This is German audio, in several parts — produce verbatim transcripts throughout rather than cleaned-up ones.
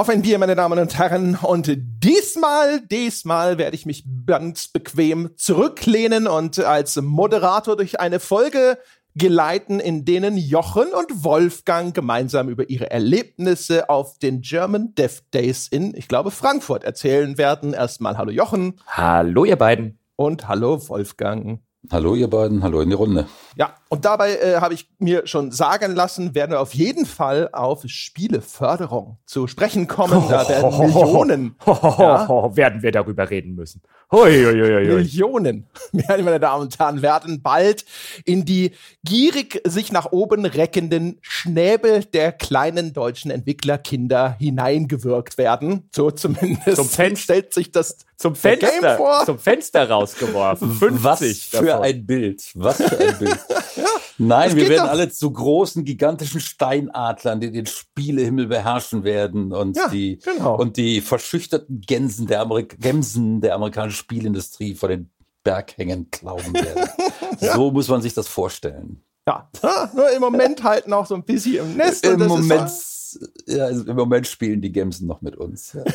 Auf ein Bier, meine Damen und Herren. Und diesmal, diesmal werde ich mich ganz bequem zurücklehnen und als Moderator durch eine Folge geleiten, in denen Jochen und Wolfgang gemeinsam über ihre Erlebnisse auf den German Dev Days in, ich glaube, Frankfurt erzählen werden. Erstmal hallo Jochen. Hallo ihr beiden. Und hallo Wolfgang. Hallo ihr beiden, hallo in die Runde. Ja, und dabei äh, habe ich mir schon sagen lassen, werden wir auf jeden Fall auf Spieleförderung zu sprechen kommen. Da werden Millionen. Ja, werden wir darüber reden müssen. Hui, hui, hui, hui. Millionen, meine Damen und Herren, werden bald in die gierig sich nach oben reckenden Schnäbel der kleinen deutschen Entwicklerkinder hineingewirkt werden. So zumindest zum Fenster, stellt sich das zum Fenster, Game vor. Zum Fenster rausgeworfen. fünfzig Was für davon. ein Bild. Was für ein Bild. Nein, das wir werden doch. alle zu großen, gigantischen Steinadlern, die den Spielehimmel beherrschen werden und Ja, die genau. und die verschüchterten Gänsen der, Amerik- Gämsen der amerikanischen Spielindustrie vor den Berghängen klauen werden. Ja. So muss man sich das vorstellen. Ja, nur im Moment halt noch so ein bisschen im Nest. Im und das Moment, ist ja, also im Moment spielen die Gämsen noch mit uns. Ja.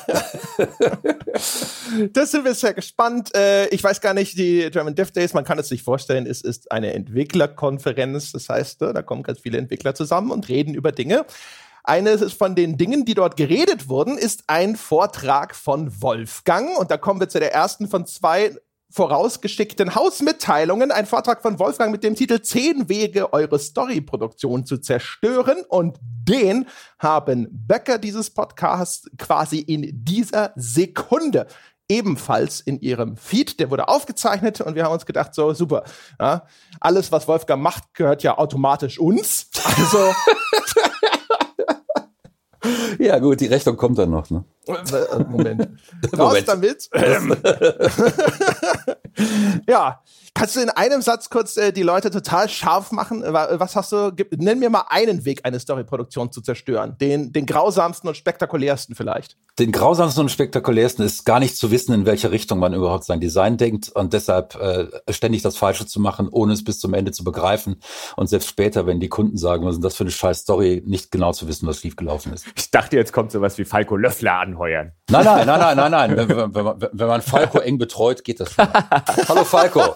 Das sind wir sehr gespannt. Äh, ich weiß gar nicht, die German Dev Days, man kann es sich vorstellen, es ist eine Entwicklerkonferenz. Das heißt, da kommen ganz viele Entwickler zusammen und reden über Dinge. Eines von den Dingen, die dort geredet wurden, ist ein Vortrag von Wolfgang. Und da kommen wir zu der ersten von zwei vorausgeschickten Hausmitteilungen. Ein Vortrag von Wolfgang mit dem Titel zehn Wege, eure Storyproduktion zu zerstören. Und den haben Böcker dieses Podcasts quasi in dieser Sekunde ebenfalls in ihrem Feed. Der wurde aufgezeichnet und wir haben uns gedacht, so super. Ja, alles, was Wolfgang macht, gehört ja automatisch uns. Also Ja gut, die Rechnung kommt dann noch. Ne? Moment. Raus Moment. damit. Ja, kannst du in einem Satz kurz äh, die Leute total scharf machen? Was hast du? Gib, nenn mir mal einen Weg, eine Storyproduktion zu zerstören. Den, den grausamsten und spektakulärsten vielleicht. Den grausamsten und spektakulärsten ist gar nicht zu wissen, in welche Richtung man überhaupt sein Design denkt und deshalb äh, ständig das Falsche zu machen, ohne es bis zum Ende zu begreifen und selbst später, wenn die Kunden sagen, was ist das für eine scheiß Story, nicht genau zu wissen, was schiefgelaufen ist. Ich dachte, jetzt kommt sowas wie Falco Löffler anheuern. Nein, nein, nein, nein, nein, nein. Wenn, wenn, wenn, man, wenn man Falco eng betreut, geht das schon. Hallo Falco.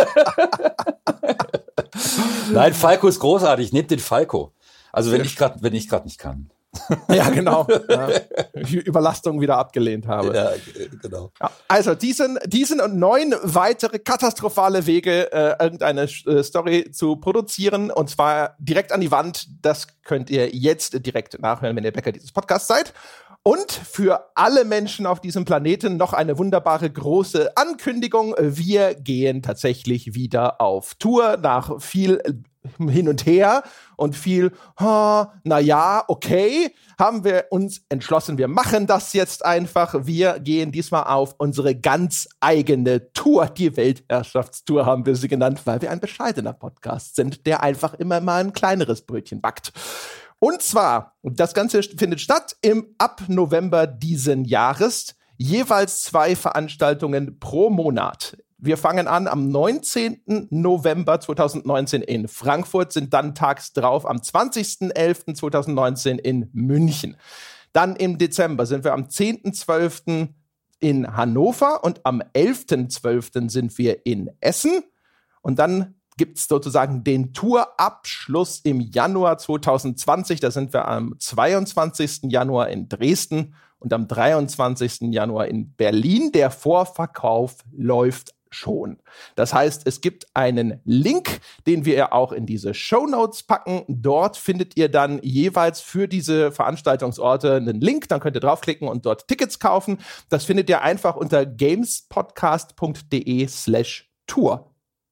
Nein, Falco ist großartig. Nehmt den Falco. Also wenn ich gerade, wenn ich gerade nicht kann. Ja, genau. Ja. Überlastung wieder abgelehnt habe. Ja, genau. Ja, also diesen, diesen und neun weitere katastrophale Wege, äh, irgendeine äh, Story zu produzieren, und zwar direkt an die Wand. Das könnt ihr jetzt direkt nachhören, wenn ihr Bäcker dieses Podcasts seid. Und für alle Menschen auf diesem Planeten noch eine wunderbare große Ankündigung. Wir gehen tatsächlich wieder auf Tour nach viel hin und her und viel, oh, na ja, okay, haben wir uns entschlossen, wir machen das jetzt einfach. Wir gehen diesmal auf unsere ganz eigene Tour. Die Weltherrschaftstour haben wir sie genannt, weil wir ein bescheidener Podcast sind, der einfach immer mal ein kleineres Brötchen backt. Und zwar, das Ganze findet statt im ab November diesen Jahres, jeweils zwei Veranstaltungen pro Monat. Wir fangen an am neunzehnten November zweitausendneunzehn in Frankfurt, sind dann tags drauf am zwanzigsten elften zweitausendneunzehn in München. Dann im Dezember sind wir am zehnten zwölften in Hannover und am elften zwölften sind wir in Essen. Und dann gibt's sozusagen den Tourabschluss im Januar zweitausendzwanzig. Da sind wir am zweiundzwanzigsten Januar in Dresden und am dreiundzwanzigsten Januar in Berlin. Der Vorverkauf läuft schon. Das heißt, es gibt einen Link, den wir auch in diese Shownotes packen. Dort findet ihr dann jeweils für diese Veranstaltungsorte einen Link. Dann könnt ihr draufklicken und dort Tickets kaufen. Das findet ihr einfach unter gamespodcast.de slash Tour.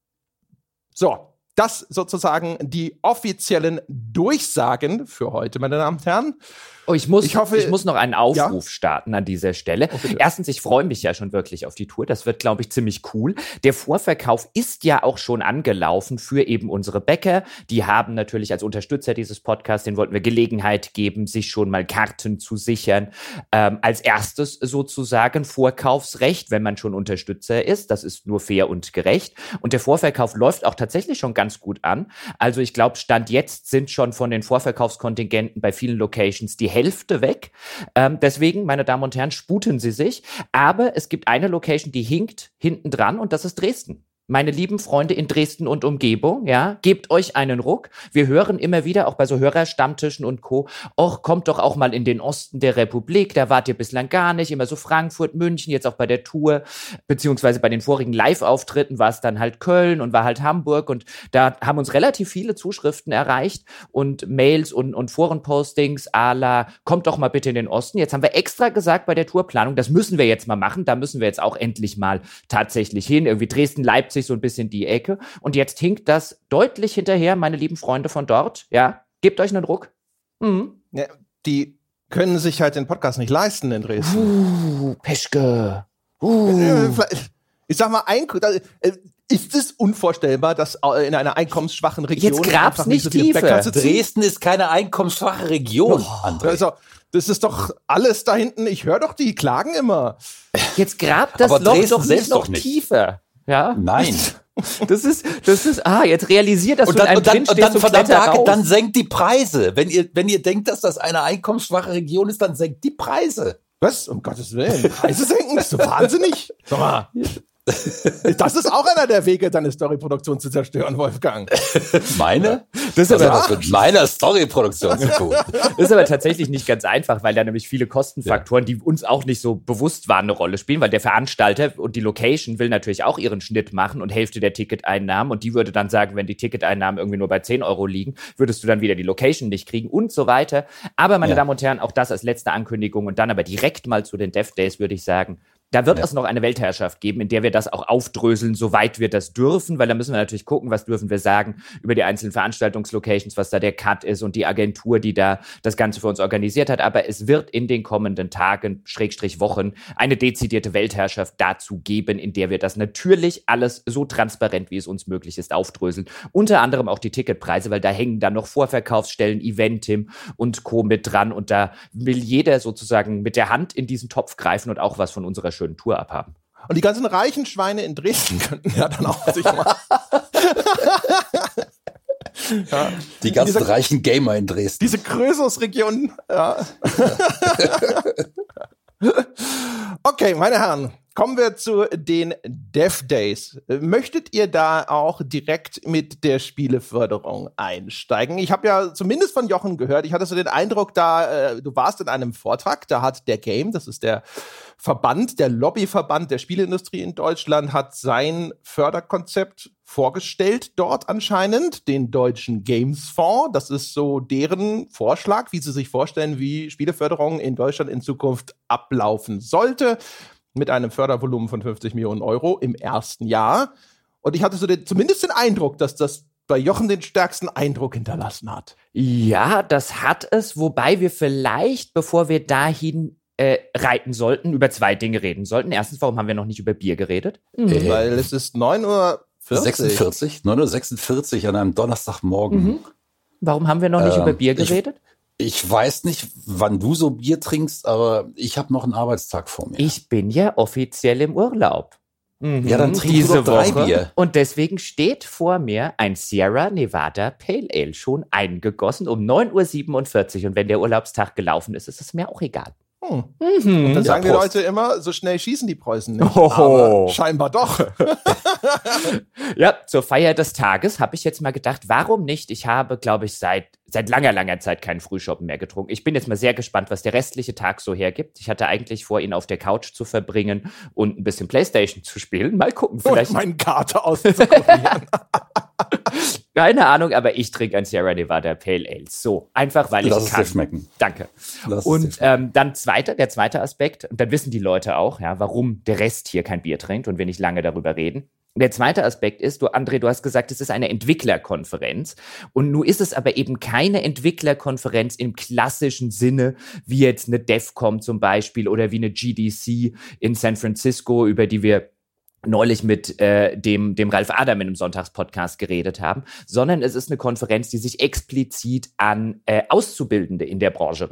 So, das sozusagen die offiziellen Durchsagen für heute, meine Damen und Herren. Oh, ich muss, Ich hoffe- ich muss noch einen Aufruf Ja? starten an dieser Stelle. Oh, bitte. Erstens, ich freue mich ja schon wirklich auf die Tour. Das wird, glaube ich, ziemlich cool. Der Vorverkauf ist ja auch schon angelaufen für eben unsere Bäcker. Die haben natürlich als Unterstützer dieses Podcasts, denen wollten wir Gelegenheit geben, sich schon mal Karten zu sichern. Ähm, als erstes sozusagen Vorkaufsrecht, wenn man schon Unterstützer ist. Das ist nur fair und gerecht. Und der Vorverkauf läuft auch tatsächlich schon ganz ganz gut an. Also ich glaube, Stand jetzt sind schon von den Vorverkaufskontingenten bei vielen Locations die Hälfte weg. Ähm, deswegen, meine Damen und Herren, sputen Sie sich. Aber es gibt eine Location, die hinkt hinten dran und das ist Dresden. Meine lieben Freunde in Dresden und Umgebung, ja, gebt euch einen Ruck. Wir hören immer wieder, auch bei so Hörerstammtischen und Co., och, kommt doch auch mal in den Osten der Republik, da wart ihr bislang gar nicht, immer so Frankfurt, München, jetzt auch bei der Tour, beziehungsweise bei den vorigen Live-Auftritten war es dann halt Köln und war halt Hamburg und da haben uns relativ viele Zuschriften erreicht und Mails und, und Forenpostings à la, kommt doch mal bitte in den Osten. Jetzt haben wir extra gesagt bei der Tourplanung, das müssen wir jetzt mal machen, da müssen wir jetzt auch endlich mal tatsächlich hin, irgendwie Dresden, Leipzig, so ein bisschen die Ecke. Und jetzt hinkt das deutlich hinterher, meine lieben Freunde von dort. Ja, gebt euch einen Ruck. Mhm. Ja, die können sich halt den Podcast nicht leisten in Dresden. Uh, Peschke. Uh. Ich sag mal, ein, ist es unvorstellbar, dass in einer einkommensschwachen Region jetzt grab's nicht so tiefer. Dresden ist keine einkommensschwache Region, oh, André. Also, das ist doch alles da hinten. Ich höre doch, die klagen immer. Jetzt grabt das Aber Loch Dresden doch nicht noch doch nicht. tiefer. Ja? Nein. Das ist, das ist, ah, jetzt realisiert, dass und du dann, in einem und dann, drin und stehst dann, und verdammt, kletter Hake, raus. dann senkt die Preise. Wenn ihr, wenn ihr denkt, dass das eine einkommensschwache Region ist, dann senkt die Preise. Was? Um Gottes Willen. Preise senken? Bist du wahnsinnig? Sag mal. Das ist auch einer der Wege, deine Storyproduktion zu zerstören, Wolfgang. Meine? Das ist Das aber hat was mit meiner Storyproduktion zu tun. Das ist aber tatsächlich nicht ganz einfach, weil da nämlich viele Kostenfaktoren, die uns auch nicht so bewusst waren, eine Rolle spielen, weil der Veranstalter und die Location will natürlich auch ihren Schnitt machen und Hälfte der Ticketeinnahmen und die würde dann sagen, wenn die Ticketeinnahmen irgendwie nur bei zehn Euro liegen, würdest du dann wieder die Location nicht kriegen und so weiter. Aber meine Ja. Damen und Herren, auch das als letzte Ankündigung und dann aber direkt mal zu den Dev Days würde ich sagen, da wird Ja. es noch eine Weltherrschaft geben, in der wir das auch aufdröseln, soweit wir das dürfen, weil da müssen wir natürlich gucken, was dürfen wir sagen über die einzelnen Veranstaltungslocations, was da der Cut ist und die Agentur, die da das Ganze für uns organisiert hat. Aber es wird in den kommenden Tagen, Schrägstrich Wochen, eine dezidierte Weltherrschaft dazu geben, in der wir das natürlich alles so transparent, wie es uns möglich ist, aufdröseln. Unter anderem auch die Ticketpreise, weil da hängen dann noch Vorverkaufsstellen, Eventim und Co. mit dran und da will jeder sozusagen mit der Hand in diesen Topf greifen und auch was von unserer schönen Tour abhaben. Und die ganzen reichen Schweine in Dresden könnten ja dann auch sich mal. Ja. Die ganzen Diese- reichen Gamer in Dresden. Diese Krösus-Region. Ja. Okay, meine Herren, kommen wir zu den Dev Days. Möchtet ihr da auch direkt mit der Spieleförderung einsteigen? Ich habe ja zumindest von Jochen gehört, ich hatte so den Eindruck, da äh, du warst in einem Vortrag, da hat der Game, das ist der Verband, der Lobbyverband der Spieleindustrie in Deutschland, hat sein Förderkonzept vorgestellt dort anscheinend, den Deutschen Gamesfonds. Das ist so deren Vorschlag, wie sie sich vorstellen, wie Spieleförderung in Deutschland in Zukunft ablaufen sollte, mit einem Fördervolumen von fünfzig Millionen Euro im ersten Jahr. Und ich hatte so den, zumindest den Eindruck, dass das bei Jochen den stärksten Eindruck hinterlassen hat. Ja, das hat es, wobei wir vielleicht, bevor wir dahin äh, reiten sollten, über zwei Dinge reden sollten. Erstens, warum haben wir noch nicht über Bier geredet? Äh, Weil es ist neun Uhr vierzig. sechsundvierzig, neun Uhr sechsundvierzig an einem Donnerstagmorgen. Mhm. Warum haben wir noch nicht Ähm, über Bier ich- geredet? Ich weiß nicht, wann du so Bier trinkst, aber ich habe noch einen Arbeitstag vor mir. Ich bin ja offiziell im Urlaub. Mhm, Ja, dann trink du diese doch drei Woche. Bier. Und deswegen steht vor mir ein Sierra Nevada Pale Ale schon eingegossen um neun Uhr siebenundvierzig. Und wenn der Urlaubstag gelaufen ist, ist es mir auch egal. Hm. Mhm. Dann Ja, sagen die Prost. Leute immer, so schnell schießen die Preußen nicht. Hoho. Aber scheinbar doch. Ja, zur Feier des Tages habe ich jetzt mal gedacht, warum nicht? Ich habe, glaube ich, seit seit langer, langer Zeit keinen Frühschoppen mehr getrunken. Ich bin jetzt mal sehr gespannt, was der restliche Tag so hergibt. Ich hatte eigentlich vor, ihn auf der Couch zu verbringen und ein bisschen Playstation zu spielen. Mal gucken, vielleicht. Und meinen Kater auszukurieren. Keine Ahnung, aber ich trinke ein Sierra Nevada Pale Ale. So, einfach weil Lass ich es kann. dir schmecken. Danke. Lass es dir Und schmecken. ähm, dann zweiter, der zweite Aspekt, und dann wissen die Leute auch, ja, warum der Rest hier kein Bier trinkt und wir nicht lange darüber reden. Der zweite Aspekt ist, du, André, du hast gesagt, es ist eine Entwicklerkonferenz. Und nun ist es aber eben keine Entwicklerkonferenz im klassischen Sinne, wie jetzt eine DEFCON zum Beispiel oder wie eine G D C in San Francisco, über die wir neulich mit äh, dem, dem Ralf Adam in einem Sonntagspodcast geredet haben, sondern es ist eine Konferenz, die sich explizit an äh, Auszubildende in der Branche richtet.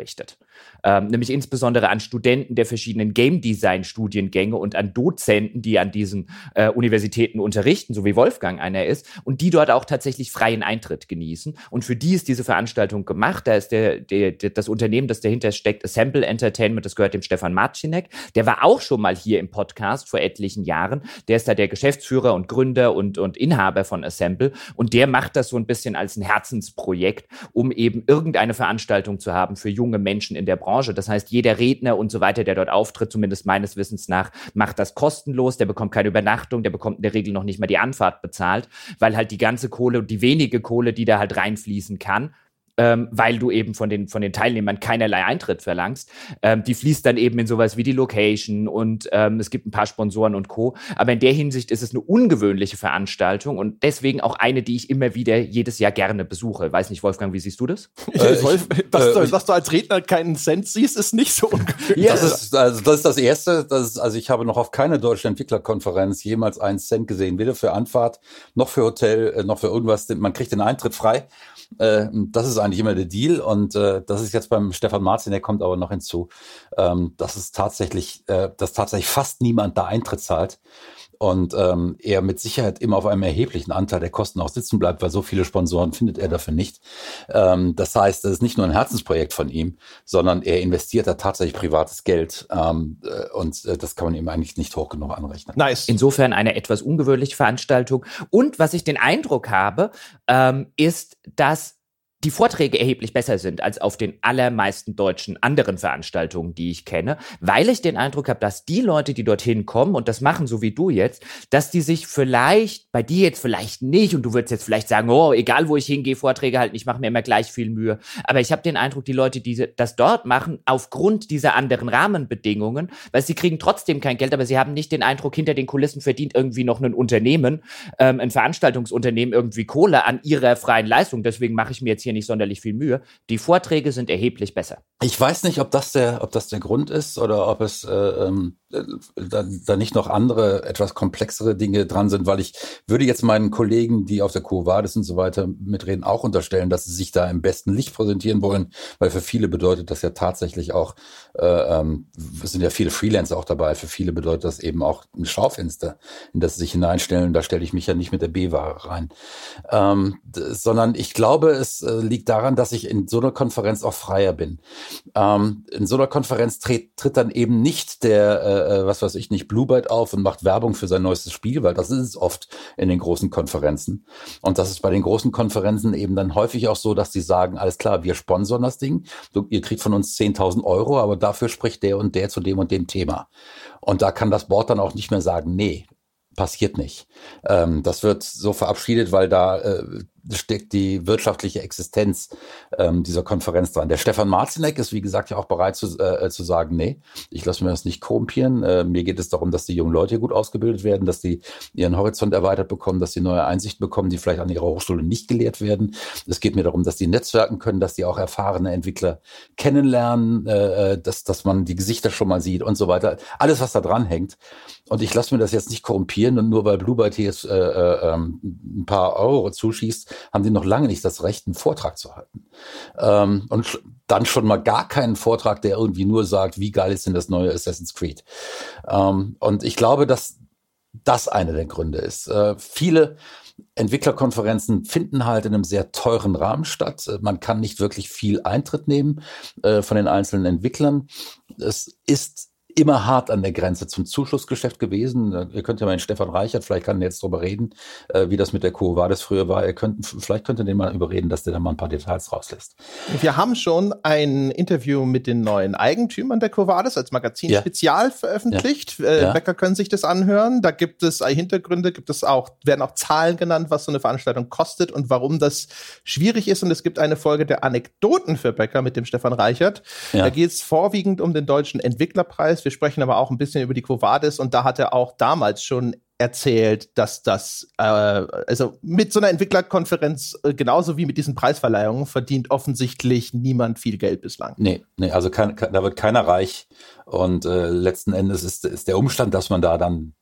Ähm, nämlich insbesondere an Studenten der verschiedenen Game-Design-Studiengänge und an Dozenten, die an diesen äh, Universitäten unterrichten, so wie Wolfgang einer ist, und die dort auch tatsächlich freien Eintritt genießen. Und für die ist diese Veranstaltung gemacht. Da ist der, der, der, das Unternehmen, das dahinter steckt, Assemble Entertainment, das gehört dem Stefan Marcinek. Der war auch schon mal hier im Podcast vor etlichen Jahren. Der ist da der Geschäftsführer und Gründer und, und Inhaber von Assemble. Und der macht das so ein bisschen als ein Herzensprojekt, um eben irgendeine Veranstaltung zu haben für junge Menschen in der Branche. Das heißt, jeder Redner und so weiter, der dort auftritt, zumindest meines Wissens nach, macht das kostenlos. Der bekommt keine Übernachtung, der bekommt in der Regel noch nicht mal die Anfahrt bezahlt, weil halt die ganze Kohle und die wenige Kohle, die da halt reinfließen kann, Ähm, weil du eben von den, von den Teilnehmern keinerlei Eintritt verlangst. Ähm, die fließt dann eben in sowas wie die Location und ähm, es gibt ein paar Sponsoren und Co. Aber in der Hinsicht ist es eine ungewöhnliche Veranstaltung und deswegen auch eine, die ich immer wieder jedes Jahr gerne besuche. Weiß nicht, Wolfgang, wie siehst du das? Äh, Wolf, dass, äh, du, dass du als Redner keinen Cent siehst, ist nicht so ungewöhnlich. Das ist, also das ist das Erste. Das ist, also ich habe noch auf keiner deutschen Entwicklerkonferenz jemals einen Cent gesehen, weder für Anfahrt noch für Hotel, noch für irgendwas. Man kriegt den Eintritt frei. Äh, das ist eigentlich immer der Deal und äh, das ist jetzt beim Stefan Marcinek, kommt aber noch hinzu, ähm, dass es tatsächlich, äh, dass tatsächlich fast niemand da Eintritt zahlt und ähm, er mit Sicherheit immer auf einem erheblichen Anteil der Kosten auch sitzen bleibt, weil so viele Sponsoren findet er dafür nicht. Ähm, das heißt, das ist nicht nur ein Herzensprojekt von ihm, sondern er investiert da tatsächlich privates Geld ähm, äh, und äh, das kann man ihm eigentlich nicht hoch genug anrechnen. Nice. Insofern eine etwas ungewöhnliche Veranstaltung und was ich den Eindruck habe, ähm, ist, dass die Vorträge erheblich besser sind als auf den allermeisten deutschen anderen Veranstaltungen, die ich kenne, weil ich den Eindruck habe, dass die Leute, die dorthin kommen und das machen, so wie du jetzt, dass die sich vielleicht, bei dir jetzt vielleicht nicht und du würdest jetzt vielleicht sagen, oh, egal wo ich hingehe, Vorträge halten, ich mache mir immer gleich viel Mühe, aber ich habe den Eindruck, die Leute, die das dort machen, aufgrund dieser anderen Rahmenbedingungen, weil sie kriegen trotzdem kein Geld, aber sie haben nicht den Eindruck, hinter den Kulissen verdient irgendwie noch ein Unternehmen, ähm, ein Veranstaltungsunternehmen irgendwie Kohle an ihrer freien Leistung, deswegen mache ich mir jetzt hier nicht sonderlich viel Mühe. Die Vorträge sind erheblich besser. Ich weiß nicht, ob das der, ob das der Grund ist oder ob es äh, ähm, da, da nicht noch andere, etwas komplexere Dinge dran sind, weil ich würde jetzt meinen Kollegen, die auf der Quo Vadis und so weiter mitreden, auch unterstellen, dass sie sich da im besten Licht präsentieren wollen, weil für viele bedeutet das ja tatsächlich auch, äh, ähm, es sind ja viele Freelancer auch dabei, für viele bedeutet das eben auch ein Schaufenster, in das sie sich hineinstellen. Da stelle ich mich ja nicht mit der B-Ware rein. Ähm, d- sondern ich glaube, es äh, liegt daran, dass ich in so einer Konferenz auch freier bin. Ähm, in so einer Konferenz tritt, tritt dann eben nicht der, äh, was weiß ich nicht, Blue Byte auf und macht Werbung für sein neuestes Spiel, weil das ist es oft in den großen Konferenzen. Und das ist bei den großen Konferenzen eben dann häufig auch so, dass die sagen, alles klar, wir sponsern das Ding, du, ihr kriegt von uns zehntausend Euro, aber dafür spricht der und der zu dem und dem Thema. Und da kann das Board dann auch nicht mehr sagen, nee, passiert nicht. Ähm, das wird so verabschiedet, weil da äh, steckt die wirtschaftliche Existenz ähm, dieser Konferenz dran. Der Stefan Marcinek ist, wie gesagt, ja auch bereit zu, äh, zu sagen, nee, ich lasse mir das nicht korrumpieren. Äh, mir geht es darum, dass die jungen Leute gut ausgebildet werden, dass die ihren Horizont erweitert bekommen, dass sie neue Einsichten bekommen, die vielleicht an ihrer Hochschule nicht gelehrt werden. Es geht mir darum, dass die netzwerken können, dass die auch erfahrene Entwickler kennenlernen, äh, dass, dass man die Gesichter schon mal sieht und so weiter. Alles, was da dran hängt. Und ich lasse mir das jetzt nicht korrumpieren und nur weil Blue Byte hier jetzt, äh, äh, ein paar Euro zuschießt, haben die noch lange nicht das Recht, einen Vortrag zu halten. Ähm, und sch- dann schon mal gar keinen Vortrag, der irgendwie nur sagt, wie geil ist denn das neue Assassin's Creed. Ähm, und ich glaube, dass das einer der Gründe ist. Äh, viele Entwicklerkonferenzen finden halt in einem sehr teuren Rahmen statt. Äh, Man kann nicht wirklich viel Eintritt nehmen äh, von den einzelnen Entwicklern. Es ist immer hart an der Grenze zum Zuschussgeschäft gewesen. Äh, Ihr könnt ja mal den Stefan Reichert, vielleicht kann er jetzt drüber reden, äh, wie das mit der Quo Vadis früher war. Ihr könnt, vielleicht könnt ihr den mal überreden, dass der da mal ein paar Details rauslässt. Wir haben schon ein Interview mit den neuen Eigentümern der Quo Vadis als Magazin-Spezial Ja. veröffentlicht. Ja. Äh, Ja. Bäcker können sich das anhören. Da gibt es äh, Hintergründe, gibt es auch, werden auch Zahlen genannt, was so eine Veranstaltung kostet und warum das schwierig ist. Und es gibt eine Folge der Anekdoten für Bäcker mit dem Stefan Reichert. Ja. Da geht es vorwiegend um den Deutschen Entwicklerpreis. Wir sprechen aber auch ein bisschen über die Quo Vadis und da hat er auch damals schon erzählt, dass das, äh, also mit so einer Entwicklerkonferenz, äh, genauso wie mit diesen Preisverleihungen, verdient offensichtlich niemand viel Geld bislang. Nee, nee, also kein, kein, da wird keiner reich. Und äh, letzten Endes ist, ist der Umstand, dass man da dann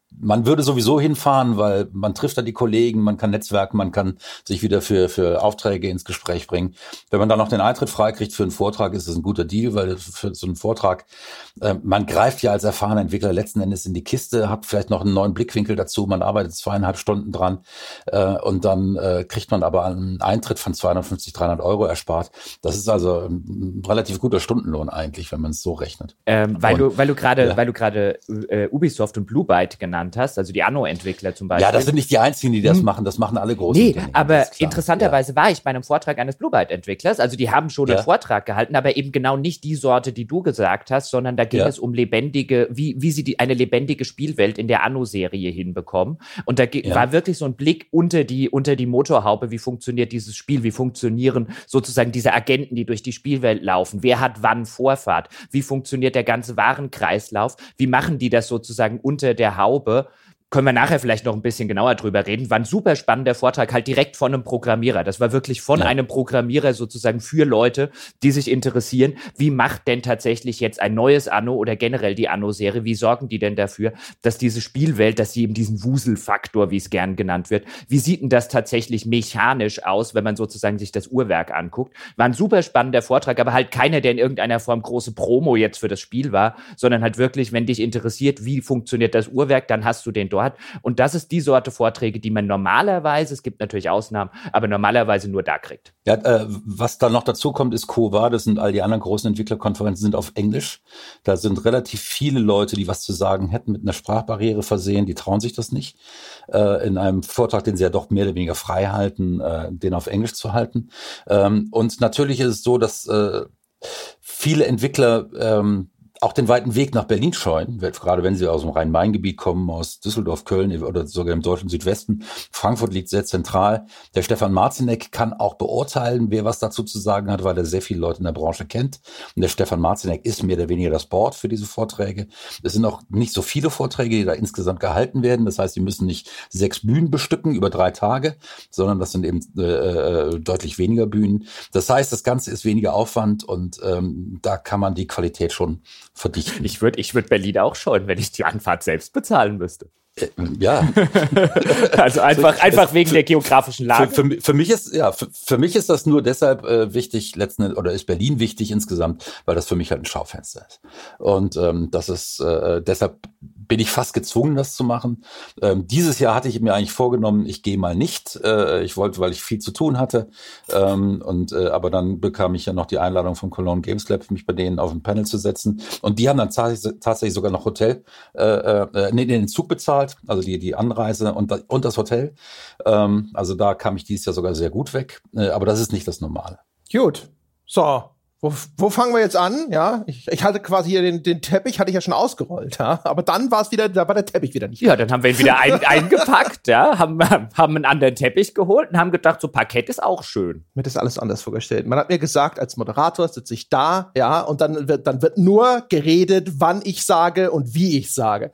man würde sowieso hinfahren, weil man trifft da die Kollegen, man kann netzwerken, man kann sich wieder für für Aufträge ins Gespräch bringen. Wenn man dann noch den Eintritt freikriegt für einen Vortrag, ist das ein guter Deal, weil für so einen Vortrag, äh, man greift ja als erfahrener Entwickler letzten Endes in die Kiste, hat vielleicht noch einen neuen Blickwinkel dazu, man arbeitet zweieinhalb Stunden dran äh, und dann äh, kriegt man aber einen Eintritt von zweihundertfünfzig, dreihundert Euro erspart. Das ist also ein relativ guter Stundenlohn eigentlich, wenn man es so rechnet. Ähm, weil, und, du, weil du gerade ja. weil du gerade äh, Ubisoft und Blue Byte genannt hast, also die Anno-Entwickler zum Beispiel. Ja, das sind nicht die einzigen, die das hm. machen, das machen alle großen Nee, Unternehmen. aber interessanterweise ja. war ich bei einem Vortrag eines Blue Byte-Entwicklers, also die haben schon ja. einen Vortrag gehalten, aber eben genau nicht die Sorte, die du gesagt hast, sondern da ging ja. es um lebendige, wie, wie sie die, eine lebendige Spielwelt in der Anno-Serie hinbekommen. Und da ge- ja. war wirklich so ein Blick unter die, unter die Motorhaube, wie funktioniert dieses Spiel, wie funktionieren sozusagen diese Agenten, die durch die Spielwelt laufen, wer hat wann Vorfahrt, wie funktioniert der ganze Warenkreislauf, wie machen die das sozusagen unter der Haube. Können wir nachher vielleicht noch ein bisschen genauer drüber reden. War ein super spannender Vortrag, halt direkt von einem Programmierer. Das war wirklich von ja. einem Programmierer sozusagen für Leute, die sich interessieren. Wie macht denn tatsächlich jetzt ein neues Anno oder generell die Anno-Serie? Wie sorgen die denn dafür, dass diese Spielwelt, dass sie eben diesen Wuselfaktor, wie es gern genannt wird, wie sieht denn das tatsächlich mechanisch aus, wenn man sozusagen sich das Uhrwerk anguckt? War ein super spannender Vortrag, aber halt keiner, der in irgendeiner Form große Promo jetzt für das Spiel war, sondern halt wirklich, wenn dich interessiert, wie funktioniert das Uhrwerk, dann hast du den dort. Hat. Und das ist die Sorte Vorträge, die man normalerweise, es gibt natürlich Ausnahmen, aber normalerweise nur da kriegt. Ja, äh, was da noch dazu kommt, ist Quo Vadis und all die anderen großen Entwicklerkonferenzen sind auf Englisch. Da sind relativ viele Leute, die was zu sagen hätten, mit einer Sprachbarriere versehen, die trauen sich das nicht. Äh, in einem Vortrag, den sie ja doch mehr oder weniger frei halten, äh, den auf Englisch zu halten. Ähm, und natürlich ist es so, dass äh, viele Entwickler ähm, auch den weiten Weg nach Berlin scheuen, gerade wenn sie aus dem Rhein-Main-Gebiet kommen, aus Düsseldorf, Köln oder sogar im deutschen Südwesten. Frankfurt liegt sehr zentral. Der Stefan Marzinek kann auch beurteilen, wer was dazu zu sagen hat, weil er sehr viele Leute in der Branche kennt. Und der Stefan Marzinek ist mehr oder weniger das Board für diese Vorträge. Es sind auch nicht so viele Vorträge, die da insgesamt gehalten werden. Das heißt, sie müssen nicht sechs Bühnen bestücken über drei Tage, sondern das sind eben äh, deutlich weniger Bühnen. Das heißt, das Ganze ist weniger Aufwand und ähm, da kann man die Qualität schon verdichten. Ich würde ich würd Berlin auch scheuen, wenn ich die Anfahrt selbst bezahlen müsste. Äh, ja. Also einfach, also, einfach wegen für, der geografischen Lage. Für, für, für mich ist, ja, für, für mich ist das nur deshalb äh, wichtig, letzten Endes, oder ist Berlin wichtig insgesamt, weil das für mich halt ein Schaufenster ist. Und ähm, das ist, äh, deshalb bin ich fast gezwungen, das zu machen. Ähm, dieses Jahr hatte ich mir eigentlich vorgenommen, ich gehe mal nicht. Äh, ich wollte, weil ich viel zu tun hatte. Ähm, und äh, aber dann bekam ich ja noch die Einladung vom Cologne Games Lab, mich bei denen auf ein Panel zu setzen. Und die haben dann tatsächlich, tatsächlich sogar noch Hotel, äh, äh, nee, den Zug bezahlt, also die die Anreise und, und das Hotel. Ähm, also da kam ich dieses Jahr sogar sehr gut weg. Äh, aber das ist nicht das Normale. Gut. So. Wo, wo fangen wir jetzt an? Ja, ich, ich hatte quasi hier den, den Teppich, hatte ich ja schon ausgerollt, ja. Aber dann war es wieder, da war der Teppich wieder nicht. Ja, dann haben wir ihn wieder ein, eingepackt, ja, haben, haben einen anderen Teppich geholt und haben gedacht, so Parkett ist auch schön. Mir das alles anders vorgestellt. Man hat mir gesagt, als Moderator sitze ich da, ja, und dann wird, dann wird nur geredet, wann ich sage und wie ich sage.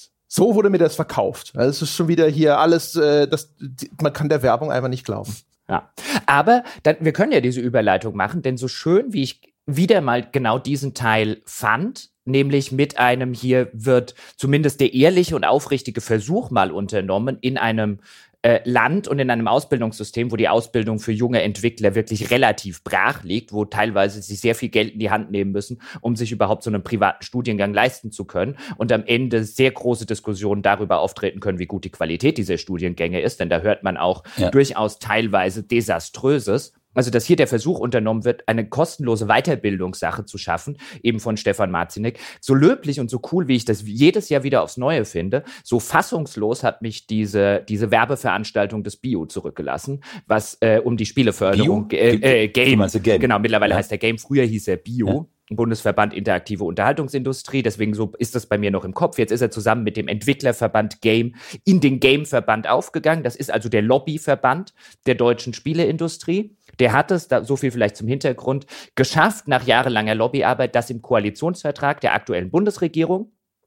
So wurde mir das verkauft. Also es ist schon wieder hier alles, äh, das, die, man kann der Werbung einfach nicht glauben. Ja, aber dann, wir können ja diese Überleitung machen, denn so schön, wie ich wieder mal genau diesen Teil fand, nämlich mit einem, hier wird zumindest der ehrliche und aufrichtige Versuch mal unternommen, in einem äh, Land und in einem Ausbildungssystem, wo die Ausbildung für junge Entwickler wirklich relativ brach liegt, wo teilweise sie sehr viel Geld in die Hand nehmen müssen, um sich überhaupt so einen privaten Studiengang leisten zu können und am Ende sehr große Diskussionen darüber auftreten können, wie gut die Qualität dieser Studiengänge ist, denn da hört man auch ja. durchaus teilweise Desaströses. Also, dass hier der Versuch unternommen wird, eine kostenlose Weiterbildungssache zu schaffen, eben von Stefan Marzinek. So löblich und so cool, wie ich das jedes Jahr wieder aufs Neue finde, so fassungslos hat mich diese, diese Werbeveranstaltung des Bio zurückgelassen, was äh, um die Spieleförderung, Bio? äh, äh, Game, Game, genau, mittlerweile ja. heißt der Game, früher hieß er Bio. Ja. Bundesverband Interaktive Unterhaltungsindustrie, deswegen so ist das bei mir noch im Kopf. Jetzt ist er zusammen mit dem Entwicklerverband Game in den Game-Verband aufgegangen. Das ist also der Lobbyverband der deutschen Spieleindustrie. Der hat es, da, so viel vielleicht zum Hintergrund, geschafft, nach jahrelanger Lobbyarbeit, dass im Koalitionsvertrag der aktuellen Bundesregierung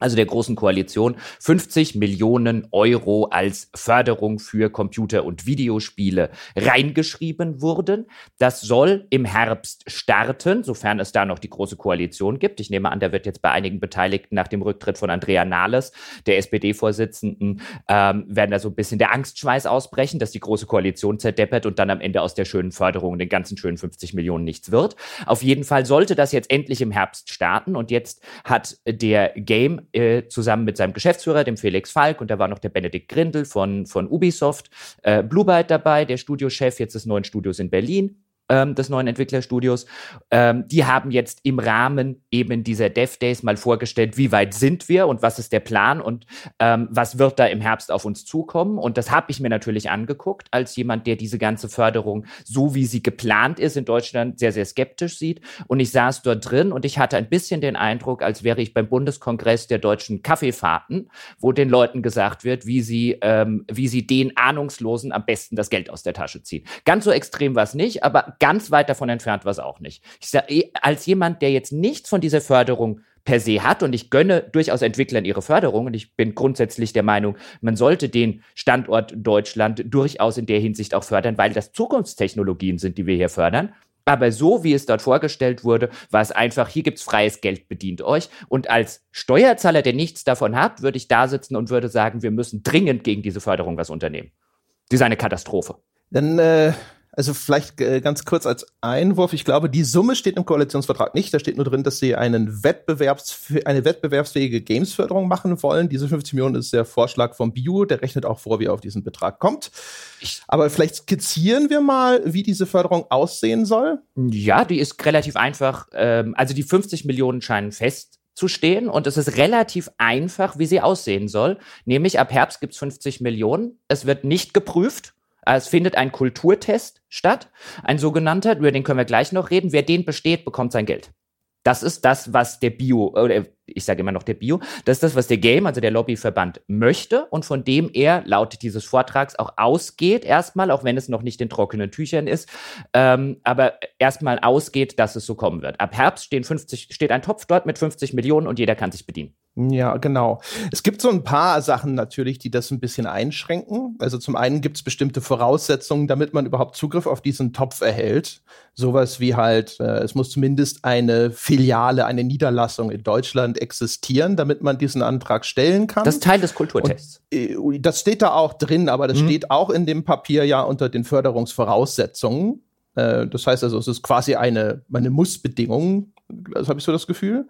also der Großen Koalition, fünfzig Millionen Euro als Förderung für Computer- und Videospiele reingeschrieben wurden. Das soll im Herbst starten, sofern es da noch die Große Koalition gibt. Ich nehme an, da wird jetzt bei einigen Beteiligten nach dem Rücktritt von Andrea Nahles, der S P D-Vorsitzenden, ähm, werden da so ein bisschen der Angstschweiß ausbrechen, dass die Große Koalition zerdeppert und dann am Ende aus der schönen Förderung, den ganzen schönen fünfzig Millionen, nichts wird. Auf jeden Fall sollte das jetzt endlich im Herbst starten und jetzt hat der Game Äh, zusammen mit seinem Geschäftsführer, dem Felix Falk, und da war noch der Benedikt Grindel von, von Ubisoft, äh, Blue Byte dabei, der Studiochef jetzt des neuen Studios in Berlin, ähm, des neuen Entwicklerstudios. Ähm, die haben jetzt im Rahmen eben dieser Dev Days mal vorgestellt, wie weit sind wir und was ist der Plan und ähm, was wird da im Herbst auf uns zukommen. Und das habe ich mir natürlich angeguckt, als jemand, der diese ganze Förderung, so wie sie geplant ist, in Deutschland sehr, sehr skeptisch sieht. Und ich saß dort drin und ich hatte ein bisschen den Eindruck, als wäre ich beim Bundeskongress der deutschen Kaffeefahrten, wo den Leuten gesagt wird, wie sie, ähm, wie sie den Ahnungslosen am besten das Geld aus der Tasche ziehen. Ganz so extrem war es nicht, aber ganz weit davon entfernt war es auch nicht. Ich sage, als jemand, der jetzt nichts von dieser Förderung per se hat, und ich gönne durchaus Entwicklern ihre Förderung, und ich bin grundsätzlich der Meinung, man sollte den Standort Deutschland durchaus in der Hinsicht auch fördern, weil das Zukunftstechnologien sind, die wir hier fördern. Aber so, wie es dort vorgestellt wurde, war es einfach, hier gibt's freies Geld, bedient euch. Und als Steuerzahler, der nichts davon hat, würde ich da sitzen und würde sagen, wir müssen dringend gegen diese Förderung was unternehmen. Die ist eine Katastrophe. Dann, äh Also vielleicht äh, ganz kurz als Einwurf. Ich glaube, die Summe steht im Koalitionsvertrag nicht. Da steht nur drin, dass sie einen Wettbewerbs eine wettbewerbsfähige Gamesförderung machen wollen. Diese fünfzig Millionen ist der Vorschlag vom B I U. Der rechnet auch vor, wie er auf diesen Betrag kommt. Aber vielleicht skizzieren wir mal, wie diese Förderung aussehen soll. Ja, die ist relativ einfach. Ähm, also die fünfzig Millionen scheinen fest zu stehen und es ist relativ einfach, wie sie aussehen soll. Nämlich ab Herbst gibt's fünfzig Millionen. Es wird nicht geprüft. Es findet ein Kulturtest statt, ein sogenannter, über den können wir gleich noch reden. Wer den besteht, bekommt sein Geld. Das ist das, was der Bio, oder ich sage immer noch der Bio, das ist das, was der Game, also der Lobbyverband, möchte und von dem er laut dieses Vortrags auch ausgeht, erstmal, auch wenn es noch nicht in trockenen Tüchern ist, ähm, aber erstmal ausgeht, dass es so kommen wird. Ab Herbst stehen fünfzig, steht ein Topf dort mit fünfzig Millionen und jeder kann sich bedienen. Ja, genau. Es gibt so ein paar Sachen natürlich, die das ein bisschen einschränken. Also zum einen gibt es bestimmte Voraussetzungen, damit man überhaupt Zugriff auf diesen Topf erhält. Sowas wie halt, äh, es muss zumindest eine Filiale, eine Niederlassung in Deutschland existieren, damit man diesen Antrag stellen kann. Das ist Teil des Kulturtests. Und, äh, das steht da auch drin, aber das mhm. steht auch in dem Papier ja unter den Förderungsvoraussetzungen. Äh, das heißt also, es ist quasi eine, eine Mussbedingung. Also habe ich so das Gefühl.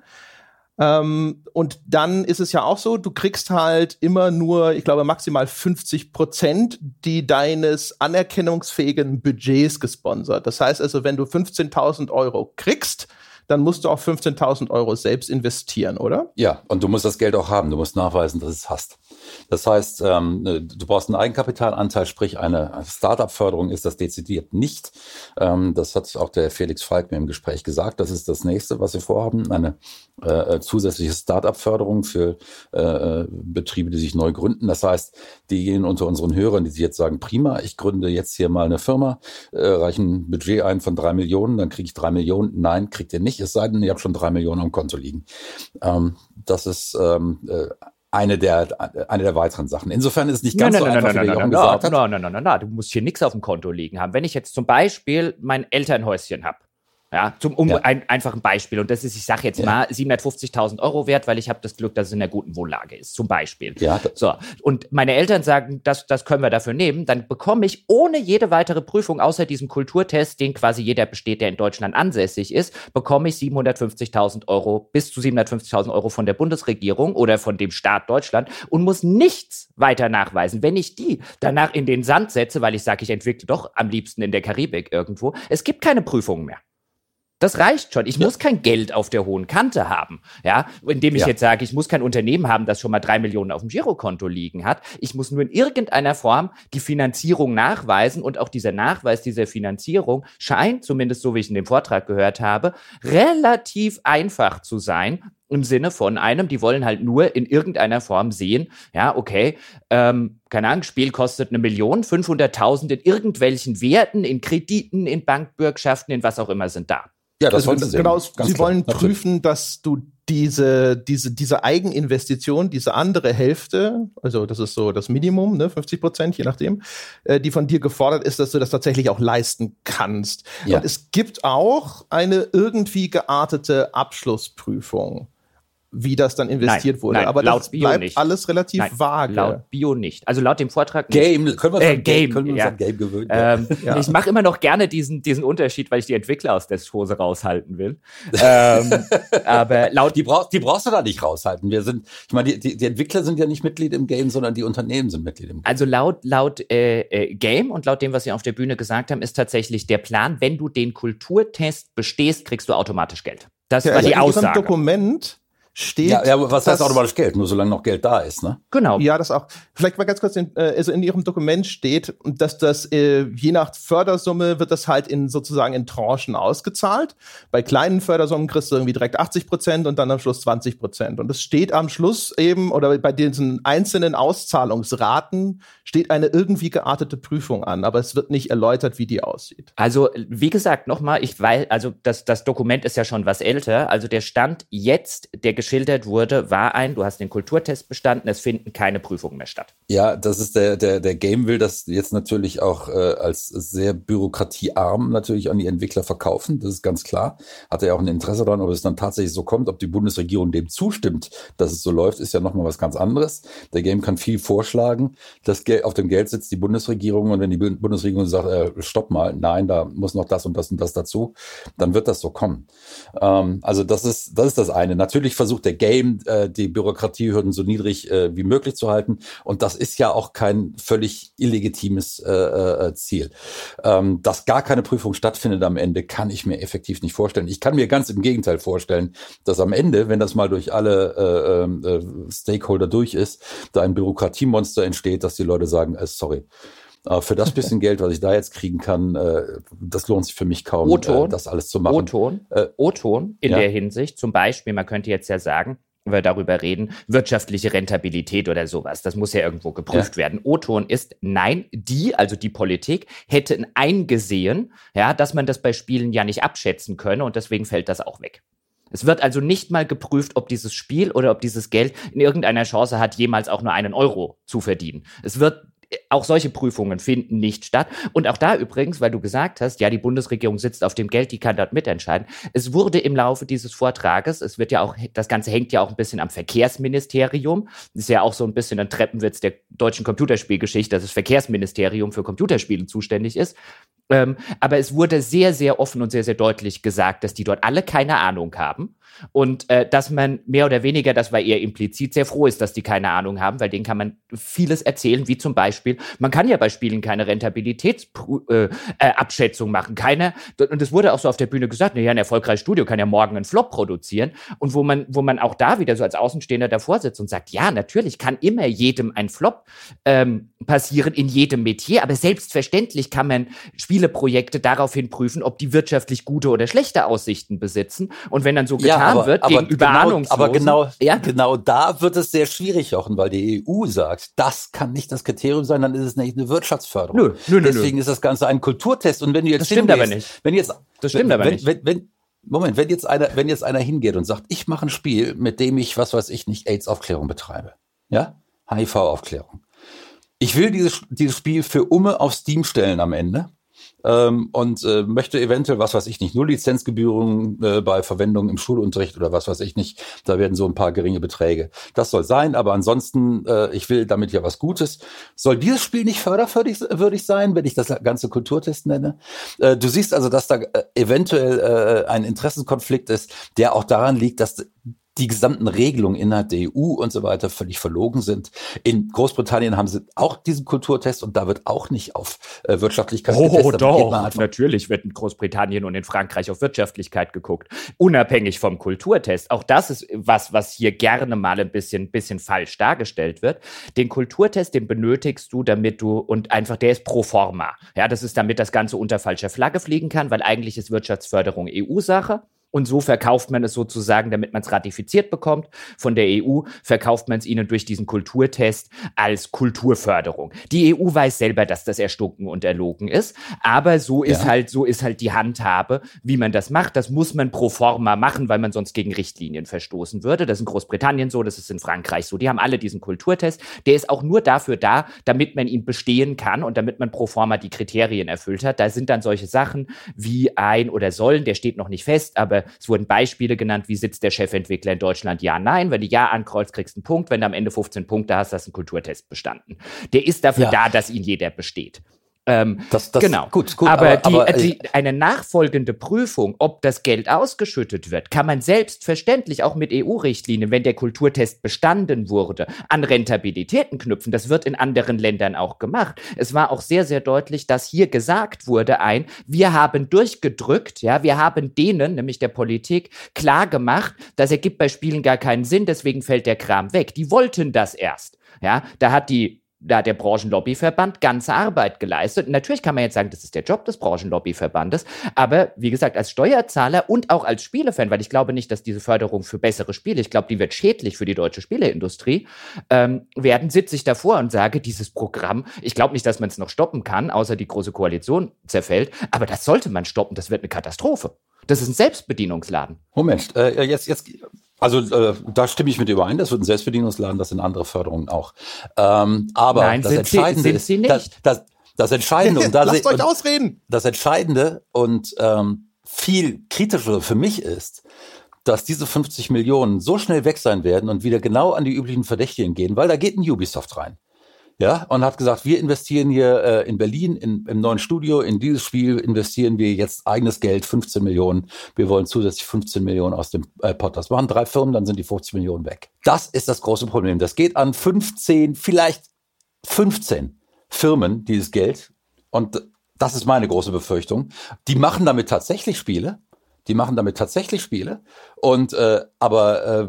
Ähm, und dann ist es ja auch so, du kriegst halt immer nur, ich glaube, maximal fünfzig Prozent die deines anerkennungsfähigen Budgets gesponsert. Das heißt also, wenn du fünfzehntausend Euro kriegst, dann musst du auch fünfzehntausend Euro selbst investieren, oder? Ja, und du musst das Geld auch haben. Du musst nachweisen, dass du es hast. Das heißt, ähm, du brauchst einen Eigenkapitalanteil, sprich eine Startup-Förderung ist das dezidiert nicht. Ähm, das hat auch der Felix Falk mir im Gespräch gesagt. Das ist das Nächste, was wir vorhaben. Eine äh, zusätzliche Startup-Förderung für äh, Betriebe, die sich neu gründen. Das heißt, diejenigen unter unseren Hörern, die sich jetzt sagen, prima, ich gründe jetzt hier mal eine Firma, äh, reiche ein Budget ein von drei Millionen, dann kriege ich drei Millionen. Nein, kriegt ihr nicht, es sei denn, ihr habt schon drei Millionen am Konto liegen. Ähm, das ist ähm, äh, eine der eine der weiteren Sachen. Insofern ist es nicht ganz so einfach, wie der Jochen gesagt hat. Nein, nein, nein, nein, nein, du musst hier nichts auf dem Konto liegen haben. Wenn ich jetzt zum Beispiel mein Elternhäuschen habe, ja, zum um ja. ein einfachen Beispiel. Und das ist, ich sage jetzt ja. mal, siebenhundertfünfzigtausend Euro wert, weil ich habe das Glück, dass es in einer guten Wohnlage ist, zum Beispiel. Ja. So. Und meine Eltern sagen, das, das können wir dafür nehmen. Dann bekomme ich ohne jede weitere Prüfung, außer diesem Kulturtest, den quasi jeder besteht, der in Deutschland ansässig ist, bekomme ich siebenhundertfünfzigtausend Euro, bis zu siebenhundertfünfzigtausend Euro von der Bundesregierung oder von dem Staat Deutschland und muss nichts weiter nachweisen. Wenn ich die danach in den Sand setze, weil ich sage, ich entwickle doch am liebsten in der Karibik irgendwo, es gibt keine Prüfungen mehr. Das reicht schon. Ich ja. muss kein Geld auf der hohen Kante haben, ja, indem ich ja. jetzt sage, ich muss kein Unternehmen haben, das schon mal drei Millionen auf dem Girokonto liegen hat. Ich muss nur in irgendeiner Form die Finanzierung nachweisen und auch dieser Nachweis dieser Finanzierung scheint, zumindest so wie ich in dem Vortrag gehört habe, relativ einfach zu sein. Im Sinne von einem, die wollen halt nur in irgendeiner Form sehen, ja, okay, ähm, keine Ahnung, Spiel kostet eine Million, fünfhunderttausend in irgendwelchen Werten, in Krediten, in Bankbürgschaften, in was auch immer sind da. Ja, das also, wollen sie genau, sehen. Ganz sie klar, wollen natürlich. prüfen, dass du diese, diese, diese Eigeninvestition, diese andere Hälfte, also das ist so das Minimum, ne, fünfzig Prozent, je nachdem, äh, die von dir gefordert ist, dass du das tatsächlich auch leisten kannst. Ja. Und es gibt auch eine irgendwie geartete Abschlussprüfung, wie das dann investiert Nein, wurde. nein, Aber laut das Bio bleibt nicht. alles relativ Nein, vage. Laut Bio nicht. Also laut dem Vortrag nicht. Game, können wir uns Äh, an Game, Game, können wir uns ja. an Game gewöhnen. Ja. Ähm, Ja. Ich mache immer noch gerne diesen, diesen Unterschied, weil ich die Entwickler aus der Hose raushalten will. ähm, aber laut Die, brauch, die brauchst du da nicht raushalten. Wir sind, ich meine, die, die, die Entwickler sind ja nicht Mitglied im Game, sondern die Unternehmen sind Mitglied im Game. Also laut, laut äh, äh, Game und laut dem, was Sie auf der Bühne gesagt haben, ist tatsächlich der Plan, wenn du den Kulturtest bestehst, kriegst du automatisch Geld. Das Ja, war also die in Ihrem Aussage. Dokument steht. Ja, ja, aber was heißt dass- automatisch Geld? Nur solange noch Geld da ist, ne? Genau. Ja, das auch. Vielleicht mal ganz kurz, in, äh, also in Ihrem Dokument steht, dass das äh, je nach Fördersumme wird das halt in sozusagen in Tranchen ausgezahlt. Bei kleinen Fördersummen kriegst du irgendwie direkt achtzig Prozent und dann am Schluss zwanzig Prozent. Und es steht am Schluss eben, oder bei diesen einzelnen Auszahlungsraten steht eine irgendwie geartete Prüfung an, aber es wird nicht erläutert, wie die aussieht. Also, wie gesagt, nochmal, ich weiß, also das, das Dokument ist ja schon was älter. Also der Stand jetzt, der geschildert wurde, war ein, du hast den Kulturtest bestanden, es finden keine Prüfungen mehr statt. Ja, das ist der, der, der Game will das jetzt natürlich auch äh, als sehr bürokratiearm natürlich an die Entwickler verkaufen. Das ist ganz klar. Hat er ja auch ein Interesse daran, ob es dann tatsächlich so kommt, ob die Bundesregierung dem zustimmt, dass es so läuft, ist ja nochmal was ganz anderes. Der Game kann viel vorschlagen. Das Geld, auf dem Geld sitzt die Bundesregierung und wenn die Bundesregierung sagt, äh, stopp mal, nein, da muss noch das und das und das dazu, dann wird das so kommen. Ähm, also das ist, das ist das eine. Natürlich versucht der Game, äh, die Bürokratiehürden so niedrig äh, wie möglich zu halten. Und das ist ja auch kein völlig illegitimes äh, äh, Ziel. Ähm, dass gar keine Prüfung stattfindet am Ende, kann ich mir effektiv nicht vorstellen. Ich kann mir ganz im Gegenteil vorstellen, dass am Ende, wenn das mal durch alle äh, äh, Stakeholder durch ist, da ein Bürokratiemonster entsteht, dass die Leute sagen, äh, sorry, äh, für das bisschen Geld, was ich da jetzt kriegen kann, äh, das lohnt sich für mich kaum, O-Ton, äh, das alles zu machen. O-Ton, Äh, O-Ton in ja. der Hinsicht. Zum Beispiel, man könnte jetzt ja sagen, wenn wir darüber reden, wirtschaftliche Rentabilität oder sowas. Das muss ja irgendwo geprüft Ja. werden. O-Ton ist, nein, die, also die Politik, hätten eingesehen, ja, dass man das bei Spielen ja nicht abschätzen könne und deswegen fällt das auch weg. Es wird also nicht mal geprüft, ob dieses Spiel oder ob dieses Geld in irgendeiner Chance hat, jemals auch nur einen Euro zu verdienen. Es wird Auch solche Prüfungen finden nicht statt. Und auch da übrigens, weil du gesagt hast, ja, die Bundesregierung sitzt auf dem Geld, die kann dort mitentscheiden. Es wurde im Laufe dieses Vortrages, es wird ja auch, das Ganze hängt ja auch ein bisschen am Verkehrsministerium. Das ist ja auch so ein bisschen ein Treppenwitz der deutschen Computerspielgeschichte, dass das Verkehrsministerium für Computerspiele zuständig ist. Ähm, aber es wurde sehr, sehr offen und sehr, sehr deutlich gesagt, dass die dort alle keine Ahnung haben. Und äh, dass man mehr oder weniger, das war eher implizit, sehr froh ist, dass die keine Ahnung haben, weil denen kann man vieles erzählen, wie zum Beispiel, man kann ja bei Spielen keine Rentabilitätsabschätzung äh, machen, keine, und es wurde auch so auf der Bühne gesagt, naja, ein erfolgreiches Studio kann ja morgen einen Flop produzieren, und wo man, wo man auch da wieder so als Außenstehender davor sitzt und sagt, ja, natürlich kann immer jedem ein Flop ähm, passieren, in jedem Metier, aber selbstverständlich kann man Spieleprojekte daraufhin prüfen, ob die wirtschaftlich gute oder schlechte Aussichten besitzen, und wenn dann so getan aber, wird, aber gegenüber genau, Ahnungslosen. Aber genau, ja? genau da wird es sehr schwierig, Jochen, weil die E U sagt, das kann nicht das Kriterium sein, dann ist es nicht eine Wirtschaftsförderung. Nö, nö, nö, Deswegen nö. ist das Ganze ein Kulturtest. Und wenn du jetzt Das stimmt hingehst, aber nicht. Wenn jetzt, Das stimmt wenn, aber wenn, nicht. Wenn, wenn, Moment, wenn jetzt einer, wenn jetzt einer hingeht und sagt, ich mache ein Spiel, mit dem ich, was weiß ich nicht, AIDS-Aufklärung betreibe, ja, H I V-Aufklärung. Ich will dieses, dieses Spiel für Umme auf Steam stellen am Ende. Ähm, und äh, möchte eventuell, was weiß ich nicht, nur Lizenzgebühren äh, bei Verwendung im Schulunterricht oder was weiß ich nicht, da werden so ein paar geringe Beträge. Das soll sein, aber ansonsten, äh, ich will damit ja was Gutes. Soll dieses Spiel nicht förderwürdig würdig sein, wenn ich das ganze Kulturtest nenne? Äh, du siehst also, dass da äh, eventuell äh, ein Interessenkonflikt ist, der auch daran liegt, dass die gesamten Regelungen innerhalb der E U und so weiter völlig verlogen sind. In Großbritannien haben sie auch diesen Kulturtest und da wird auch nicht auf äh, Wirtschaftlichkeit Oh, getestet. Da geht man doch, einfach- natürlich wird in Großbritannien und in Frankreich auf Wirtschaftlichkeit geguckt, unabhängig vom Kulturtest. Auch das ist was, was hier gerne mal ein bisschen, bisschen falsch dargestellt wird. Den Kulturtest, den benötigst du, damit du, und einfach, der ist pro forma. Ja, das ist, damit das Ganze unter falscher Flagge fliegen kann, weil eigentlich ist Wirtschaftsförderung E U-Sache. Und so verkauft man es sozusagen, damit man es ratifiziert bekommt von der E U, verkauft man es ihnen durch diesen Kulturtest als Kulturförderung. Die E U weiß selber, dass das erstunken und erlogen ist, aber so ist ja. halt, so ist halt die Handhabe, wie man das macht. Das muss man pro forma machen, weil man sonst gegen Richtlinien verstoßen würde. Das ist in Großbritannien so, das ist in Frankreich so. Die haben alle diesen Kulturtest. Der ist auch nur dafür da, damit man ihn bestehen kann und damit man pro forma die Kriterien erfüllt hat. Da sind dann solche Sachen wie ein oder sollen, der steht noch nicht fest, aber es wurden Beispiele genannt, wie sitzt der Chefentwickler in Deutschland? Ja, nein. Wenn du Ja ankreuzt, kriegst du einen Punkt. Wenn du am Ende fünfzehn Punkte hast, hast du einen Kulturtest bestanden. Der ist dafür ja. da, dass ihn jeder besteht. Ähm, das, das, genau. Gut, gut, aber, aber, die, aber die, eine nachfolgende Prüfung, ob das Geld ausgeschüttet wird, kann man selbstverständlich auch mit E U-Richtlinien, wenn der Kulturtest bestanden wurde, an Rentabilitäten knüpfen. Das wird in anderen Ländern auch gemacht. Es war auch sehr, sehr deutlich, dass hier gesagt wurde ein, wir haben durchgedrückt, ja, wir haben denen, nämlich der Politik, klar gemacht, das ergibt bei Spielen gar keinen Sinn, deswegen fällt der Kram weg. Die wollten das erst. Ja, da hat die Da hat der Branchenlobbyverband ganze Arbeit geleistet. Und natürlich kann man jetzt sagen, das ist der Job des Branchenlobbyverbandes. Aber wie gesagt, als Steuerzahler und auch als Spielefan, weil ich glaube nicht, dass diese Förderung für bessere Spiele, ich glaube, die wird schädlich für die deutsche Spieleindustrie, ähm, werden, sitze ich davor und sage, dieses Programm, ich glaube nicht, dass man es noch stoppen kann, außer die Große Koalition zerfällt. Aber das sollte man stoppen. Das wird eine Katastrophe. Das ist ein Selbstbedienungsladen. Moment, äh, jetzt, jetzt, also äh, da stimme ich mit dir überein, das wird ein Selbstbedienungsladen, das sind andere Förderungen auch. Ähm, aber Nein, das sind Entscheidende sie, sind ist, sie nicht. Das, das, das Entscheidende und da Lasst se- euch und ausreden. Das Entscheidende und ähm, viel kritischer für mich ist, dass diese fünfzig Millionen so schnell weg sein werden und wieder genau an die üblichen Verdächtigen gehen, weil da geht ein Ubisoft rein. Ja, und hat gesagt, wir investieren hier äh, in Berlin in, im neuen Studio, in dieses Spiel investieren wir jetzt eigenes Geld, fünfzehn Millionen. Wir wollen zusätzlich fünfzehn Millionen aus dem äh, Pot. Das machen drei Firmen, dann sind die fünfzig Millionen weg. Das ist das große Problem. Das geht an fünfzehn, vielleicht fünfzehn Firmen, dieses Geld. Und das ist meine große Befürchtung. Die machen damit tatsächlich Spiele. Die machen damit tatsächlich Spiele. Und äh, aber äh,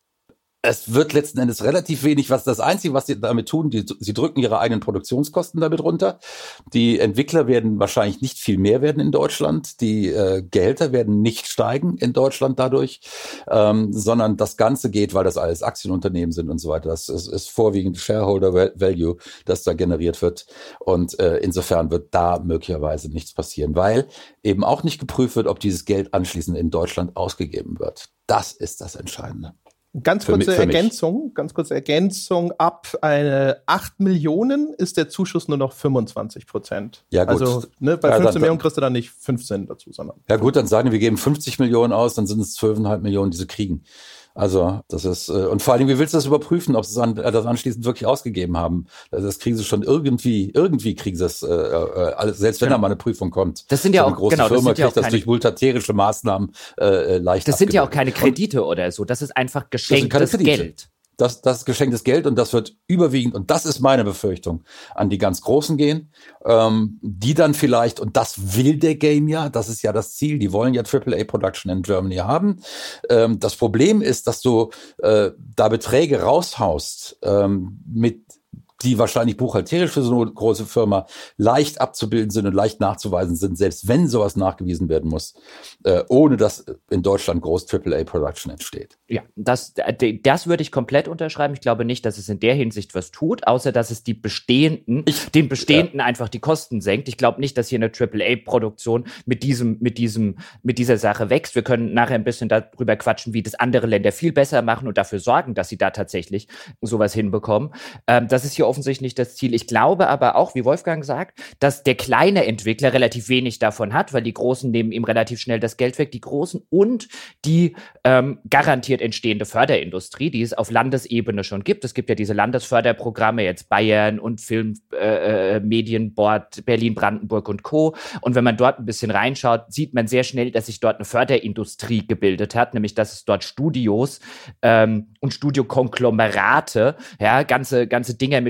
es wird letzten Endes relativ wenig, was das Einzige, was sie damit tun, die, sie drücken ihre eigenen Produktionskosten damit runter. Die Entwickler werden wahrscheinlich nicht viel mehr werden in Deutschland. Die äh, Gehälter werden nicht steigen in Deutschland dadurch, ähm, sondern das Ganze geht, weil das alles Aktienunternehmen sind und so weiter. Das ist, ist vorwiegend Shareholder Value, das da generiert wird. Und äh, insofern wird da möglicherweise nichts passieren, weil eben auch nicht geprüft wird, ob dieses Geld anschließend in Deutschland ausgegeben wird. Das ist das Entscheidende. Ganz Für kurze mich- für mich. Ergänzung, ganz kurze Ergänzung. Ab eine acht Millionen ist der Zuschuss nur noch fünfundzwanzig Prozent. Ja, gut. Also ne, bei Ja, dann- fünfzehn Millionen kriegst du dann nicht fünfzehn dazu, sondern. Ja gut, dann sagen wir, wir geben fünfzig Millionen aus, dann sind es zwölf Komma fünf Millionen, die sie kriegen. Also das ist, äh, und vor allem, wie willst du das überprüfen, ob sie es an, äh, das anschließend wirklich ausgegeben haben? Also das kriegen sie schon irgendwie, irgendwie kriegen sie es, äh, äh, alles, selbst wenn Genau. da mal eine Prüfung kommt. Das sind ja So eine auch- große genau, das Firma sind ja auch kriegt das keine- durch multaterische Maßnahmen äh, leicht Das sind ja auch keine abgebildet. Kredite oder so. Das ist einfach sind keine geschenktes Kredite. Geld. Das, das ist geschenktes Geld und das wird überwiegend, und das ist meine Befürchtung, an die ganz Großen gehen, ähm, die dann vielleicht, und das will der Game ja, das ist ja das Ziel, die wollen ja Triple A Production in Germany haben. Ähm, das Problem ist, dass du äh, da Beträge raushaust, ähm, mit die wahrscheinlich buchhalterisch für so eine große Firma leicht abzubilden sind und leicht nachzuweisen sind, selbst wenn sowas nachgewiesen werden muss, äh, ohne dass in Deutschland groß Triple A Production entsteht. Ja, das, d- das würde ich komplett unterschreiben. Ich glaube nicht, dass es in der Hinsicht was tut, außer dass es die bestehenden, den bestehenden einfach die Kosten senkt. Ich glaube nicht, dass hier eine Triple A Produktion mit diesem, mit diesem, mit dieser Sache wächst. Wir können nachher ein bisschen darüber quatschen, wie das andere Länder viel besser machen und dafür sorgen, dass sie da tatsächlich sowas hinbekommen. Ähm, das ist hier offensichtlich das Ziel. Ich glaube aber auch, wie Wolfgang sagt, dass der kleine Entwickler relativ wenig davon hat, weil die Großen nehmen ihm relativ schnell das Geld weg. Die Großen und die ähm, garantiert entstehende Förderindustrie, die es auf Landesebene schon gibt. Es gibt ja diese Landesförderprogramme, jetzt Bayern und Film, äh, Medienboard, Berlin, Brandenburg und Co. Und wenn man dort ein bisschen reinschaut, sieht man sehr schnell, dass sich dort eine Förderindustrie gebildet hat, nämlich dass es dort Studios ähm, und Studiokonglomerate, ja, ganze, ganze Dinger mit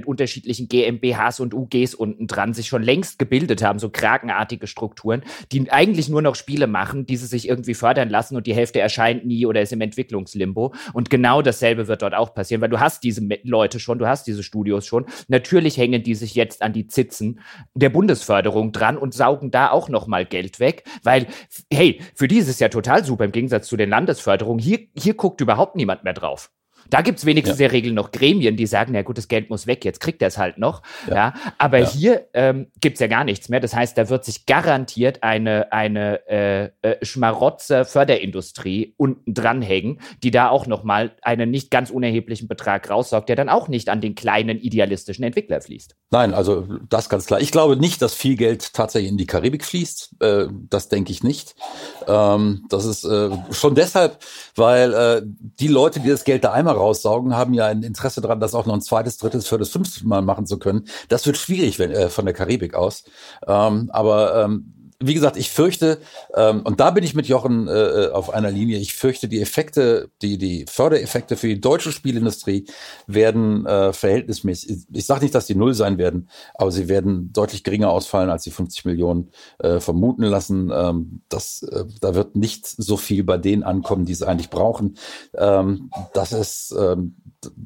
unterschiedlichen G m b Hs und U Gs unten dran sich schon längst gebildet haben, so krakenartige Strukturen, die eigentlich nur noch Spiele machen, die sie sich irgendwie fördern lassen und die Hälfte erscheint nie oder ist im Entwicklungslimbo. Und genau dasselbe wird dort auch passieren, weil du hast diese Leute schon, du hast diese Studios schon. Natürlich hängen die sich jetzt an die Zitzen der Bundesförderung dran und saugen da auch noch mal Geld weg, weil, hey, für die ist es ja total super im Gegensatz zu den Landesförderungen. Hier, hier guckt überhaupt niemand mehr drauf. Da gibt's wenigstens ja. in der Regel noch Gremien, die sagen, ja gut, das Geld muss weg, jetzt kriegt er es halt noch. Ja. ja aber ja. hier ähm, gibt's ja gar nichts mehr. Das heißt, da wird sich garantiert eine, eine äh, äh, Schmarotzer Förderindustrie unten dranhängen, die da auch noch mal einen nicht ganz unerheblichen Betrag raussaugt, der dann auch nicht an den kleinen idealistischen Entwickler fließt. Nein, also das ganz klar. Ich glaube nicht, dass viel Geld tatsächlich in die Karibik fließt. Äh, das denke ich nicht. Ähm, das ist äh, schon deshalb, weil äh, die Leute, die das Geld da einmal raussaugen, haben ja ein Interesse daran, das auch noch ein zweites, drittes, viertes, fünftes Mal machen zu können. Das wird schwierig wenn, äh, von der Karibik aus. Ähm, aber ähm, wie gesagt, ich fürchte, ähm, und da bin ich mit Jochen äh, auf einer Linie, ich fürchte, die Effekte, die die Fördereffekte für die deutsche Spielindustrie werden äh, verhältnismäßig, ich, ich sage nicht, dass die null sein werden, aber sie werden deutlich geringer ausfallen, als die fünfzig Millionen äh, vermuten lassen. Ähm, das, äh, da wird nicht so viel bei denen ankommen, die es eigentlich brauchen. Ähm, das ist, ähm,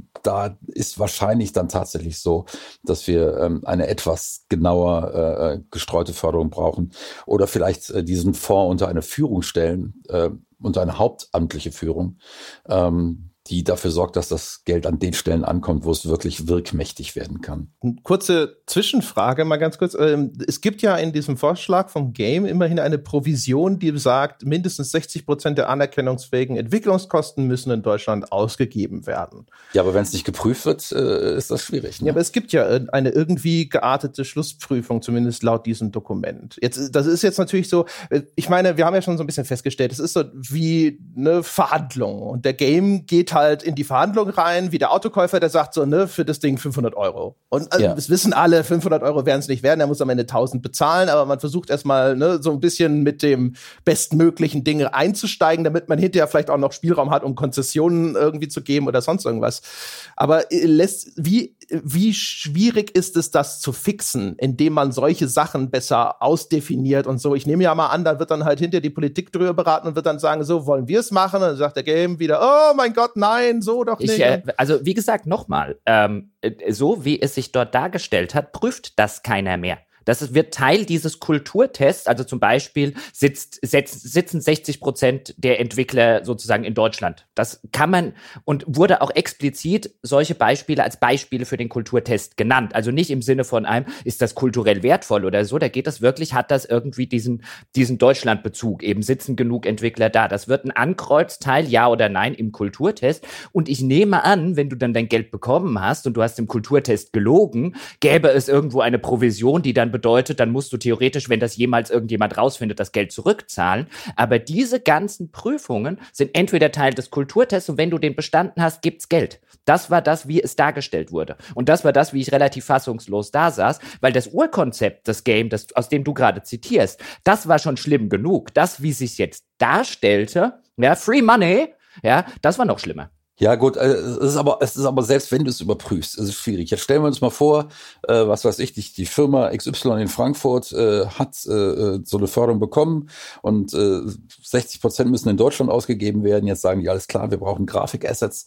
da ist wahrscheinlich dann tatsächlich so, dass wir ähm, eine etwas genauer äh, gestreute Förderung brauchen. Oder vielleicht äh, diesen Fonds unter eine Führung stellen, äh, unter eine hauptamtliche Führung, ähm, die dafür sorgt, dass das Geld an den Stellen ankommt, wo es wirklich wirkmächtig werden kann. Kurze Zwischenfrage, mal ganz kurz. Es gibt ja in diesem Vorschlag vom Game immerhin eine Provision, die sagt, mindestens sechzig Prozent der anerkennungsfähigen Entwicklungskosten müssen in Deutschland ausgegeben werden. Ja, aber wenn es nicht geprüft wird, ist das schwierig. Ne? Ja, aber es gibt ja eine irgendwie geartete Schlussprüfung, zumindest laut diesem Dokument. Jetzt, das ist jetzt natürlich so, ich meine, wir haben ja schon so ein bisschen festgestellt, es ist so wie eine Verhandlung und der Game geht halt in die Verhandlung rein, wie der Autokäufer, der sagt so, ne, für das Ding fünfhundert Euro. Und also, ja. das wissen alle, fünfhundert Euro werden es nicht werden, er muss am Ende tausend bezahlen, aber man versucht erstmal, ne, so ein bisschen mit dem bestmöglichen Ding einzusteigen, damit man hinterher vielleicht auch noch Spielraum hat, um Konzessionen irgendwie zu geben oder sonst irgendwas. Aber äh, lässt, wie, wie schwierig ist es, das zu fixen, indem man solche Sachen besser ausdefiniert und so? Ich nehme ja mal an, da wird dann halt hinterher die Politik drüber beraten und wird dann sagen, so, wollen wir es machen? Und dann sagt der Game wieder, oh mein Gott, nein, so doch nicht. Ich, äh, also wie gesagt, nochmal, ähm, so wie es sich dort dargestellt hat, prüft das keiner mehr. Das wird Teil dieses Kulturtests, also zum Beispiel sitzt, setz, sitzen sechzig Prozent der Entwickler sozusagen in Deutschland. Das kann man und wurde auch explizit solche Beispiele als Beispiele für den Kulturtest genannt. Also nicht im Sinne von einem, ist das kulturell wertvoll oder so, da geht das wirklich, hat das irgendwie diesen, diesen Deutschlandbezug, eben sitzen genug Entwickler da. Das wird ein Ankreuzteil, ja oder nein, im Kulturtest. Und ich nehme an, wenn du dann dein Geld bekommen hast und du hast im Kulturtest gelogen, gäbe es irgendwo eine Provision, die dann bedeutet, dann musst du theoretisch, wenn das jemals irgendjemand rausfindet, das Geld zurückzahlen. Aber diese ganzen Prüfungen sind entweder Teil des Kulturtests und wenn du den bestanden hast, gibt's Geld. Das war das, wie es dargestellt wurde. Und das war das, wie ich relativ fassungslos da saß, weil das Urkonzept des Game, das, aus dem du gerade zitierst, das war schon schlimm genug. Das, wie sich's jetzt darstellte, ja, Free Money, ja, das war noch schlimmer. Ja gut, es ist aber es ist aber selbst wenn du es überprüfst, es ist schwierig. Jetzt stellen wir uns mal vor, äh, was weiß ich, die, die Firma X Y in Frankfurt äh, hat äh, so eine Förderung bekommen und äh, sechzig Prozent müssen in Deutschland ausgegeben werden. Jetzt sagen die, alles klar, wir brauchen Grafikassets.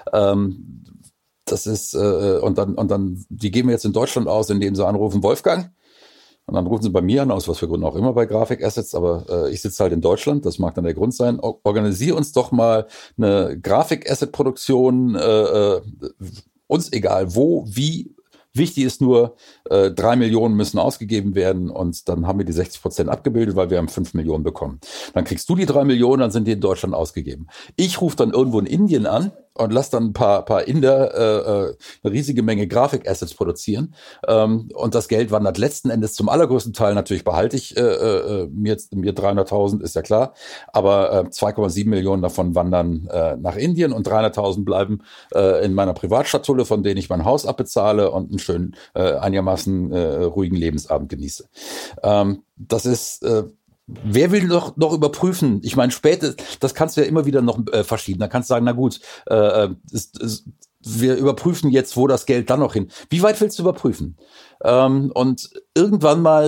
Ähm, das ist äh, und dann und dann die geben wir jetzt in Deutschland aus, indem sie anrufen Wolfgang. Und dann rufen sie bei mir an, aus was für Gründen auch immer bei Grafikassets, aber äh, ich sitze halt in Deutschland, das mag dann der Grund sein. O- organisier uns doch mal eine Grafikasset-Produktion, äh, äh, uns egal wo, wie. Wichtig ist nur, äh, drei Millionen müssen ausgegeben werden und dann haben wir die sechzig Prozent abgebildet, weil wir haben fünf Millionen bekommen. Dann kriegst du die drei Millionen, dann sind die in Deutschland ausgegeben. Ich rufe dann irgendwo in Indien an und lass dann ein paar, paar Inder äh, eine riesige Menge Grafikassets produzieren. Ähm, und das Geld wandert letzten Endes zum allergrößten Teil, natürlich behalte ich äh, äh, mir, mir dreihunderttausend, ist ja klar, aber äh, zwei Komma sieben Millionen davon wandern äh, nach Indien und dreihunderttausend bleiben äh, in meiner Privatschatulle, von denen ich mein Haus abbezahle und einen schönen, äh, einigermaßen äh, ruhigen Lebensabend genieße. Ähm, das ist... Äh, Wer will noch, noch überprüfen? Ich meine, später, das kannst du ja immer wieder noch äh, verschieben. Da kannst du sagen, na gut, äh, es, es, wir überprüfen jetzt, wo das Geld dann noch hin. Wie weit willst du überprüfen? Ähm, und irgendwann mal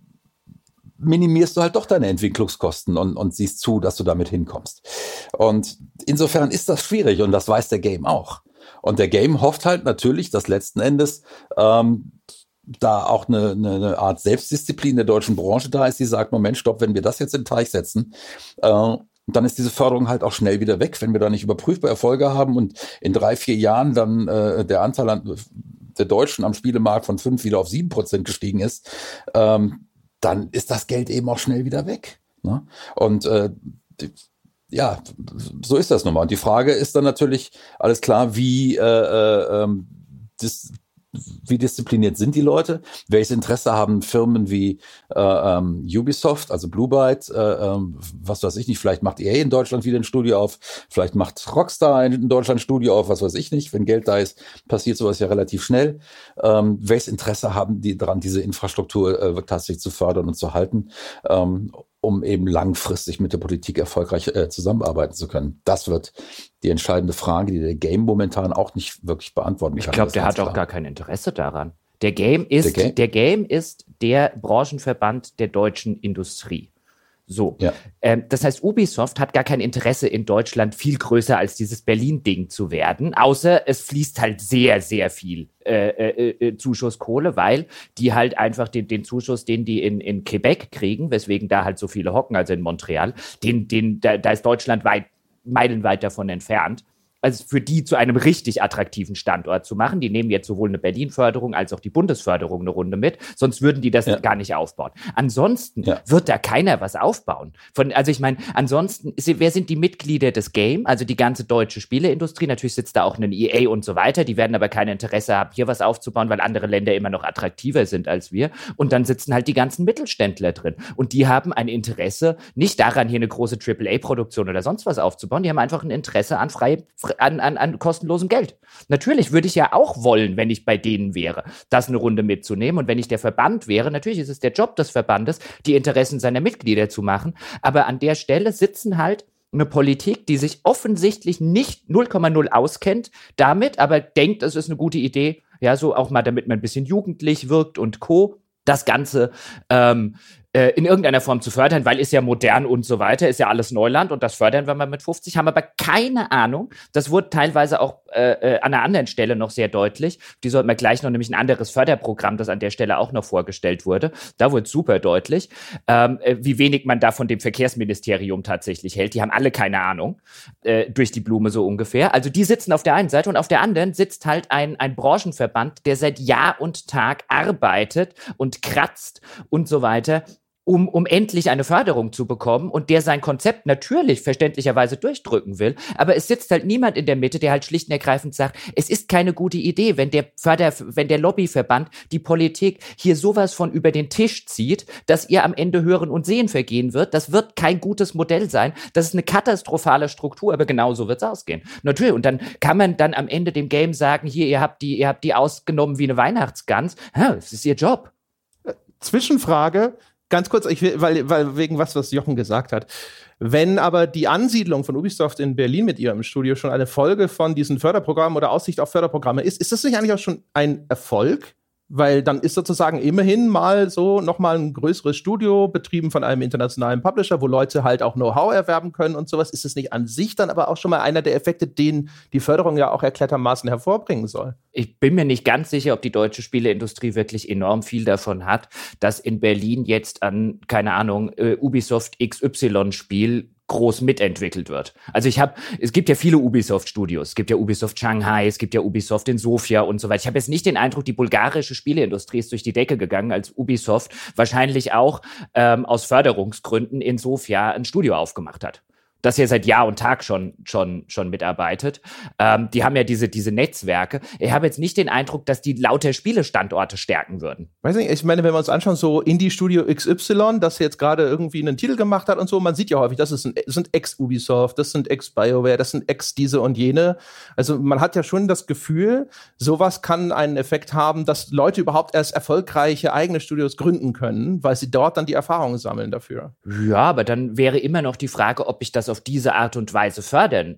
minimierst du halt doch deine Entwicklungskosten und, und siehst zu, dass du damit hinkommst. Und insofern ist das schwierig und das weiß der Game auch. Und der Game hofft halt natürlich, dass letzten Endes ähm, da auch eine, eine Art Selbstdisziplin der deutschen Branche da ist, die sagt, Moment, stopp, wenn wir das jetzt in den Teich setzen, äh, dann ist diese Förderung halt auch schnell wieder weg, wenn wir da nicht überprüfbare Erfolge haben und in drei, vier Jahren dann äh, der Anteil an, der Deutschen am Spielemarkt von fünf wieder auf sieben Prozent gestiegen ist, ähm, dann ist das Geld eben auch schnell wieder weg. Ne? Und äh, die, ja, so ist das nun mal. Und die Frage ist dann natürlich, alles klar, wie äh, äh, ähm, das Wie diszipliniert sind die Leute? Welches Interesse haben Firmen wie äh, ähm, Ubisoft, also Blue Byte, äh, ähm, was weiß ich nicht, vielleicht macht E A in Deutschland wieder ein Studio auf, vielleicht macht Rockstar in Deutschland ein Studio auf, was weiß ich nicht. Wenn Geld da ist, passiert sowas ja relativ schnell. Ähm, welches Interesse haben die daran, diese Infrastruktur äh, tatsächlich zu fördern und zu halten, ähm, um eben langfristig mit der Politik erfolgreich äh, zusammenarbeiten zu können? Das wird die entscheidende Frage, die der Game momentan auch nicht wirklich beantworten kann. Ich glaube, der hat klar. auch gar kein Interesse daran. Der Game ist der Game, der Game ist der Branchenverband der deutschen Industrie. So. Ja. Ähm, das heißt, Ubisoft hat gar kein Interesse in Deutschland viel größer als dieses Berlin-Ding zu werden, außer es fließt halt sehr, sehr viel äh, äh, äh, Zuschuss-Kohle, weil die halt einfach den, den Zuschuss, den die in, in Quebec kriegen, weswegen da halt so viele hocken, also in Montreal, den, den, da, da ist Deutschland weit, meilenweit davon entfernt. Also für die zu einem richtig attraktiven Standort zu machen. Die nehmen jetzt sowohl eine Berlin-Förderung als auch die Bundesförderung eine Runde mit, sonst würden die das ja. gar nicht aufbauen. Ansonsten ja. wird da keiner was aufbauen. Von, also ich meine, ansonsten, wer sind die Mitglieder des Game? Also die ganze deutsche Spieleindustrie, natürlich sitzt da auch ein E A und so weiter, die werden aber kein Interesse haben, hier was aufzubauen, weil andere Länder immer noch attraktiver sind als wir. Und dann sitzen halt die ganzen Mittelständler drin. Und die haben ein Interesse nicht daran, hier eine große Triple A-Produktion oder sonst was aufzubauen, die haben einfach ein Interesse an freie An, an, an kostenlosem Geld. Natürlich würde ich ja auch wollen, wenn ich bei denen wäre, das eine Runde mitzunehmen. Und wenn ich der Verband wäre, natürlich ist es der Job des Verbandes, die Interessen seiner Mitglieder zu machen. Aber an der Stelle sitzen halt eine Politik, die sich offensichtlich nicht null Komma null auskennt damit, aber denkt, es ist eine gute Idee, ja, so auch mal, damit man ein bisschen jugendlich wirkt und Co., das Ganze ähm, äh, in irgendeiner Form zu fördern, weil ist ja modern und so weiter, ist ja alles Neuland und das fördern wir mal mit fünfzig, haben aber keine Ahnung. Das wurde teilweise auch äh, äh, an einer anderen Stelle noch sehr deutlich. Die sollten wir gleich noch, nämlich ein anderes Förderprogramm, das an der Stelle auch noch vorgestellt wurde. Da wurde super deutlich, ähm, äh, wie wenig man da von dem Verkehrsministerium tatsächlich hält. Die haben alle keine Ahnung, äh, durch die Blume so ungefähr. Also die sitzen auf der einen Seite und auf der anderen sitzt halt ein, ein Branchenverband, der seit Jahr und Tag arbeitet und kratzt und so weiter, Um, um endlich eine Förderung zu bekommen und der sein Konzept natürlich verständlicherweise durchdrücken will. Aber es sitzt halt niemand in der Mitte, der halt schlicht und ergreifend sagt, es ist keine gute Idee, wenn der Förder, wenn der Lobbyverband die Politik hier sowas von über den Tisch zieht, dass ihr am Ende Hören und Sehen vergehen wird. Das wird kein gutes Modell sein. Das ist eine katastrophale Struktur, aber genau so wird es ausgehen. Natürlich. Und dann kann man dann am Ende dem Game sagen, hier, ihr habt die, ihr habt die ausgenommen wie eine Weihnachtsgans. Ja, das ist ihr Job. Zwischenfrage. Ganz kurz, ich will, weil, weil wegen was, was Jochen gesagt hat. Wenn aber die Ansiedlung von Ubisoft in Berlin mit ihrem Studio schon eine Folge von diesen Förderprogrammen oder Aussicht auf Förderprogramme ist, ist das nicht eigentlich auch schon ein Erfolg? Weil dann ist sozusagen immerhin mal so nochmal ein größeres Studio betrieben von einem internationalen Publisher, wo Leute halt auch Know-how erwerben können und sowas. Ist es nicht an sich dann aber auch schon mal einer der Effekte, den die Förderung ja auch erklärtermaßen hervorbringen soll? Ich bin mir nicht ganz sicher, ob die deutsche Spieleindustrie wirklich enorm viel davon hat, dass in Berlin jetzt an, keine Ahnung, äh, Ubisoft X Y-Spiel groß mitentwickelt wird. Also ich habe, es gibt ja viele Ubisoft-Studios. Es gibt ja Ubisoft Shanghai, es gibt ja Ubisoft in Sofia und so weiter. Ich habe jetzt nicht den Eindruck, die bulgarische Spieleindustrie ist durch die Decke gegangen, als Ubisoft wahrscheinlich auch ähm, aus Förderungsgründen in Sofia ein Studio aufgemacht hat, das ja seit Jahr und Tag schon schon schon mitarbeitet. Ähm, die haben ja diese diese Netzwerke. Ich habe jetzt nicht den Eindruck, dass die lauter Spielestandorte stärken würden. Weiß nicht, ich meine, wenn wir uns anschauen, so Indie-Studio X Y, das jetzt gerade irgendwie einen Titel gemacht hat und so, man sieht ja häufig, das, ist ein, das sind Ex-Ubisoft, das sind Ex-BioWare, das sind Ex-diese und jene. Also man hat ja schon das Gefühl, sowas kann einen Effekt haben, dass Leute überhaupt erst erfolgreiche eigene Studios gründen können, weil sie dort dann die Erfahrungen sammeln dafür. Ja, aber dann wäre immer noch die Frage, ob ich das auf diese Art und Weise fördern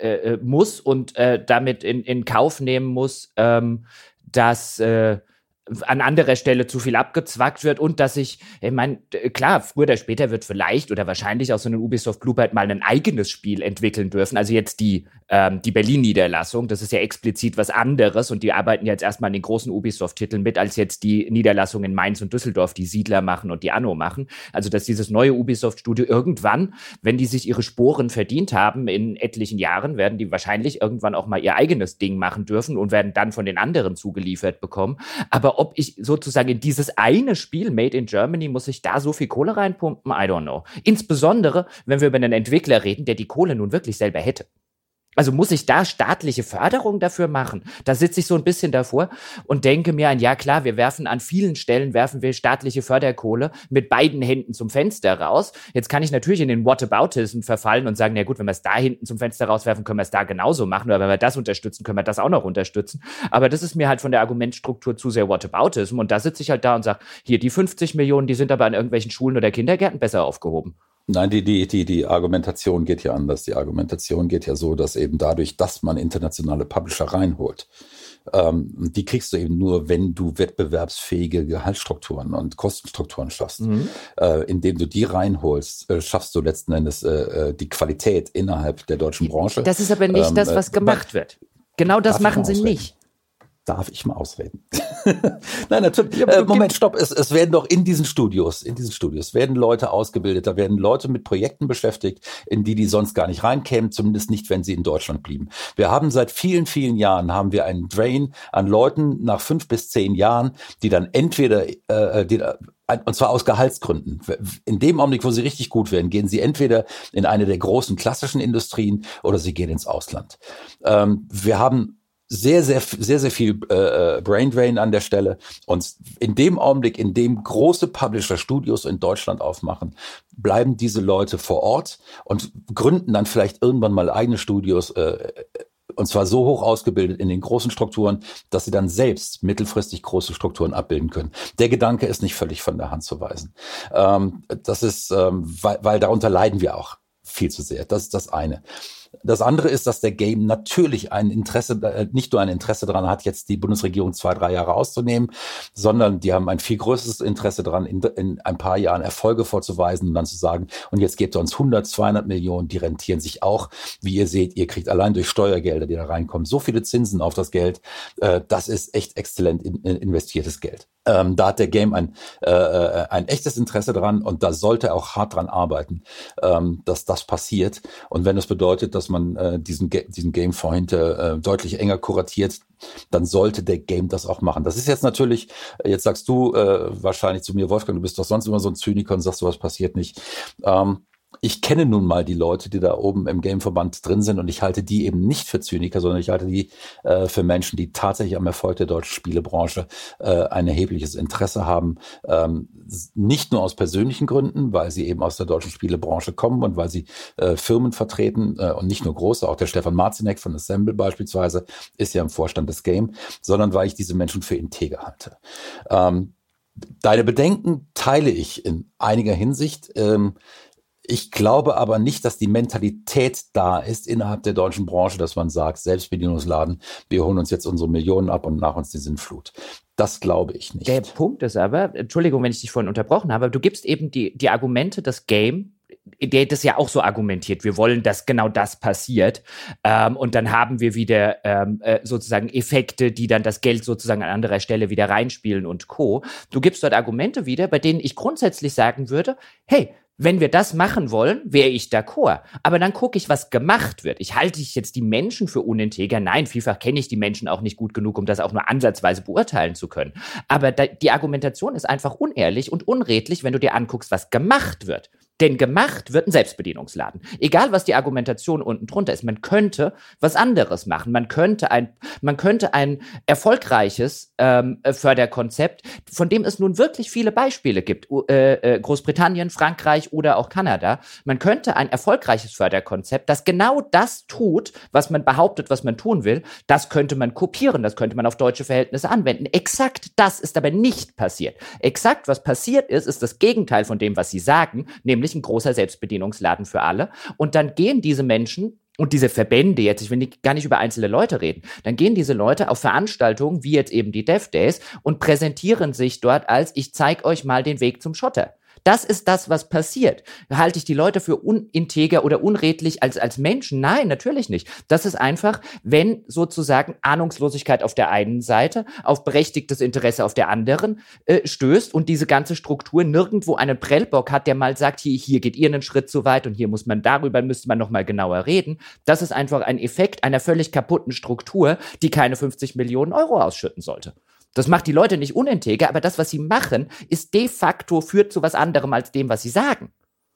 äh, muss und äh, damit in, in Kauf nehmen muss, ähm, dass äh, an anderer Stelle zu viel abgezwackt wird und dass ich, ich meine, klar, früher oder später wird vielleicht oder wahrscheinlich auch so ein Ubisoft Bluebird mal ein eigenes Spiel entwickeln dürfen. Also jetzt die, ähm, die Berlin-Niederlassung, das ist ja explizit was anderes und die arbeiten jetzt erstmal an den großen Ubisoft-Titeln mit, als jetzt die Niederlassung in Mainz und Düsseldorf, die Siedler machen und die Anno machen. Also dass dieses neue Ubisoft-Studio irgendwann, wenn die sich ihre Sporen verdient haben, in etlichen Jahren, werden die wahrscheinlich irgendwann auch mal ihr eigenes Ding machen dürfen und werden dann von den anderen zugeliefert bekommen. Aber ob ich sozusagen in dieses eine Spiel Made in Germany, muss ich da so viel Kohle reinpumpen? I don't know. Insbesondere, wenn wir über einen Entwickler reden, der die Kohle nun wirklich selber hätte. Also muss ich da staatliche Förderung dafür machen? Da sitze ich so ein bisschen davor und denke mir ein, ja klar, wir werfen an vielen Stellen, werfen wir staatliche Förderkohle mit beiden Händen zum Fenster raus. Jetzt kann ich natürlich in den Whataboutism verfallen und sagen, na gut, wenn wir es da hinten zum Fenster rauswerfen, können wir es da genauso machen. Oder wenn wir das unterstützen, können wir das auch noch unterstützen. Aber das ist mir halt von der Argumentstruktur zu sehr Whataboutism. Und da sitze ich halt da und sage, hier, die fünfzig Millionen, die sind aber an irgendwelchen Schulen oder Kindergärten besser aufgehoben. Nein, die, die, die, die Argumentation geht ja anders. Die Argumentation geht ja so, dass eben dadurch, dass man internationale Publisher reinholt, ähm, die kriegst du eben nur, wenn du wettbewerbsfähige Gehaltsstrukturen und Kostenstrukturen schaffst. Mhm. Äh, indem du die reinholst, äh, schaffst du letzten Endes äh, die Qualität innerhalb der deutschen Branche. Das ist aber nicht ähm, das, was gemacht äh, wird. Genau das machen sie nicht. Darf ich mal ausreden? Nein, natürlich. Ja, äh, Moment, stopp. Es, es werden doch in diesen Studios, in diesen Studios werden Leute ausgebildet, da werden Leute mit Projekten beschäftigt, in die die sonst gar nicht reinkämen, zumindest nicht, wenn sie in Deutschland blieben. Wir haben seit vielen, vielen Jahren haben wir einen Drain an Leuten nach fünf bis zehn Jahren, die dann entweder, äh, die, und zwar aus Gehaltsgründen. In dem Augenblick, wo sie richtig gut werden, gehen sie entweder in eine der großen klassischen Industrien oder sie gehen ins Ausland. Ähm, wir haben sehr, sehr, sehr, sehr viel äh, Braindrain an der Stelle. Und in dem Augenblick, in dem große Publisher Studios in Deutschland aufmachen, bleiben diese Leute vor Ort und gründen dann vielleicht irgendwann mal eigene Studios, äh, und zwar so hoch ausgebildet in den großen Strukturen, dass sie dann selbst mittelfristig große Strukturen abbilden können. Der Gedanke ist nicht völlig von der Hand zu weisen. Ähm, das ist, ähm, weil, weil darunter leiden wir auch viel zu sehr. Das ist das eine. Das andere ist, dass der Game natürlich ein Interesse, nicht nur ein Interesse daran hat, jetzt die Bundesregierung zwei, drei Jahre auszunehmen, sondern die haben ein viel größeres Interesse daran, in, in ein paar Jahren Erfolge vorzuweisen und dann zu sagen, und jetzt gebt ihr uns hundert, zweihundert Millionen, die rentieren sich auch. Wie ihr seht, ihr kriegt allein durch Steuergelder, die da reinkommen, so viele Zinsen auf das Geld. Äh, das ist echt exzellent in, in investiertes Geld. Ähm, da hat der Game ein, äh, ein echtes Interesse dran und da sollte er auch hart dran arbeiten, ähm, dass das passiert. Und wenn das bedeutet, dass man äh, diesen, diesen Game-Fonds hinter äh, deutlich enger kuratiert, dann sollte der Game das auch machen. Das ist jetzt natürlich, jetzt sagst du äh, wahrscheinlich zu mir, Wolfgang, du bist doch sonst immer so ein Zyniker und sagst, sowas passiert nicht. Ähm, Ich kenne nun mal die Leute, die da oben im Gameverband drin sind und ich halte die eben nicht für Zyniker, sondern ich halte die äh, für Menschen, die tatsächlich am Erfolg der deutschen Spielebranche äh, ein erhebliches Interesse haben. Ähm, nicht nur aus persönlichen Gründen, weil sie eben aus der deutschen Spielebranche kommen und weil sie äh, Firmen vertreten äh, und nicht nur große, auch der Stefan Marzinek von Assemble beispielsweise ist ja im Vorstand des Game, sondern weil ich diese Menschen für integer halte. Ähm, deine Bedenken teile ich in einiger Hinsicht. Ähm, Ich glaube aber nicht, dass die Mentalität da ist innerhalb der deutschen Branche, dass man sagt, Selbstbedienungsladen, wir holen uns jetzt unsere Millionen ab und nach uns die Sinnflut. Das glaube ich nicht. Der Punkt ist aber, Entschuldigung, wenn ich dich vorhin unterbrochen habe, du gibst eben die, die Argumente, das Game, der das ja auch so argumentiert, wir wollen, dass genau das passiert. Ähm, und dann haben wir wieder ähm, äh, sozusagen Effekte, die dann das Geld sozusagen an anderer Stelle wieder reinspielen und Co. Du gibst dort Argumente wieder, bei denen ich grundsätzlich sagen würde, hey, wenn wir das machen wollen, wäre ich d'accord. Aber dann gucke ich, was gemacht wird. Ich halte ich jetzt die Menschen für uninteger? Nein, vielfach kenne ich die Menschen auch nicht gut genug, um das auch nur ansatzweise beurteilen zu können. Aber da, die Argumentation ist einfach unehrlich und unredlich, wenn du dir anguckst, was gemacht wird. Denn gemacht wird ein Selbstbedienungsladen. Egal, was die Argumentation unten drunter ist, man könnte was anderes machen. Man könnte ein, man könnte ein erfolgreiches ähm, Förderkonzept, von dem es nun wirklich viele Beispiele gibt, äh, äh, Großbritannien, Frankreich oder auch Kanada. Man könnte ein erfolgreiches Förderkonzept, das genau das tut, was man behauptet, was man tun will, das könnte man kopieren, das könnte man auf deutsche Verhältnisse anwenden. Exakt das ist aber nicht passiert. Exakt, was passiert ist, ist das Gegenteil von dem, was sie sagen, nämlich ein großer Selbstbedienungsladen für alle. Und dann gehen diese Menschen und diese Verbände jetzt, ich will nicht, gar nicht über einzelne Leute reden, dann gehen diese Leute auf Veranstaltungen, wie jetzt eben die Dev Days, und präsentieren sich dort als, ich zeig euch mal den Weg zum Schotter. Das ist das, was passiert. Halte ich die Leute für uninteger oder unredlich als, als Menschen? Nein, natürlich nicht. Das ist einfach, wenn sozusagen Ahnungslosigkeit auf der einen Seite auf berechtigtes Interesse auf der anderen äh, stößt und diese ganze Struktur nirgendwo einen Prellbock hat, der mal sagt, hier, hier geht ihr einen Schritt zu weit und hier muss man darüber, müsste man noch mal genauer reden. Das ist einfach ein Effekt einer völlig kaputten Struktur, die keine fünfzig Millionen Euro ausschütten sollte. Das macht die Leute nicht uninteger, aber das, was sie machen, ist de facto, führt zu was anderem als dem, was sie sagen.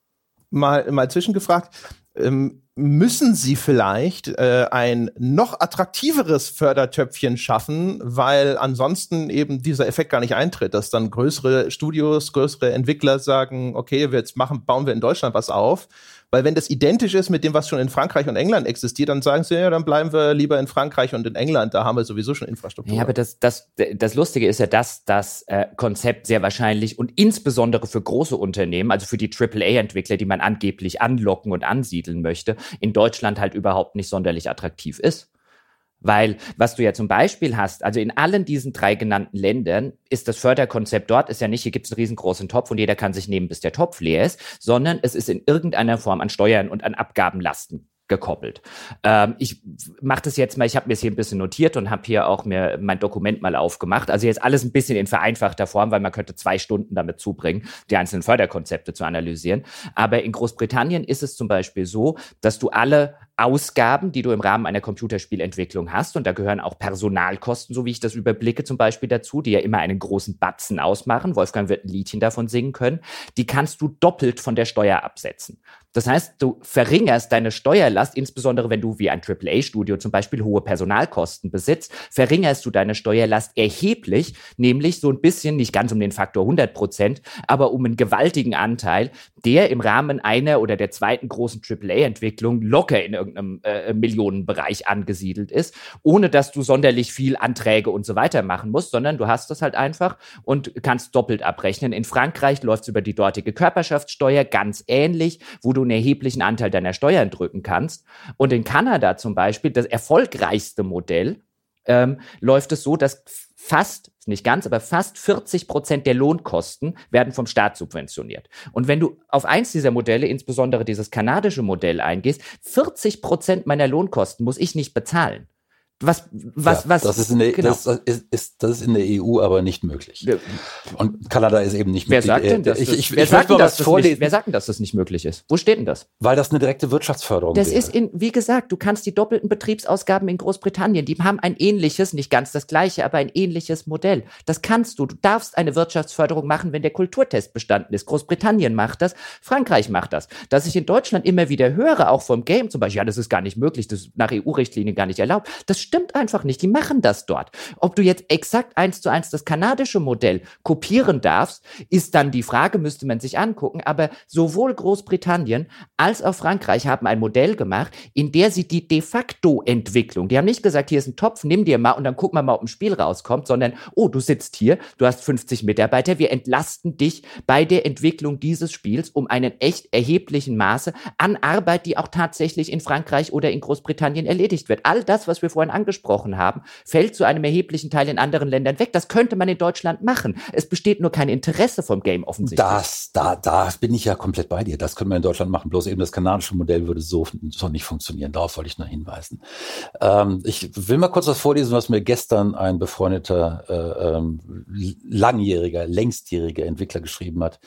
Mal, mal zwischengefragt, ähm, müssen Sie vielleicht äh, ein noch attraktiveres Fördertöpfchen schaffen, weil ansonsten eben dieser Effekt gar nicht eintritt, dass dann größere Studios, größere Entwickler sagen, okay, wir jetzt machen, bauen wir in Deutschland was auf. Weil wenn das identisch ist mit dem, was schon in Frankreich und England existiert, dann sagen sie, ja, dann bleiben wir lieber in Frankreich und in England, da haben wir sowieso schon Infrastruktur. Ja, aber das, das, das Lustige ist ja, dass das äh, Konzept sehr wahrscheinlich und insbesondere für große Unternehmen, also für die Triple A-Entwickler, die man angeblich anlocken und ansiedeln möchte, in Deutschland halt überhaupt nicht sonderlich attraktiv ist. Weil, was du ja zum Beispiel hast, also in allen diesen drei genannten Ländern ist das Förderkonzept dort, ist ja nicht, hier gibt es einen riesengroßen Topf und jeder kann sich nehmen, bis der Topf leer ist, sondern es ist in irgendeiner Form an Steuern und an Abgabenlasten gekoppelt. Ähm, ich mache das jetzt mal, ich habe mir das hier ein bisschen notiert und habe hier auch mir mein Dokument mal aufgemacht. Also jetzt alles ein bisschen in vereinfachter Form, weil man könnte zwei Stunden damit zubringen, die einzelnen Förderkonzepte zu analysieren. Aber in Großbritannien ist es zum Beispiel so, dass du alle Ausgaben, die du im Rahmen einer Computerspielentwicklung hast, und da gehören auch Personalkosten, so wie ich das überblicke, zum Beispiel dazu, die ja immer einen großen Batzen ausmachen, Wolfgang wird ein Liedchen davon singen können, die kannst du doppelt von der Steuer absetzen. Das heißt, du verringerst deine Steuerlast, insbesondere wenn du wie ein Triple A-Studio zum Beispiel hohe Personalkosten besitzt, verringerst du deine Steuerlast erheblich, nämlich so ein bisschen, nicht ganz um den Faktor hundert Prozent, aber um einen gewaltigen Anteil, der im Rahmen einer oder der zweiten großen Triple A-Entwicklung locker in irgendeinem äh, Millionenbereich angesiedelt ist, ohne dass du sonderlich viel Anträge und so weiter machen musst, sondern du hast das halt einfach und kannst doppelt abrechnen. In Frankreich läuft es über die dortige Körperschaftssteuer ganz ähnlich, wo du einen erheblichen Anteil deiner Steuern drücken kannst. Und in Kanada zum Beispiel, das erfolgreichste Modell, ähm, läuft es so, dass fast, nicht ganz, aber fast vierzig Prozent der Lohnkosten werden vom Staat subventioniert. Und wenn du auf eins dieser Modelle, insbesondere dieses kanadische Modell eingehst, vierzig Prozent meiner Lohnkosten muss ich nicht bezahlen. Was, was, ja, was? Das ist, in der, genau. das, ist, ist, das ist in der E U aber nicht möglich. Und Kanada ist eben nicht wer möglich. Sagt denn, dass ich, das, ich, wer, ich sagt mal denn, was dass vorlesen. Nicht, wer sagt denn, dass das nicht möglich ist? Wo steht denn das? Weil das eine direkte Wirtschaftsförderung Das wäre. ist in, wie gesagt, du kannst die doppelten Betriebsausgaben in Großbritannien, die haben ein ähnliches, nicht ganz das gleiche, aber ein ähnliches Modell. Das kannst du. Du darfst eine Wirtschaftsförderung machen, wenn der Kulturtest bestanden ist. Großbritannien macht das, Frankreich macht das. Dass ich in Deutschland immer wieder höre, auch vom Game zum Beispiel, ja, das ist gar nicht möglich, das ist nach E U-Richtlinien gar nicht erlaubt. Das stimmt einfach nicht. Die machen das dort. Ob du jetzt exakt eins zu eins das kanadische Modell kopieren darfst, ist dann die Frage, müsste man sich angucken. Aber sowohl Großbritannien als auch Frankreich haben ein Modell gemacht, in der sie die de facto Entwicklung, die haben nicht gesagt, hier ist ein Topf, nimm dir mal und dann guck mal mal, ob ein Spiel rauskommt, sondern, oh, du sitzt hier, du hast fünfzig Mitarbeiter, wir entlasten dich bei der Entwicklung dieses Spiels um einen echt erheblichen Maße an Arbeit, die auch tatsächlich in Frankreich oder in Großbritannien erledigt wird. All das, was wir vorhin angesprochen haben, fällt zu einem erheblichen Teil in anderen Ländern weg. Das könnte man in Deutschland machen. Es besteht nur kein Interesse vom Game offensichtlich. Das, da, da bin ich ja komplett bei dir. Das können wir in Deutschland machen. Bloß eben das kanadische Modell würde so, so nicht funktionieren. Darauf wollte ich nur hinweisen. Ähm, ich will mal kurz was vorlesen, was mir gestern ein befreundeter, äh, ähm, langjähriger, längstjähriger Entwickler geschrieben hat.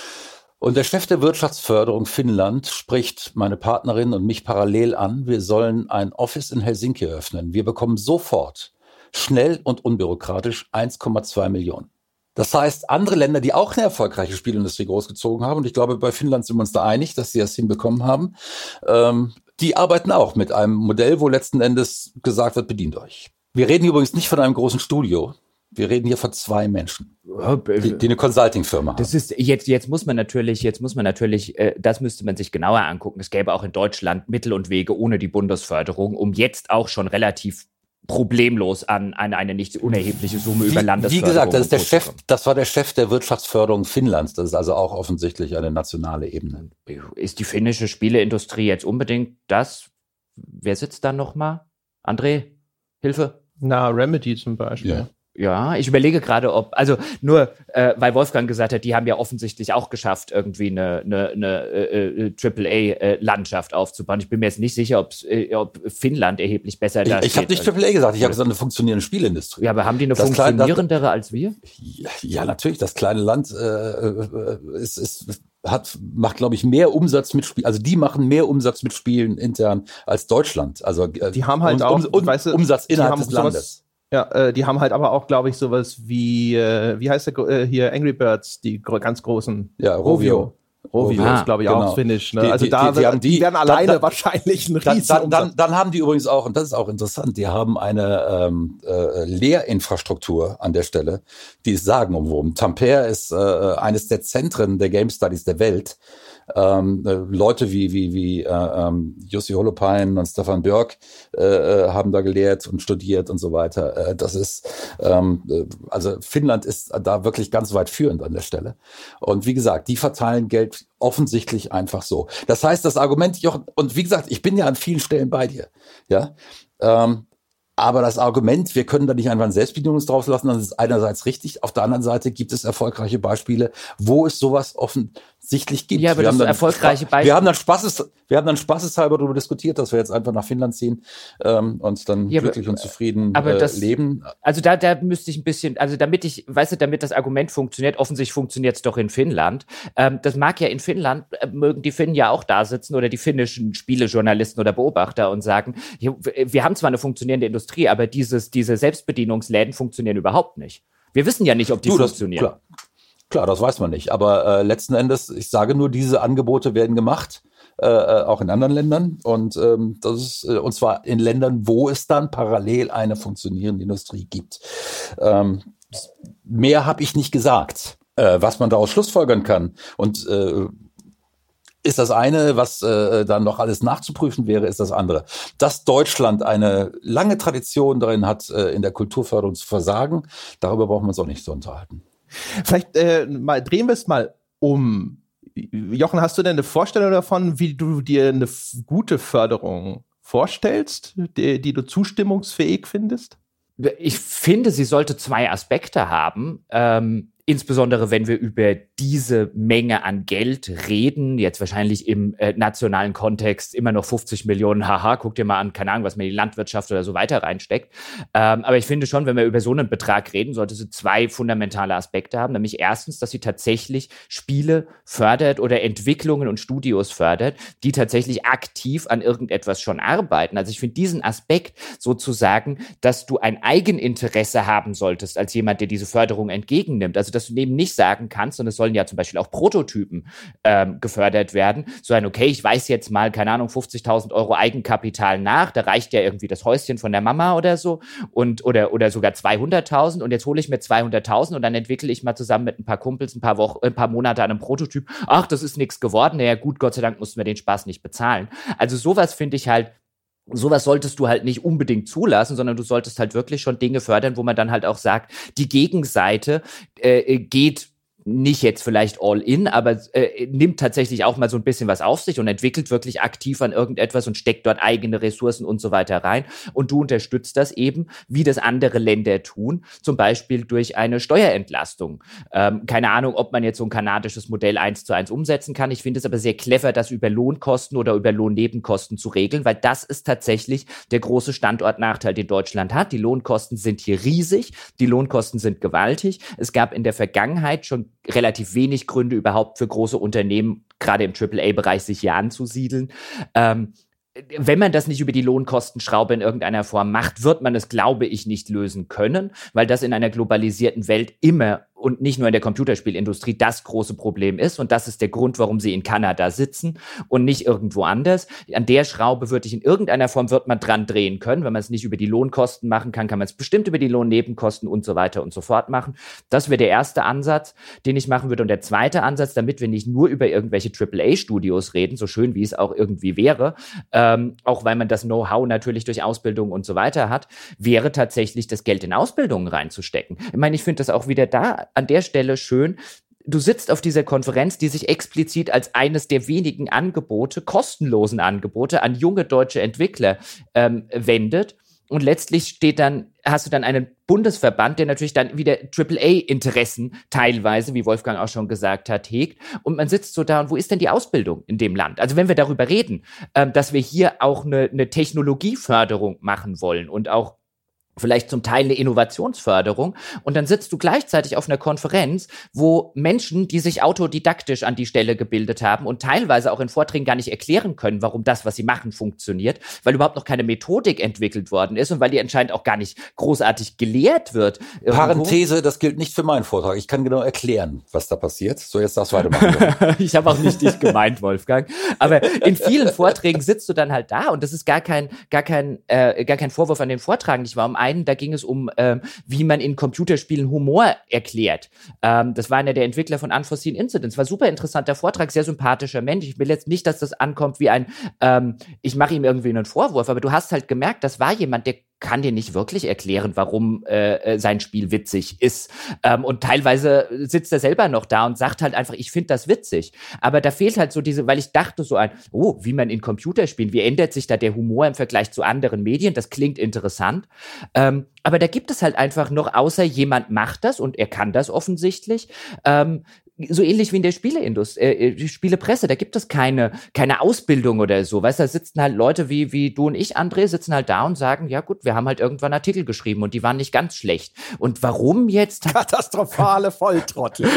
Und der Chef der Wirtschaftsförderung Finnland spricht meine Partnerin und mich parallel an. Wir sollen ein Office in Helsinki eröffnen. Wir bekommen sofort, schnell und unbürokratisch, eins Komma zwei Millionen. Das heißt, andere Länder, die auch eine erfolgreiche Spielindustrie großgezogen haben, und ich glaube, bei Finnland sind wir uns da einig, dass sie das hinbekommen haben, ähm, die arbeiten auch mit einem Modell, wo letzten Endes gesagt wird, bedient euch. Wir reden übrigens nicht von einem großen Studio. Wir reden hier von zwei Menschen, die, die eine Consulting-Firma haben. Das ist jetzt jetzt muss man natürlich jetzt muss man natürlich äh, das müsste man sich genauer angucken. Es gäbe auch in Deutschland Mittel und Wege ohne die Bundesförderung, um jetzt auch schon relativ problemlos an, an eine nicht unerhebliche Summe wie, über Landesförderung. Wie gesagt, das ist der Chef, das war der Chef der Wirtschaftsförderung Finnlands. Das ist also auch offensichtlich eine nationale Ebene. Ist die finnische Spieleindustrie jetzt unbedingt das, wer sitzt da nochmal? André, Hilfe? Na, Remedy zum Beispiel. Ja. Ja, ich überlege gerade, ob, also nur, äh, weil Wolfgang gesagt hat, die haben ja offensichtlich auch geschafft, irgendwie eine, eine, eine äh, Triple A-Landschaft aufzubauen. Ich bin mir jetzt nicht sicher, ob's, äh, ob Finnland erheblich besser da Ich, ich habe nicht Triple A gesagt, ich habe gesagt, eine funktionierende Spielindustrie. Ja, aber haben die eine Das funktionierendere kleine, das, als wir? Ja, ja, natürlich, das kleine Land äh, ist, ist, hat, macht, glaube ich, mehr Umsatz mit Spielen, also die machen mehr Umsatz mit Spielen intern als Deutschland. Also äh, die haben halt um, auch, um, um, weißt du, Umsatz innerhalb des sowas, Landes. Ja, äh, die haben halt aber auch, glaube ich, sowas wie, äh, wie heißt der äh, hier, Angry Birds, die gro- ganz großen. Ja, Rovio. Rovio Ah, ist, glaube ich, genau. auch finnisch. Ne? Die, also die, da die, die, haben die, die werden alleine dann, dann, wahrscheinlich ein dann, riesen dann, dann, dann haben die übrigens auch, und das ist auch interessant, die haben eine ähm, äh, Lehrinfrastruktur an der Stelle, die ist sagenumwoben. Tampere ist äh, eines der Zentren der Game Studies der Welt. Ähm, äh, Leute wie wie wie äh, ähm, Jussi Holopainen und Stefan Björk äh, haben da gelehrt und studiert und so weiter. Äh, das ist ähm, äh, also Finnland ist da wirklich ganz weit führend an der Stelle. Und wie gesagt, die verteilen Geld offensichtlich einfach so. Das heißt, das Argument, Jochen, und wie gesagt, ich bin ja an vielen Stellen bei dir, ja. Ähm, Aber das Argument, wir können da nicht einfach ein Selbstbedienungs draus lassen, das ist einerseits richtig. Auf der anderen Seite gibt es erfolgreiche Beispiele, wo es sowas offensichtlich gibt. Ja, aber wir das haben ist dann erfolgreiche Spa- Beispiele. Wir haben dann Spaßes, wir haben dann spaßeshalber darüber diskutiert, dass wir jetzt einfach nach Finnland ziehen ähm, und dann Ja, aber- glücklich und zufrieden aber äh, das- leben. Also da, da müsste ich ein bisschen, also damit ich, weißt du, damit das Argument funktioniert, offensichtlich funktioniert es doch in Finnland. Ähm, das mag ja in Finnland, äh, mögen die Finnen ja auch da sitzen oder die finnischen Spielejournalisten oder Beobachter und sagen, hier, wir haben zwar eine funktionierende Industrie, aber dieses, diese Selbstbedienungsläden funktionieren überhaupt nicht. Wir wissen ja nicht, ob die Du, das- funktionieren. Klar. Klar, das weiß man nicht. Aber äh, letzten Endes, ich sage nur, diese Angebote werden gemacht, äh, auch in anderen Ländern. Und ähm, das ist, äh, und zwar in Ländern, wo es dann parallel eine funktionierende Industrie gibt. Ähm, mehr habe ich nicht gesagt. Äh, was man daraus schlussfolgern kann und äh, ist das eine, was äh, dann noch alles nachzuprüfen wäre, ist das andere. Dass Deutschland eine lange Tradition darin hat, äh, in der Kulturförderung zu versagen, darüber brauchen wir uns auch nicht zu unterhalten. Vielleicht äh, mal, drehen wir es mal um. Jochen, hast du denn eine Vorstellung davon, wie du dir eine f- gute Förderung vorstellst, die, die du zustimmungsfähig findest? Ich finde, sie sollte zwei Aspekte haben. Ähm, insbesondere wenn wir über diese Menge an Geld reden, jetzt wahrscheinlich im äh, nationalen Kontext immer noch fünfzig Millionen, haha, guck dir mal an, keine Ahnung, was man in die Landwirtschaft oder so weiter reinsteckt. Ähm, aber ich finde schon, wenn wir über so einen Betrag reden, sollte sie zwei fundamentale Aspekte haben, nämlich erstens, dass sie tatsächlich Spiele fördert oder Entwicklungen und Studios fördert, die tatsächlich aktiv an irgendetwas schon arbeiten. Also ich finde diesen Aspekt sozusagen, dass du ein Eigeninteresse haben solltest als jemand, der diese Förderung entgegennimmt. Also dass du eben nicht sagen kannst, und es sollen ja zum Beispiel auch Prototypen ähm, gefördert werden, so ein, okay, ich weiß jetzt mal, keine Ahnung, fünfzigtausend Euro Eigenkapital nach, da reicht ja irgendwie das Häuschen von der Mama oder so, und oder oder sogar zweihunderttausend, und jetzt hole ich mir zweihunderttausend und dann entwickle ich mal zusammen mit ein paar Kumpels ein paar Wochen, ein paar Monate an einem Prototyp. Ach, das ist nichts geworden. Naja, gut, Gott sei Dank mussten wir den Spaß nicht bezahlen. Also sowas finde ich halt, sowas solltest du halt nicht unbedingt zulassen, sondern du solltest halt wirklich schon Dinge fördern, wo man dann halt auch sagt, die Gegenseite äh, geht nicht jetzt vielleicht all in, aber äh, nimmt tatsächlich auch mal so ein bisschen was auf sich und entwickelt wirklich aktiv an irgendetwas und steckt dort eigene Ressourcen und so weiter rein. Und du unterstützt das eben, wie das andere Länder tun, zum Beispiel durch eine Steuerentlastung. Ähm, keine Ahnung, ob man jetzt so ein kanadisches Modell eins zu eins umsetzen kann. Ich finde es aber sehr clever, das über Lohnkosten oder über Lohnnebenkosten zu regeln, weil das ist tatsächlich der große Standortnachteil, den Deutschland hat. Die Lohnkosten sind hier riesig, die Lohnkosten sind gewaltig. Es gab in der Vergangenheit schon relativ wenig Gründe überhaupt für große Unternehmen, gerade im Triple A-Bereich, sich hier anzusiedeln. Ähm, wenn man das nicht über die Lohnkostenschraube in irgendeiner Form macht, wird man es, glaube ich, nicht lösen können, weil das in einer globalisierten Welt immer und nicht nur in der Computerspielindustrie das große Problem ist. Und das ist der Grund, warum sie in Kanada sitzen und nicht irgendwo anders. An der Schraube würde ich in irgendeiner Form, wird man dran drehen können. Wenn man es nicht über die Lohnkosten machen kann, kann man es bestimmt über die Lohnnebenkosten und so weiter und so fort machen. Das wäre der erste Ansatz, den ich machen würde. Und der zweite Ansatz, damit wir nicht nur über irgendwelche Triple A-Studios reden, so schön wie es auch irgendwie wäre, ähm, auch weil man das Know-how natürlich durch Ausbildung und so weiter hat, wäre tatsächlich das Geld in Ausbildungen reinzustecken. Ich meine, ich finde das auch wieder da an der Stelle schön. du sitzt auf dieser Konferenz, die sich explizit als eines der wenigen Angebote, kostenlosen Angebote an junge deutsche Entwickler ähm, wendet. Und letztlich steht dann, hast du dann einen Bundesverband, der natürlich dann wieder Triple A-Interessen teilweise, wie Wolfgang auch schon gesagt hat, hegt. Und man sitzt so da, und wo ist denn die Ausbildung in dem Land? Also wenn wir darüber reden, ähm, dass wir hier auch eine, eine Technologieförderung machen wollen und auch vielleicht zum Teil eine Innovationsförderung. Und dann sitzt du gleichzeitig auf einer Konferenz, wo Menschen, die sich autodidaktisch an die Stelle gebildet haben und teilweise auch in Vorträgen gar nicht erklären können, warum das, was sie machen, funktioniert, weil überhaupt noch keine Methodik entwickelt worden ist und weil die anscheinend auch gar nicht großartig gelehrt wird. Irgendwo. Parenthese, das gilt nicht für meinen Vortrag. Ich kann genau erklären, was da passiert. So, jetzt darfst du weitermachen. Ich habe auch nicht dich gemeint, Wolfgang. Aber in vielen Vorträgen sitzt du dann halt da, und das ist gar kein, gar kein, äh, gar kein Vorwurf an den Vortragenden. Ich war um einen, da ging es um, ähm, wie man in Computerspielen Humor erklärt. Ähm, das war einer der Entwickler von Unforeseen Incidents. War super interessanter Vortrag, sehr sympathischer Mensch. Ich will jetzt nicht, dass das ankommt wie ein, ähm, ich mache ihm irgendwie einen Vorwurf, aber du hast halt gemerkt, das war jemand, der kann dir nicht wirklich erklären, warum äh, sein Spiel witzig ist. Ähm, und teilweise sitzt er selber noch da und sagt halt einfach, ich finde das witzig. Aber da fehlt halt so diese, weil ich dachte so ein, oh, wie man in Computerspielen, wie ändert sich da der Humor im Vergleich zu anderen Medien? Das klingt interessant. Ähm, aber da gibt es halt einfach noch, außer jemand macht das, und er kann das offensichtlich, ähm, so ähnlich wie in der Spieleindustrie, äh, Spielepresse, da gibt es keine, keine Ausbildung oder so, weißt du, da sitzen halt Leute wie, wie du und ich, André, sitzen halt da und sagen, ja gut, wir haben halt irgendwann Artikel geschrieben und die waren nicht ganz schlecht. Und warum jetzt? Katastrophale Volltrottel.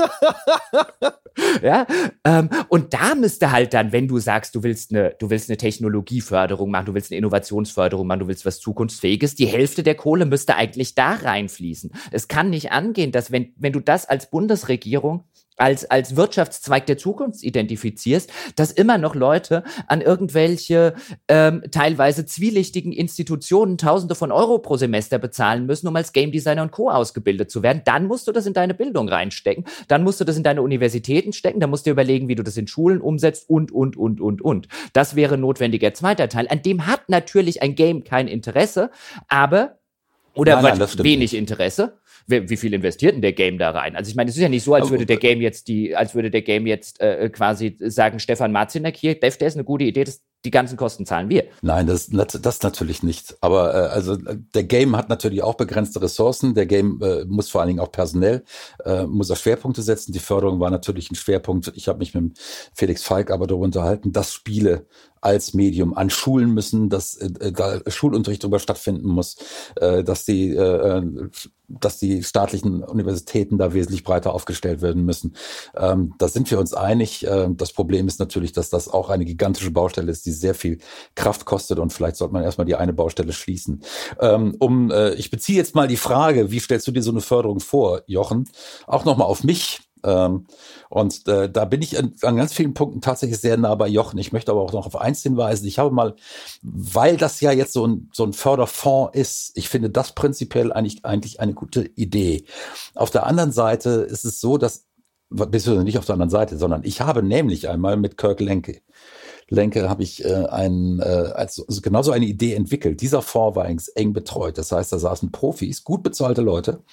Ja, ähm, und da müsste halt dann, wenn du sagst, du willst eine, du willst eine Technologieförderung machen, du willst eine Innovationsförderung machen, du willst was Zukunftsfähiges, die Hälfte der Kohle müsste eigentlich da reinfließen. Es kann nicht angehen, dass wenn, wenn du das als Bundesregierung als, als Wirtschaftszweig der Zukunft identifizierst, dass immer noch Leute an irgendwelche ähm, teilweise zwielichtigen Institutionen Tausende von Euro pro Semester bezahlen müssen, um als Game Designer und Co. ausgebildet zu werden. Dann musst du das in deine Bildung reinstecken, dann musst du das in deine Universitäten stecken, dann musst du überlegen, wie du das in Schulen umsetzt und, und, und, und, und. Das wäre notwendiger zweiter Teil. An dem hat natürlich ein Game kein Interesse, aber oder nein, nein, wenig Interesse. Wie, wie viel investiert denn der Game da rein? Also ich meine, es ist ja nicht so, als würde der Game jetzt die, als würde der Game jetzt äh, quasi sagen, Stefan Marzinek hier, Dev, der ist eine gute Idee, das, die ganzen Kosten zahlen wir. Nein, das, das natürlich nicht. Aber äh, also der Game hat natürlich auch begrenzte Ressourcen. Der Game äh, muss vor allen Dingen auch personell, äh, muss er Schwerpunkte setzen. Die Förderung war natürlich ein Schwerpunkt. Ich habe mich mit Felix Falk aber darüber unterhalten, dass Spiele als Medium an Schulen müssen, dass äh, da Schulunterricht darüber stattfinden muss, äh, dass die äh, dass die staatlichen Universitäten da wesentlich breiter aufgestellt werden müssen. Ähm, da sind wir uns einig. Äh, das Problem ist natürlich, dass das auch eine gigantische Baustelle ist, die sehr viel Kraft kostet, und vielleicht sollte man erstmal die eine Baustelle schließen. Ähm, um, äh, ich beziehe jetzt mal die Frage, wie stellst du dir so eine Förderung vor, Jochen? Auch nochmal auf mich. Ähm, und äh, da bin ich an, an ganz vielen Punkten tatsächlich sehr nah bei Jochen. Ich möchte aber auch noch auf eins hinweisen. Ich habe mal, weil das ja jetzt so ein, so ein Förderfonds ist, ich finde das prinzipiell eigentlich, eigentlich eine gute Idee. Auf der anderen Seite ist es so, dass, beziehungsweise nicht auf der anderen Seite, sondern ich habe nämlich einmal mit Kirk Lenke Lenke habe ich äh, ein, äh, also, also genauso eine Idee entwickelt. Dieser Fonds war eigentlich eng betreut. Das heißt, da saßen Profis, gut bezahlte Leute,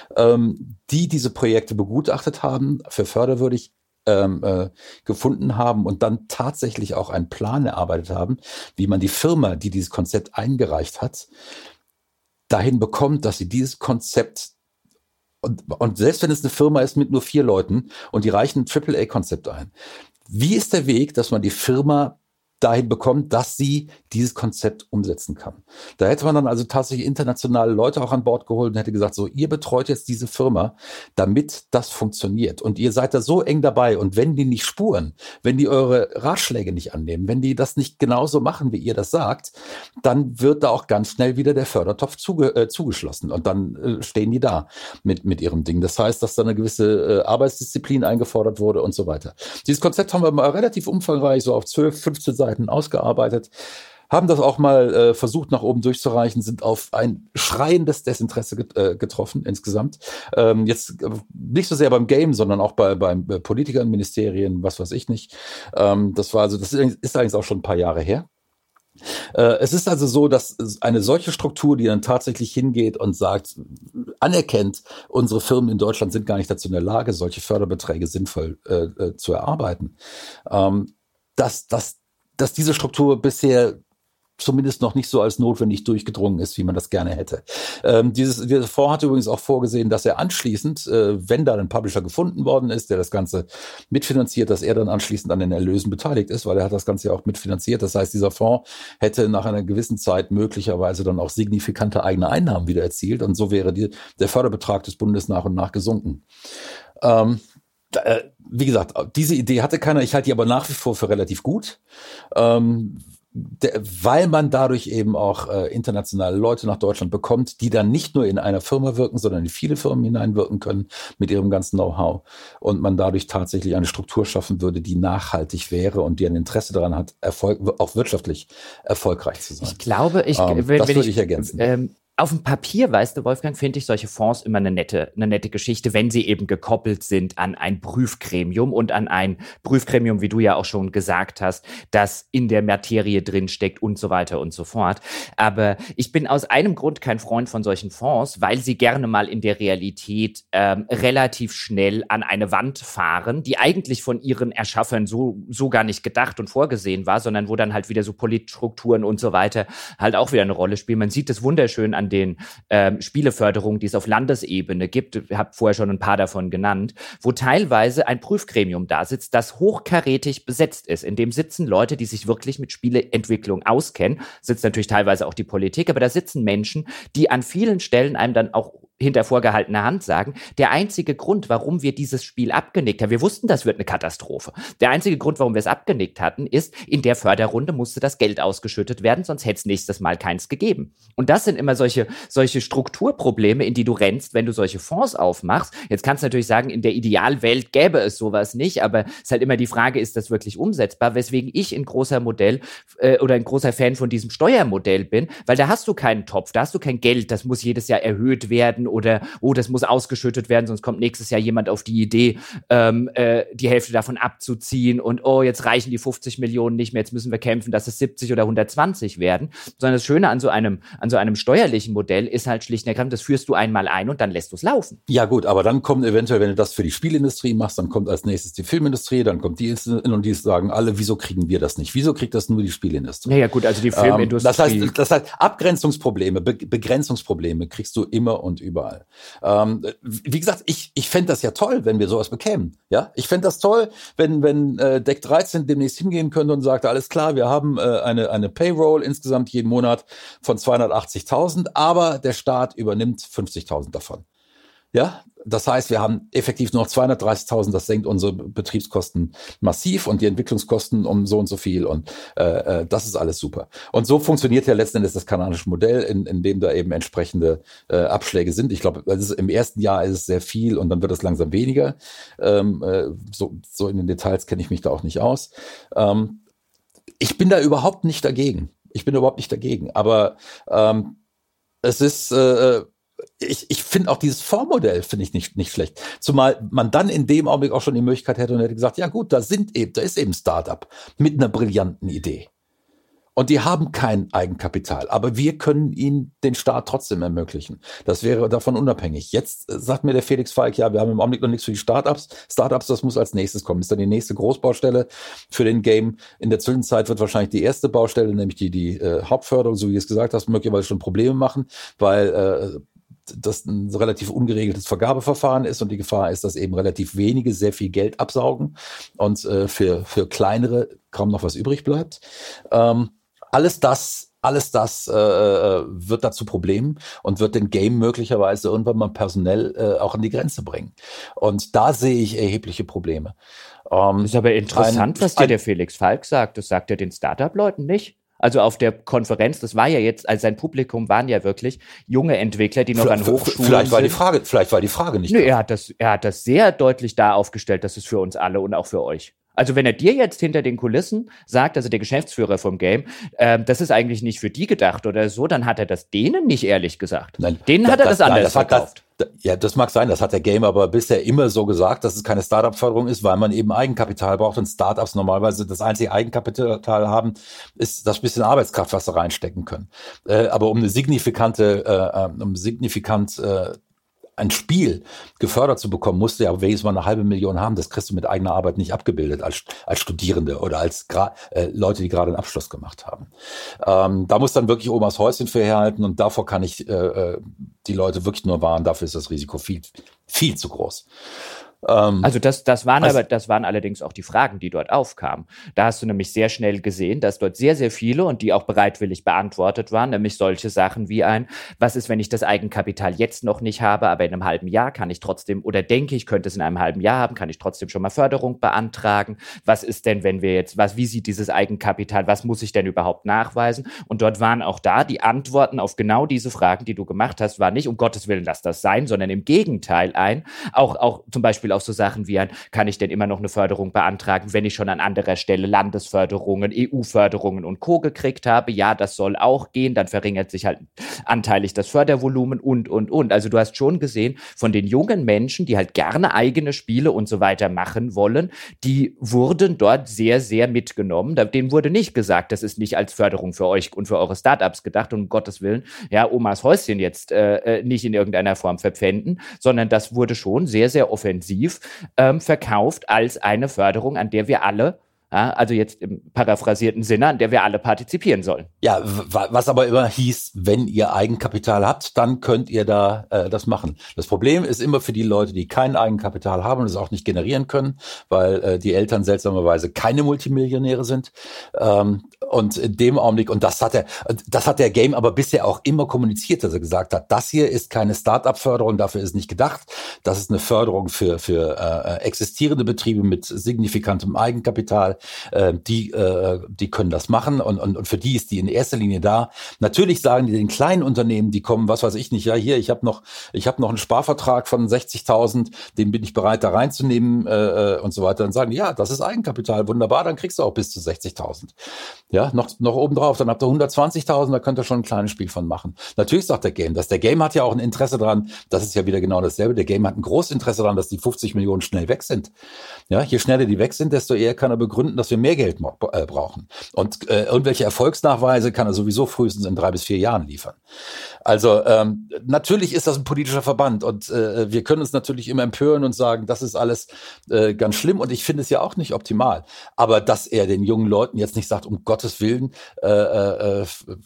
ähm, die diese Projekte begutachtet haben, für förderwürdig ähm, äh, gefunden haben und dann tatsächlich auch einen Plan erarbeitet haben, wie man die Firma, die dieses Konzept eingereicht hat, dahin bekommt, dass sie dieses Konzept und, und selbst wenn es eine Firma ist mit nur vier Leuten und die reichen ein Triple A-Konzept ein, wie ist der Weg, dass man die Firma dahin bekommt, dass sie dieses Konzept umsetzen kann? Da hätte man dann also tatsächlich internationale Leute auch an Bord geholt und hätte gesagt, so, ihr betreut jetzt diese Firma, damit das funktioniert. Und ihr seid da so eng dabei. Und wenn die nicht spuren, wenn die eure Ratschläge nicht annehmen, wenn die das nicht genauso machen, wie ihr das sagt, dann wird da auch ganz schnell wieder der Fördertopf zuge, äh, zugeschlossen. Und dann äh, stehen die da mit, mit ihrem Ding. Das heißt, dass da eine gewisse äh, Arbeitsdisziplin eingefordert wurde und so weiter. Dieses Konzept haben wir mal relativ umfangreich, so auf zwölf, fünfzehn Seiten ausgearbeitet, haben das auch mal äh, versucht nach oben durchzureichen, sind auf ein schreiendes Desinteresse get, äh, getroffen insgesamt. Ähm, jetzt äh, nicht so sehr beim Game, sondern auch bei, bei äh, Politikern, Ministerien, was weiß ich nicht. Ähm, das war also, das ist, ist eigentlich auch schon ein paar Jahre her. Äh, es ist also so, dass eine solche Struktur, die dann tatsächlich hingeht und sagt, anerkennt, unsere Firmen in Deutschland sind gar nicht dazu in der Lage, solche Förderbeträge sinnvoll äh, äh, zu erarbeiten, ähm, dass, dass, dass diese Struktur bisher zumindest noch nicht so als notwendig durchgedrungen ist, wie man das gerne hätte. Ähm, dieses, dieser Fonds hat übrigens auch vorgesehen, dass er anschließend, äh, wenn da ein Publisher gefunden worden ist, der das Ganze mitfinanziert, dass er dann anschließend an den Erlösen beteiligt ist, weil er hat das Ganze ja auch mitfinanziert. Das heißt, dieser Fonds hätte nach einer gewissen Zeit möglicherweise dann auch signifikante eigene Einnahmen wieder erzielt und so wäre die, der Förderbetrag des Bundes nach und nach gesunken. Ähm, äh, wie gesagt, diese Idee hatte keiner, ich halte die aber nach wie vor für relativ gut. Ähm, Der, weil man dadurch eben auch äh, internationale Leute nach Deutschland bekommt, die dann nicht nur in einer Firma wirken, sondern in viele Firmen hineinwirken können mit ihrem ganzen Know-how und man dadurch tatsächlich eine Struktur schaffen würde, die nachhaltig wäre und die ein Interesse daran hat, Erfolg, auch wirtschaftlich erfolgreich zu sein. Ich glaube, ich, ähm, wenn, das wenn würde ich, ich ergänzen. Ähm, Auf dem Papier, weißt du, Wolfgang, finde ich solche Fonds immer eine nette, eine nette Geschichte, wenn sie eben gekoppelt sind an ein Prüfgremium und an ein Prüfgremium, wie du ja auch schon gesagt hast, das in der Materie drinsteckt und so weiter und so fort. Aber ich bin aus einem Grund kein Freund von solchen Fonds, weil sie gerne mal in der Realität ähm, relativ schnell an eine Wand fahren, die eigentlich von ihren Erschaffern so, so gar nicht gedacht und vorgesehen war, sondern wo dann halt wieder so Politstrukturen und so weiter halt auch wieder eine Rolle spielen. Man sieht das wunderschön an den ähm, Spieleförderungen, die es auf Landesebene gibt. Ich habe vorher schon ein paar davon genannt, wo teilweise ein Prüfgremium da sitzt, das hochkarätig besetzt ist. In dem sitzen Leute, die sich wirklich mit Spieleentwicklung auskennen. Sitzt natürlich teilweise auch die Politik, aber da sitzen Menschen, die an vielen Stellen einem dann auch hinter vorgehaltener Hand sagen, der einzige Grund, warum wir dieses Spiel abgenickt haben, wir wussten, das wird eine Katastrophe. Der einzige Grund, warum wir es abgenickt hatten, ist, in der Förderrunde musste das Geld ausgeschüttet werden, sonst hätte es nächstes Mal keins gegeben. Und das sind immer solche, solche Strukturprobleme, in die du rennst, wenn du solche Fonds aufmachst. Jetzt kannst du natürlich sagen, in der Idealwelt gäbe es sowas nicht, aber es ist halt immer die Frage, ist das wirklich umsetzbar? Weswegen ich ein großer Modell äh, oder ein großer Fan von diesem Steuermodell bin, weil da hast du keinen Topf, da hast du kein Geld, das muss jedes Jahr erhöht werden oder, oh, das muss ausgeschüttet werden, sonst kommt nächstes Jahr jemand auf die Idee, ähm, äh, die Hälfte davon abzuziehen und oh, jetzt reichen die fünfzig Millionen nicht mehr, jetzt müssen wir kämpfen, dass es siebzig oder hundertzwanzig werden. Sondern das Schöne an so einem, an so einem steuerlichen Modell ist halt schlicht und ergreifend, das führst du einmal ein und dann lässt du es laufen. Ja gut, aber dann kommt eventuell, wenn du das für die Spielindustrie machst, dann kommt als nächstes die Filmindustrie, dann kommt die und die sagen alle, wieso kriegen wir das nicht? Wieso kriegt das nur die Spielindustrie? Naja gut, also die Filmindustrie. Ähm, das heißt, das heißt Abgrenzungsprobleme, Be- Begrenzungsprobleme kriegst du immer und überall. Ähm, wie gesagt, ich, ich fände das ja toll, wenn wir sowas bekämen. Ja, ich fände das toll, wenn, wenn äh, Deck dreizehn demnächst hingehen könnte und sagt, alles klar, wir haben äh, eine, eine Payroll insgesamt jeden Monat von zweihundertachtzigtausend, aber der Staat übernimmt fünfzigtausend davon. Ja, das heißt, wir haben effektiv nur noch zweihundertdreißigtausend, das senkt unsere Betriebskosten massiv und die Entwicklungskosten um so und so viel und äh, das ist alles super. Und so funktioniert ja letzten Endes das kanadische Modell, in, in dem da eben entsprechende äh, Abschläge sind. Ich glaube, im ersten Jahr ist es sehr viel und dann wird es langsam weniger. Ähm, äh, so, so in den Details kenne ich mich da auch nicht aus. Ähm, ich bin da überhaupt nicht dagegen. Ich bin überhaupt nicht dagegen, aber ähm, es ist äh, Ich, ich finde auch dieses Fondsmodell finde ich nicht, nicht schlecht. Zumal man dann in dem Augenblick auch schon die Möglichkeit hätte und hätte gesagt, ja gut, da sind eben, da ist eben ein Startup mit einer brillanten Idee. Und die haben kein Eigenkapital. Aber wir können ihnen den Start trotzdem ermöglichen. Das wäre davon unabhängig. Jetzt sagt mir der Felix Falk, ja, wir haben im Augenblick noch nichts für die Startups. Startups, das muss als nächstes kommen. Ist dann die nächste Großbaustelle für den Game. In der Zwischenzeit wird wahrscheinlich die erste Baustelle, nämlich die, die äh, Hauptförderung, so wie du es gesagt hast, möglicherweise schon Probleme machen, weil äh, das ein relativ ungeregeltes Vergabeverfahren ist und die Gefahr ist, dass eben relativ wenige sehr viel Geld absaugen und äh, für, für kleinere kaum noch was übrig bleibt. Ähm, alles das, alles das äh, wird dazu Problemen und wird den Game möglicherweise irgendwann mal personell äh, auch an die Grenze bringen. Und da sehe ich erhebliche Probleme. Ähm, ist aber interessant, ein, was dir ein, der Felix Falk sagt. Das sagt er den Startup-Leuten nicht. Also auf der Konferenz, das war ja jetzt, also sein Publikum waren ja wirklich junge Entwickler, die noch an Hochschulen vielleicht war sind. Die Frage, vielleicht war die Frage nicht. Nö, er hat das, er hat das sehr deutlich da aufgestellt, das ist für uns alle und auch für euch. Also wenn er dir jetzt hinter den Kulissen sagt, also der Geschäftsführer vom Game, äh, das ist eigentlich nicht für die gedacht oder so, dann hat er das denen nicht ehrlich gesagt. Nein, denen das, hat er das, das anders nein, das verkauft. Hat, das, Ja, das mag sein. Das hat der Game aber bisher immer so gesagt, dass es keine Startup-Förderung ist, weil man eben Eigenkapital braucht und Startups normalerweise das einzige Eigenkapital haben, ist das bisschen Arbeitskraft, was sie reinstecken können. Äh, aber um eine signifikante, äh, um signifikant äh, ein Spiel gefördert zu bekommen, musst du ja wenigstens mal eine halbe Million haben. Das kriegst du mit eigener Arbeit nicht abgebildet als, als Studierende oder als Gra- äh, Leute, die gerade einen Abschluss gemacht haben. Ähm, da muss dann wirklich Omas Häuschen für herhalten und davor kann ich äh, die Leute wirklich nur warnen. Dafür ist das Risiko viel, viel zu groß. Ähm, also das, das waren also, aber, das waren allerdings auch die Fragen, die dort aufkamen. Da hast du nämlich sehr schnell gesehen, dass dort sehr, sehr viele und die auch bereitwillig beantwortet waren, nämlich solche Sachen wie ein, was ist, wenn ich das Eigenkapital jetzt noch nicht habe, aber in einem halben Jahr kann ich trotzdem, oder denke ich, könnte es in einem halben Jahr haben, kann ich trotzdem schon mal Förderung beantragen. Was ist denn, wenn wir jetzt, was, wie sieht dieses Eigenkapital, was muss ich denn überhaupt nachweisen? Und dort waren auch da die Antworten auf genau diese Fragen, die du gemacht hast, war nicht, um Gottes Willen, lass das sein, sondern im Gegenteil ein, auch, auch zum Beispiel auch so Sachen wie ein, kann ich denn immer noch eine Förderung beantragen, wenn ich schon an anderer Stelle Landesförderungen, E U-Förderungen und Co. gekriegt habe? Ja, das soll auch gehen, dann verringert sich halt anteilig das Fördervolumen und, und, und. Also du hast schon gesehen, von den jungen Menschen, die halt gerne eigene Spiele und so weiter machen wollen, die wurden dort sehr, sehr mitgenommen. Denen wurde nicht gesagt, das ist nicht als Förderung für euch und für eure Startups gedacht und um Gottes Willen, ja, Omas Häuschen jetzt äh, nicht in irgendeiner Form verpfänden, sondern das wurde schon sehr, sehr offensiv ähm, verkauft als eine Förderung, an der wir alle, ja, also jetzt im paraphrasierten Sinne, an der wir alle partizipieren sollen. Ja, w- was aber immer hieß, wenn ihr Eigenkapital habt, dann könnt ihr da äh, das machen. Das Problem ist immer für die Leute, die kein Eigenkapital haben und es auch nicht generieren können, weil äh, die Eltern seltsamerweise keine Multimillionäre sind. Ähm, und in dem Augenblick, und das hat er, das hat der Game aber bisher auch immer kommuniziert, dass er gesagt hat, das hier ist keine Start-up-Förderung, dafür ist nicht gedacht. Das ist eine Förderung für, für äh, existierende Betriebe mit signifikantem Eigenkapital. Äh, die, äh, die können das machen und, und, und für die ist die in erster Linie da. Natürlich sagen die den kleinen Unternehmen, die kommen, was weiß ich nicht, ja hier, ich habe noch, ich habe noch einen Sparvertrag von sechzigtausend, den bin ich bereit da reinzunehmen äh, und so weiter. Dann sagen die, ja, das ist Eigenkapital, wunderbar, dann kriegst du auch bis zu sechzigtausend. Ja, noch, noch obendrauf, dann habt ihr hundertzwanzigtausend, da könnt ihr schon ein kleines Spiel von machen. Natürlich sagt der Game das. Der Game hat ja auch ein Interesse dran, das ist ja wieder genau dasselbe, der Game hat ein großes Interesse daran, dass die fünfzig Millionen schnell weg sind. Ja, je schneller die weg sind, desto eher kann er begründen, dass wir mehr Geld mo- äh, brauchen. Und äh, irgendwelche Erfolgsnachweise kann er sowieso frühestens in drei bis vier Jahren liefern. Also ähm, natürlich ist das ein politischer Verband und äh, wir können uns natürlich immer empören und sagen, das ist alles äh, ganz schlimm und ich finde es ja auch nicht optimal. Aber dass er den jungen Leuten jetzt nicht sagt, um Gottes Willen, äh, äh,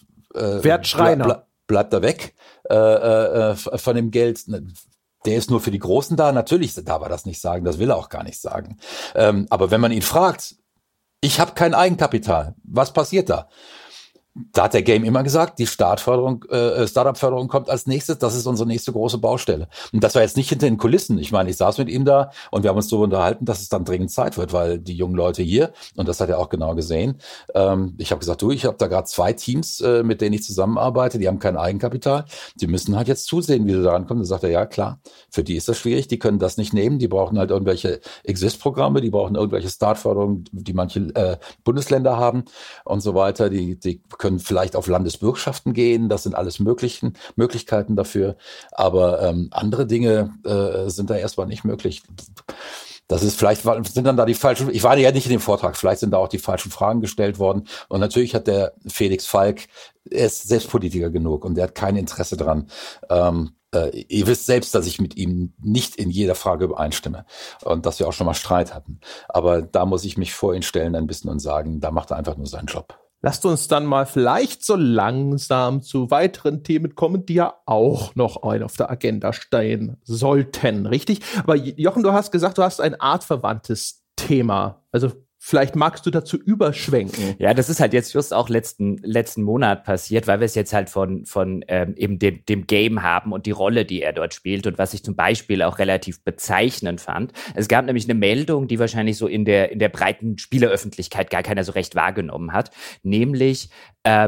äh, Werd Schreiner. Bleib, bleib da weg äh, äh, von dem Geld. Der ist nur für die Großen da. Natürlich darf er das nicht sagen, das will er auch gar nicht sagen. Ähm, aber wenn man ihn fragt, ich habe kein Eigenkapital, was passiert da? Da hat der Game immer gesagt, die Startförderung, äh, Startup-Förderung kommt als nächstes, das ist unsere nächste große Baustelle. Und das war jetzt nicht hinter den Kulissen. Ich meine, ich saß mit ihm da und wir haben uns darüber unterhalten, dass es dann dringend Zeit wird, weil die jungen Leute hier, und das hat er auch genau gesehen, ähm, ich habe gesagt, du, ich habe da gerade zwei Teams, äh, mit denen ich zusammenarbeite, die haben kein Eigenkapital, die müssen halt jetzt zusehen, wie sie da rankommen. Dann sagt er, ja klar, für die ist das schwierig, die können das nicht nehmen, die brauchen halt irgendwelche Exist-Programme, die brauchen irgendwelche Startförderungen, die manche äh, Bundesländer haben und so weiter, die, die können vielleicht auf Landesbürgschaften gehen, das sind alles möglichen Möglichkeiten dafür, aber ähm, andere Dinge äh, sind da erstmal nicht möglich. Das ist vielleicht, sind dann da die falschen, ich war ja nicht in dem Vortrag, vielleicht sind da auch die falschen Fragen gestellt worden und natürlich hat der Felix Falk, er ist selbst Politiker genug und der hat kein Interesse dran, ähm, äh, ihr wisst selbst, dass ich mit ihm nicht in jeder Frage übereinstimme und dass wir auch schon mal Streit hatten, aber da muss ich mich vor ihn stellen ein bisschen und sagen, da macht er einfach nur seinen Job. Lasst uns dann mal vielleicht so langsam zu weiteren Themen kommen, die ja auch noch ein auf der Agenda stehen sollten, richtig? Aber Jochen, du hast gesagt, du hast ein artverwandtes Thema. Also vielleicht magst du dazu überschwenken. Ja, das ist halt jetzt just auch letzten letzten Monat passiert, weil wir es jetzt halt von von ähm, eben dem dem Game haben und die Rolle, die er dort spielt und was ich zum Beispiel auch relativ bezeichnend fand. Es gab nämlich eine Meldung, die wahrscheinlich so in der in der breiten Spieleröffentlichkeit gar keiner so recht wahrgenommen hat, nämlich ähm,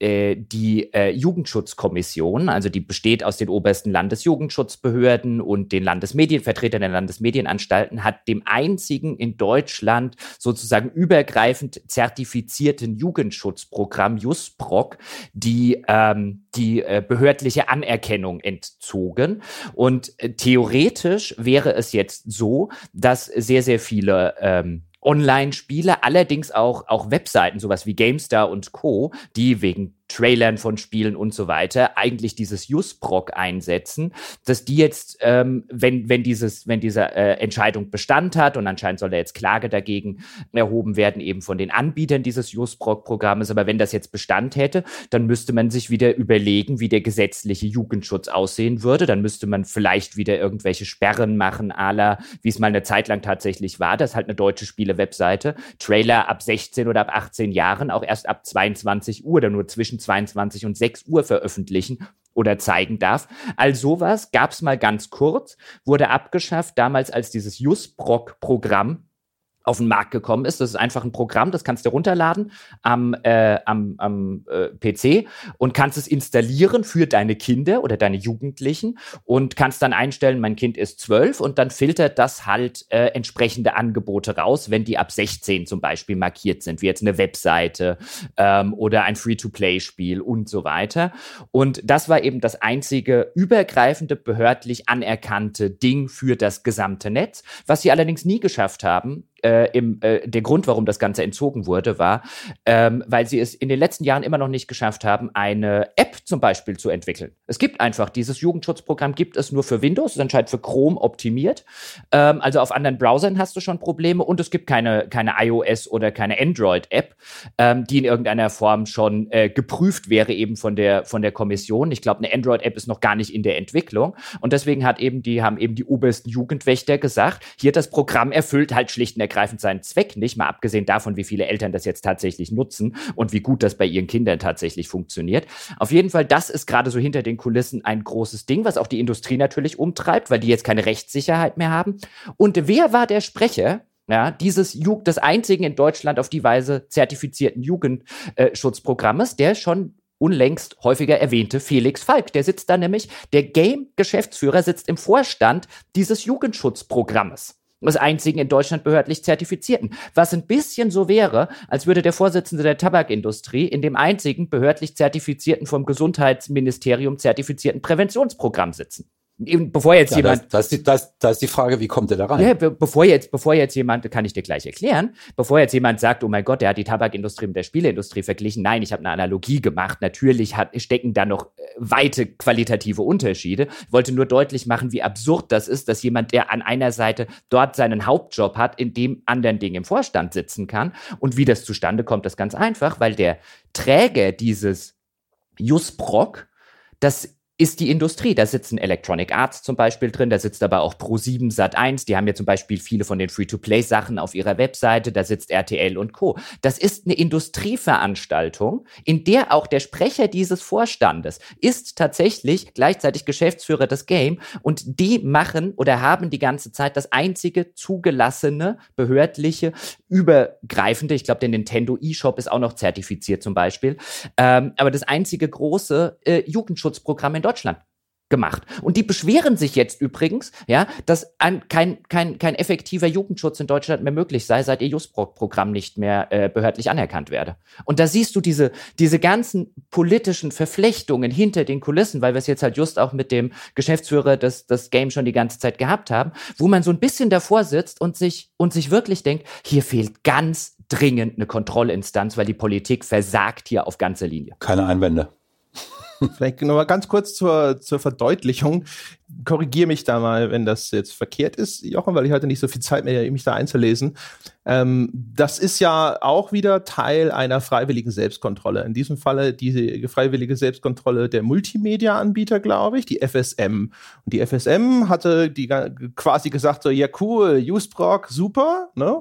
äh, die äh, Jugendschutzkommission, also die besteht aus den obersten Landesjugendschutzbehörden und den Landesmedienvertretern der Landesmedienanstalten, hat dem einzigen in Deutschland sozusagen übergreifend zertifizierten Jugendschutzprogramm JustProc die, ähm, die äh, behördliche Anerkennung entzogen. Und äh, theoretisch wäre es jetzt so, dass sehr, sehr viele ähm, Online-Spiele, allerdings auch, auch Webseiten, sowas wie GameStar und Co., die wegen Trailern von Spielen und so weiter eigentlich dieses JustProc einsetzen, dass die jetzt, ähm, wenn, wenn, dieses, wenn diese äh, Entscheidung Bestand hat, und anscheinend soll da jetzt Klage dagegen erhoben werden, eben von den Anbietern dieses JustProc-Programmes, aber wenn das jetzt Bestand hätte, dann müsste man sich wieder überlegen, wie der gesetzliche Jugendschutz aussehen würde. Dann müsste man vielleicht wieder irgendwelche Sperren machen, à la, wie es mal eine Zeit lang tatsächlich war, dass halt eine deutsche Spiele-Webseite Trailer ab sechzehn oder ab achtzehn Jahren auch erst ab zweiundzwanzig Uhr oder nur zwischen zweiundzwanzig und sechs Uhr veröffentlichen oder zeigen darf. All sowas gab es mal ganz kurz, wurde abgeschafft, damals als dieses JustProc-Programm auf den Markt gekommen ist. Das ist einfach ein Programm, das kannst du runterladen am, äh, am, am äh, P C und kannst es installieren für deine Kinder oder deine Jugendlichen und kannst dann einstellen, mein Kind ist zwölf, und dann filtert das halt äh, entsprechende Angebote raus, wenn die ab sechzehn zum Beispiel markiert sind, wie jetzt eine Webseite ähm, oder ein Free-to-Play-Spiel und so weiter. Und das war eben das einzige übergreifende, behördlich anerkannte Ding für das gesamte Netz. Was sie allerdings nie geschafft haben, Äh, im, äh, der Grund, warum das Ganze entzogen wurde, war, ähm, weil sie es in den letzten Jahren immer noch nicht geschafft haben, eine App zum Beispiel zu entwickeln. Es gibt einfach, dieses Jugendschutzprogramm gibt es nur für Windows, es ist anscheinend für Chrome optimiert. Ähm, also auf anderen Browsern hast du schon Probleme, und es gibt keine, keine iOS- oder keine Android-App, ähm, die in irgendeiner Form schon äh, geprüft wäre eben von der, von der Kommission. Ich glaube, eine Android-App ist noch gar nicht in der Entwicklung, und deswegen hat eben die, haben eben die obersten Jugendwächter gesagt, hier, das Programm erfüllt halt schlicht und ergreifend seinen Zweck nicht, mal abgesehen davon, wie viele Eltern das jetzt tatsächlich nutzen und wie gut das bei ihren Kindern tatsächlich funktioniert. Auf jeden Fall, das ist gerade so hinter den Kulissen ein großes Ding, was auch die Industrie natürlich umtreibt, weil die jetzt keine Rechtssicherheit mehr haben. Und wer war der Sprecher, ja, dieses Ju- des einzigen in Deutschland auf die Weise zertifizierten Jugendschutzprogrammes, der schon unlängst häufiger erwähnte Felix Falk? Der sitzt da nämlich, der Game-Geschäftsführer sitzt im Vorstand dieses Jugendschutzprogrammes. Des einzigen in Deutschland behördlich zertifizierten. Was ein bisschen so wäre, als würde der Vorsitzende der Tabakindustrie in dem einzigen behördlich zertifizierten, vom Gesundheitsministerium zertifizierten Präventionsprogramm sitzen. Eben, bevor jetzt ja, jemand. Da ist, ist, ist, ist die Frage, wie kommt der da rein? Ja, be- bevor jetzt, bevor jetzt jemand, kann ich dir gleich erklären, bevor jetzt jemand sagt, oh mein Gott, der hat die Tabakindustrie mit der Spieleindustrie verglichen. Nein, ich habe eine Analogie gemacht. Natürlich hat, stecken da noch äh, weite qualitative Unterschiede. Ich wollte nur deutlich machen, wie absurd das ist, dass jemand, der an einer Seite dort seinen Hauptjob hat, in dem anderen Ding im Vorstand sitzen kann. Und wie das zustande kommt, ist ganz einfach, weil der Träger dieses JustProc, das ist die Industrie. Da sitzen Electronic Arts zum Beispiel drin, da sitzt aber auch ProSieben Sat eins, die haben ja zum Beispiel viele von den Free-to-Play-Sachen auf ihrer Webseite, da sitzt R T L und Co. Das ist eine Industrieveranstaltung, in der auch der Sprecher dieses Vorstandes ist tatsächlich gleichzeitig Geschäftsführer des Game, und die machen oder haben die ganze Zeit das einzige zugelassene, behördliche, übergreifende, ich glaube, der Nintendo eShop ist auch noch zertifiziert zum Beispiel, ähm, aber das einzige große äh, Jugendschutzprogramm in Deutschland gemacht. Und die beschweren sich jetzt übrigens, ja, dass ein, kein, kein, kein effektiver Jugendschutz in Deutschland mehr möglich sei, seit ihr JustProc-Programm nicht mehr äh, behördlich anerkannt werde. Und da siehst du diese, diese ganzen politischen Verflechtungen hinter den Kulissen, weil wir es jetzt halt just auch mit dem Geschäftsführer des, des Game schon die ganze Zeit gehabt haben, wo man so ein bisschen davor sitzt und sich, und sich wirklich denkt, hier fehlt ganz dringend eine Kontrollinstanz, weil die Politik versagt hier auf ganzer Linie. Keine Einwände. Vielleicht noch mal ganz kurz zur, zur Verdeutlichung. Korrigiere mich da mal, wenn das jetzt verkehrt ist, Jochen, weil ich hatte nicht so viel Zeit mehr, mich da einzulesen. Ähm, das ist ja auch wieder Teil einer freiwilligen Selbstkontrolle. In diesem Falle die freiwillige Selbstkontrolle der Multimedia-Anbieter, glaube ich, die F S M. Und die F S M hatte die quasi gesagt so, ja cool, JustProc, super, ne?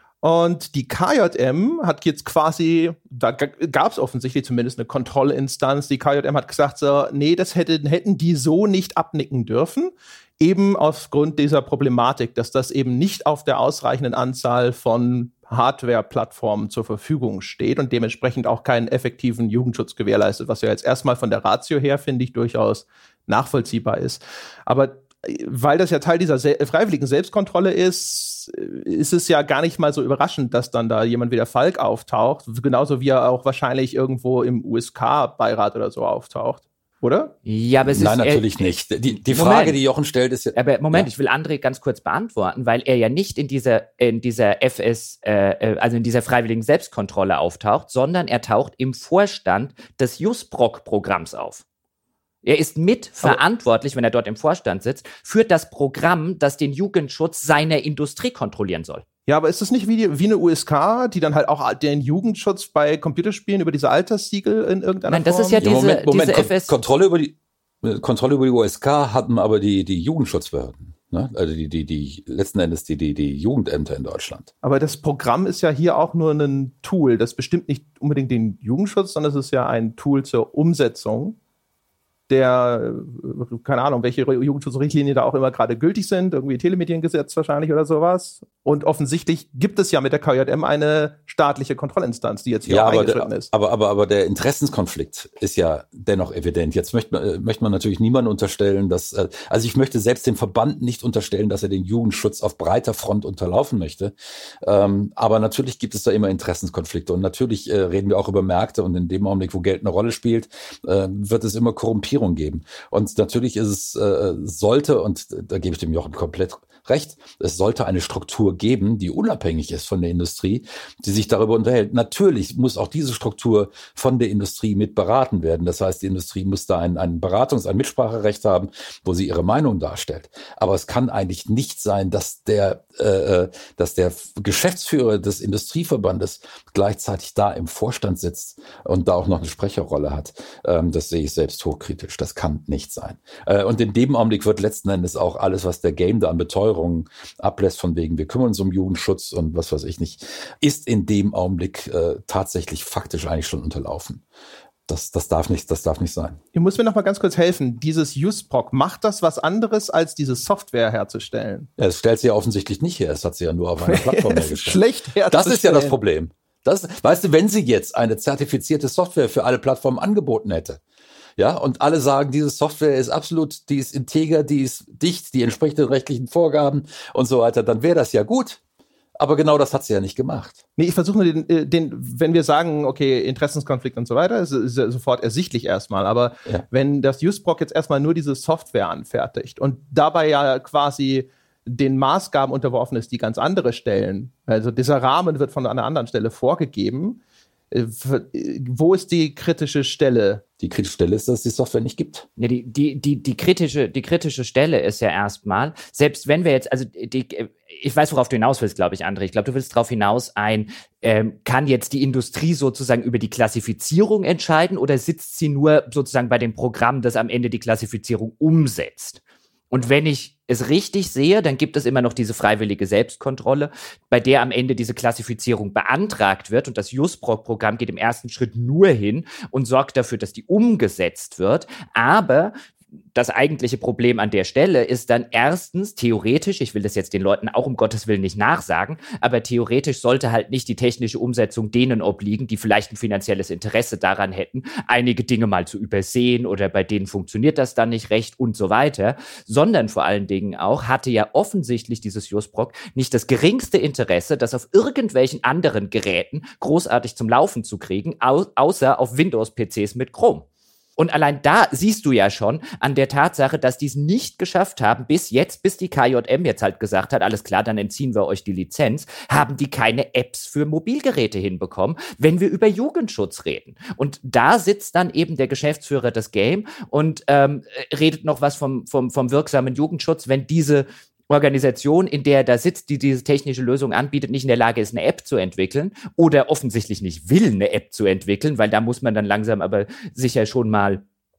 Und die K J M hat jetzt quasi, da gab es offensichtlich zumindest eine Kontrollinstanz, die K J M hat gesagt so, nee, das hätte, hätten die so nicht abnicken dürfen. Eben aufgrund dieser Problematik, dass das eben nicht auf der ausreichenden Anzahl von Hardware-Plattformen zur Verfügung steht und dementsprechend auch keinen effektiven Jugendschutz gewährleistet, was ja jetzt erstmal von der Ratio her, finde ich, durchaus nachvollziehbar ist. Aber weil das ja Teil dieser se- freiwilligen Selbstkontrolle ist, ist es ja gar nicht mal so überraschend, dass dann da jemand wie der Falk auftaucht, genauso wie er auch wahrscheinlich irgendwo im U S K-Beirat oder so auftaucht. Oder? Ja, aber es Nein, ist, natürlich äh, nicht. Die, die Moment. Frage, die Jochen stellt, ist ja... Aber Moment, ja. ich will André ganz kurz beantworten, weil er ja nicht in dieser, in dieser F S, äh, also in dieser freiwilligen Selbstkontrolle auftaucht, sondern er taucht im Vorstand des Jusproc-Programms auf. Er ist mitverantwortlich, wenn er dort im Vorstand sitzt, für das Programm, das den Jugendschutz seiner Industrie kontrollieren soll. Ja, aber ist das nicht wie, die, wie eine U S K, die dann halt auch den Jugendschutz bei Computerspielen über diese Alterssiegel in irgendeiner Nein, das Form? ist ja Ja, diese, Moment, Moment. diese Kon- F S. Kontrolle über die Kontrolle über die U S K hatten aber die die Jugendschutzbehörden, ne? Also die die die letzten Endes die die die Jugendämter in Deutschland. Aber das Programm ist ja hier auch nur ein Tool. Das bestimmt nicht unbedingt den Jugendschutz, sondern es ist ja ein Tool zur Umsetzung der, keine Ahnung, welche Jugendschutzrichtlinien da auch immer gerade gültig sind, irgendwie Telemediengesetz wahrscheinlich oder sowas. Und offensichtlich gibt es ja mit der K J M eine staatliche Kontrollinstanz, die jetzt hier Ja, auch aber eingeschritten der, ist. aber, aber, aber der Interessenskonflikt ist ja dennoch evident. Jetzt möchte man, äh, möchte man natürlich niemandem unterstellen, dass, äh, also ich möchte selbst dem Verband nicht unterstellen, dass er den Jugendschutz auf breiter Front unterlaufen möchte. Ähm, aber natürlich gibt es da immer Interessenskonflikte und natürlich äh, reden wir auch über Märkte und in dem Augenblick, wo Geld eine Rolle spielt, äh, wird es immer Korrumpierung geben. Und natürlich ist es, äh, sollte, und da gebe ich dem Jochen komplett recht, es sollte eine Struktur geben, die unabhängig ist von der Industrie, die sich darüber unterhält. Natürlich muss auch diese Struktur von der Industrie mit beraten werden. Das heißt, die Industrie muss da ein, ein Beratungs-, ein Mitspracherecht haben, wo sie ihre Meinung darstellt. Aber es kann eigentlich nicht sein, dass der, äh, dass der Geschäftsführer des Industrieverbandes gleichzeitig da im Vorstand sitzt und da auch noch eine Sprecherrolle hat. Ähm, das sehe ich selbst hochkritisch. Das kann nicht sein. Äh, und in dem Augenblick wird letzten Endes auch alles, was der Game da an Beteuerung ablässt, von wegen, wir kümmern uns um Jugendschutz und was weiß ich nicht, ist in dem Augenblick äh, tatsächlich faktisch eigentlich schon unterlaufen. Das, das, darf nicht, das darf nicht sein. Ihr müsst mir noch mal ganz kurz helfen. Dieses Jusproc, macht das was anderes, als diese Software herzustellen? Ja, es stellt sie ja offensichtlich nicht her. Es hat sie ja nur auf einer Plattform hergestellt. Schlecht herzustellen. Das ist ja das Problem. Das, weißt du, wenn sie jetzt eine zertifizierte Software für alle Plattformen angeboten hätte, ja, und alle sagen, diese Software ist absolut, die ist integer, die ist dicht, die entspricht den rechtlichen Vorgaben und so weiter, dann wäre das ja gut. Aber genau das hat sie ja nicht gemacht. Nee, ich versuche nur den, den, wenn wir sagen, okay, Interessenskonflikt und so weiter, ist, ist ja sofort ersichtlich erstmal. Aber Ja. wenn das Jusproc jetzt erstmal nur diese Software anfertigt und dabei ja quasi den Maßgaben unterworfen ist, die ganz andere stellen, also dieser Rahmen wird von einer anderen Stelle vorgegeben, äh, wo ist die kritische Stelle? Die kritische Stelle ist, dass es die Software nicht gibt. Ja, die, die, die, die, kritische, die kritische Stelle ist ja erstmal, selbst wenn wir jetzt, also die, ich weiß, worauf du hinaus willst, glaube ich, André. Ich glaube, du willst darauf hinaus ein, ähm, kann jetzt die Industrie sozusagen über die Klassifizierung entscheiden oder sitzt sie nur sozusagen bei dem Programm, das am Ende die Klassifizierung umsetzt? Und wenn ich es richtig sehe, dann gibt es immer noch diese freiwillige Selbstkontrolle, bei der am Ende diese Klassifizierung beantragt wird. Und das Jusproc-Programm geht im ersten Schritt nur hin und sorgt dafür, dass die umgesetzt wird. Aber das eigentliche Problem an der Stelle ist dann erstens theoretisch, ich will das jetzt den Leuten auch um Gottes Willen nicht nachsagen, aber theoretisch sollte halt nicht die technische Umsetzung denen obliegen, die vielleicht ein finanzielles Interesse daran hätten, einige Dinge mal zu übersehen oder bei denen funktioniert das dann nicht recht und so weiter, sondern vor allen Dingen auch hatte ja offensichtlich dieses Jusproc nicht das geringste Interesse, das auf irgendwelchen anderen Geräten großartig zum Laufen zu kriegen, au- außer auf Windows-P Cs mit Chrome. Und allein da siehst du ja schon an der Tatsache, dass die es nicht geschafft haben, bis jetzt, bis die K J M jetzt halt gesagt hat, alles klar, dann entziehen wir euch die Lizenz, haben die keine Apps für Mobilgeräte hinbekommen, wenn wir über Jugendschutz reden. Und da sitzt dann eben der Geschäftsführer des Game und ähm, redet noch was vom, vom, vom wirksamen Jugendschutz, wenn diese Organisation, in der er da sitzt, die diese technische Lösung anbietet, nicht in der Lage ist, eine App zu entwickeln oder offensichtlich nicht will, eine App zu entwickeln, weil da muss man dann langsam aber sicher schon mal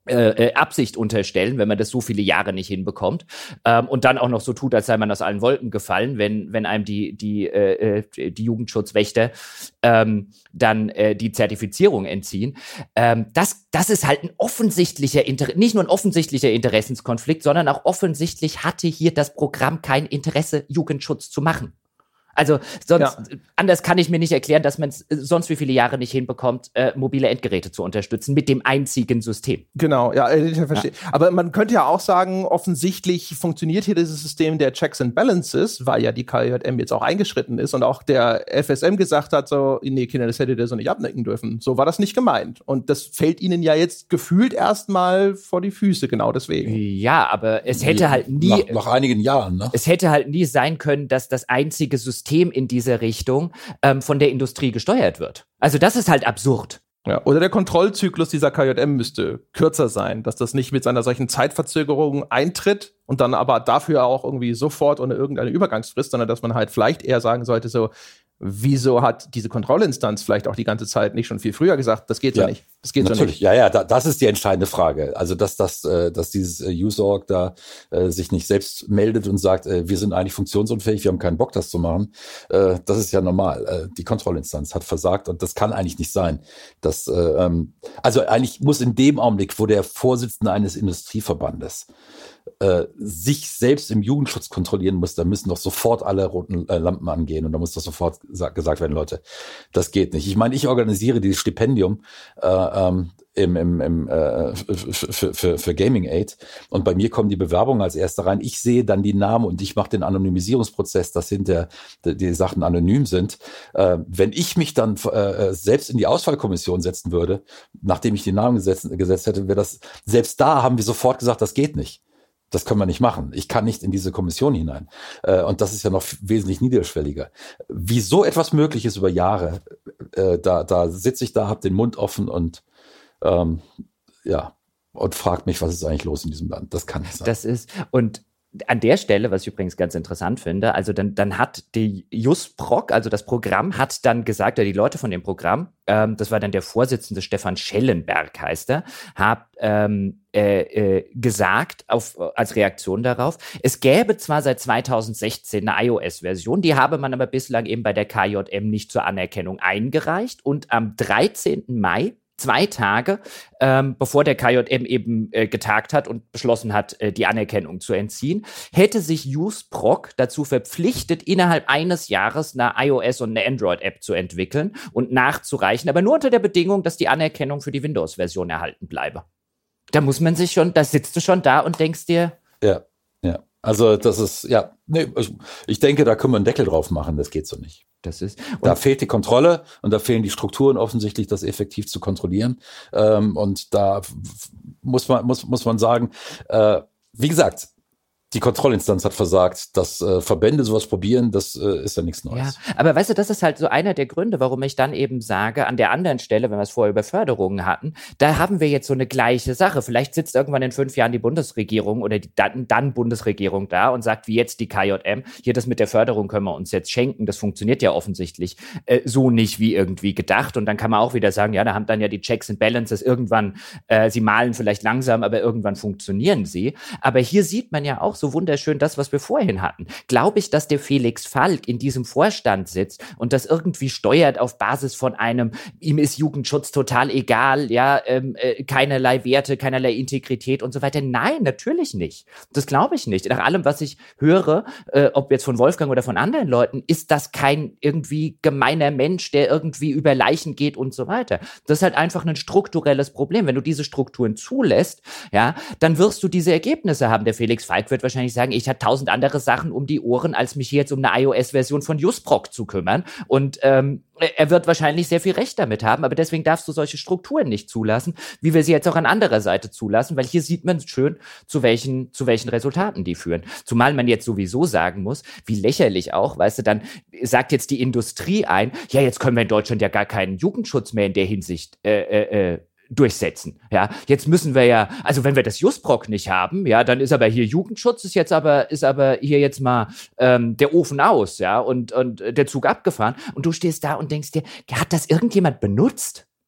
Äh, äh, Absicht unterstellen, wenn man das so viele Jahre nicht hinbekommt ähm, und dann auch noch so tut, als sei man aus allen Wolken gefallen, wenn wenn einem die die äh, die Jugendschutzwächter ähm, dann äh, die Zertifizierung entziehen. Ähm, das das ist halt ein offensichtlicher Inter- nicht nur ein offensichtlicher Interessenskonflikt, sondern auch offensichtlich hatte hier das Programm kein Interesse, Jugendschutz zu machen. Also sonst ja. anders kann ich mir nicht erklären, dass man es sonst wie viele Jahre nicht hinbekommt, äh, mobile Endgeräte zu unterstützen mit dem einzigen System. Genau, ja, ich verstehe. Ja. Aber man könnte ja auch sagen, offensichtlich funktioniert hier dieses System der Checks and Balances, weil ja die K J M jetzt auch eingeschritten ist und auch der F S M gesagt hat, so, nee, Kinder, das hättet ihr so nicht abnicken dürfen. So war das nicht gemeint. Und das fällt ihnen ja jetzt gefühlt erstmal vor die Füße, genau deswegen. Ja, aber es hätte halt nie nach, nach einigen Jahren, ne? Es hätte halt nie sein können, dass das einzige System System in diese Richtung ähm, von der Industrie gesteuert wird. Also das ist halt absurd. Ja, oder der Kontrollzyklus dieser K J M müsste kürzer sein, dass das nicht mit seiner solchen Zeitverzögerung eintritt und dann aber dafür auch irgendwie sofort ohne irgendeine Übergangsfrist, sondern dass man halt vielleicht eher sagen sollte, so, wieso hat diese Kontrollinstanz vielleicht auch die ganze Zeit nicht schon viel früher gesagt, das geht ja, so nicht. Das geht natürlich. so nicht. Ja, ja, da, das ist die entscheidende Frage. Also, dass, dass, äh, dass dieses äh, U S O R G da äh, sich nicht selbst meldet und sagt, äh, wir sind eigentlich funktionsunfähig, wir haben keinen Bock, das zu machen, äh, das ist ja normal. Äh, die Kontrollinstanz hat versagt und das kann eigentlich nicht sein. Das, äh, ähm, also eigentlich muss in dem Augenblick, wo der Vorsitzende eines Industrieverbandes äh, sich selbst im Jugendschutz kontrollieren muss, da müssen doch sofort alle roten äh, Lampen angehen und da muss doch sofort gesagt, gesagt werden, Leute, das geht nicht. Ich meine, ich organisiere dieses Stipendium äh, ähm, im, im, im, äh, für, für, für Gaming Aid und bei mir kommen die Bewerbungen als erste rein. Ich sehe dann die Namen und ich mache den Anonymisierungsprozess, dass hinter die, die Sachen anonym sind. Äh, wenn ich mich dann äh, selbst in die Auswahlkommission setzen würde, nachdem ich die Namen gesetzt, gesetzt hätte, wäre das, selbst da haben wir sofort gesagt, das geht nicht. Das können wir nicht machen. Ich kann nicht in diese Kommission hinein. Und das ist ja noch wesentlich niederschwelliger. Wie so etwas möglich ist über Jahre, da, da sitze ich da, habe den Mund offen und ähm, ja und frage mich, was ist eigentlich los in diesem Land? Das kann nicht sein. Das ist und an der Stelle, was ich übrigens ganz interessant finde, also dann, dann hat die JustProc, also das Programm, hat dann gesagt, oder die Leute von dem Programm, ähm, das war dann der Vorsitzende Stefan Schellenberg, heißt er, hat ähm, äh, äh, gesagt, auf, als Reaktion darauf, es gäbe zwar seit zweitausendsechzehn eine iOS-Version, die habe man aber bislang eben bei der K J M nicht zur Anerkennung eingereicht und am dreizehnten Mai Zwei Tage, ähm, bevor der K J M eben äh, getagt hat und beschlossen hat, äh, die Anerkennung zu entziehen, hätte sich JustProc dazu verpflichtet, innerhalb eines Jahres eine iOS- und eine Android-App zu entwickeln und nachzureichen, aber nur unter der Bedingung, dass die Anerkennung für die Windows-Version erhalten bleibe. Da muss man sich schon, da sitzt du schon da und denkst dir... Ja, ja. Also das ist, ja, nee, ich denke, da können wir einen Deckel drauf machen, das geht so nicht. Das ist, da fehlt die Kontrolle und da fehlen die Strukturen offensichtlich, das effektiv zu kontrollieren. Ähm, und da muss man, muss, muss man sagen, äh, wie gesagt, die Kontrollinstanz hat versagt, dass äh, Verbände sowas probieren, das äh, ist ja nichts Neues. Ja, aber weißt du, das ist halt so einer der Gründe, warum ich dann eben sage, an der anderen Stelle, wenn wir es vorher über Förderungen hatten, da haben wir jetzt so eine gleiche Sache. Vielleicht sitzt irgendwann in fünf Jahren die Bundesregierung oder die dann, dann Bundesregierung da und sagt, wie jetzt die K J M, hier das mit der Förderung können wir uns jetzt schenken. Das funktioniert ja offensichtlich äh, so nicht wie irgendwie gedacht. Und dann kann man auch wieder sagen, ja, da haben dann ja die Checks and Balances irgendwann, äh, sie malen vielleicht langsam, aber irgendwann funktionieren sie. Aber hier sieht man ja auch so wunderschön das, was wir vorhin hatten. Glaube ich, dass der Felix Falk in diesem Vorstand sitzt und das irgendwie steuert auf Basis von einem, ihm ist Jugendschutz total egal, ja, ähm, äh, keinerlei Werte, keinerlei Integrität und so weiter. Nein, natürlich nicht. Das glaube ich nicht. Nach allem, was ich höre, äh, ob jetzt von Wolfgang oder von anderen Leuten, ist das kein irgendwie gemeiner Mensch, der irgendwie über Leichen geht und so weiter. Das ist halt einfach ein strukturelles Problem. Wenn du diese Strukturen zulässt, ja, dann wirst du diese Ergebnisse haben. Der Felix Falk wird wahrscheinlich sagen, ich habe tausend andere Sachen um die Ohren, als mich hier jetzt um eine iOS-Version von JustProc zu kümmern. Und ähm, er wird wahrscheinlich sehr viel Recht damit haben, aber deswegen darfst du solche Strukturen nicht zulassen, wie wir sie jetzt auch an anderer Seite zulassen, weil hier sieht man schön, zu welchen, zu welchen Resultaten die führen. Zumal man jetzt sowieso sagen muss, wie lächerlich auch, weißt du, dann sagt jetzt die Industrie ein, ja, jetzt können wir in Deutschland ja gar keinen Jugendschutz mehr in der Hinsicht äh, äh, äh, durchsetzen. Ja, jetzt müssen wir ja, also wenn wir das JustProc nicht haben, ja, dann ist aber hier Jugendschutz, ist jetzt aber, ist aber hier jetzt mal ähm, der Ofen aus, ja, und, und der Zug abgefahren. Und du stehst da und denkst dir, hat das irgendjemand benutzt?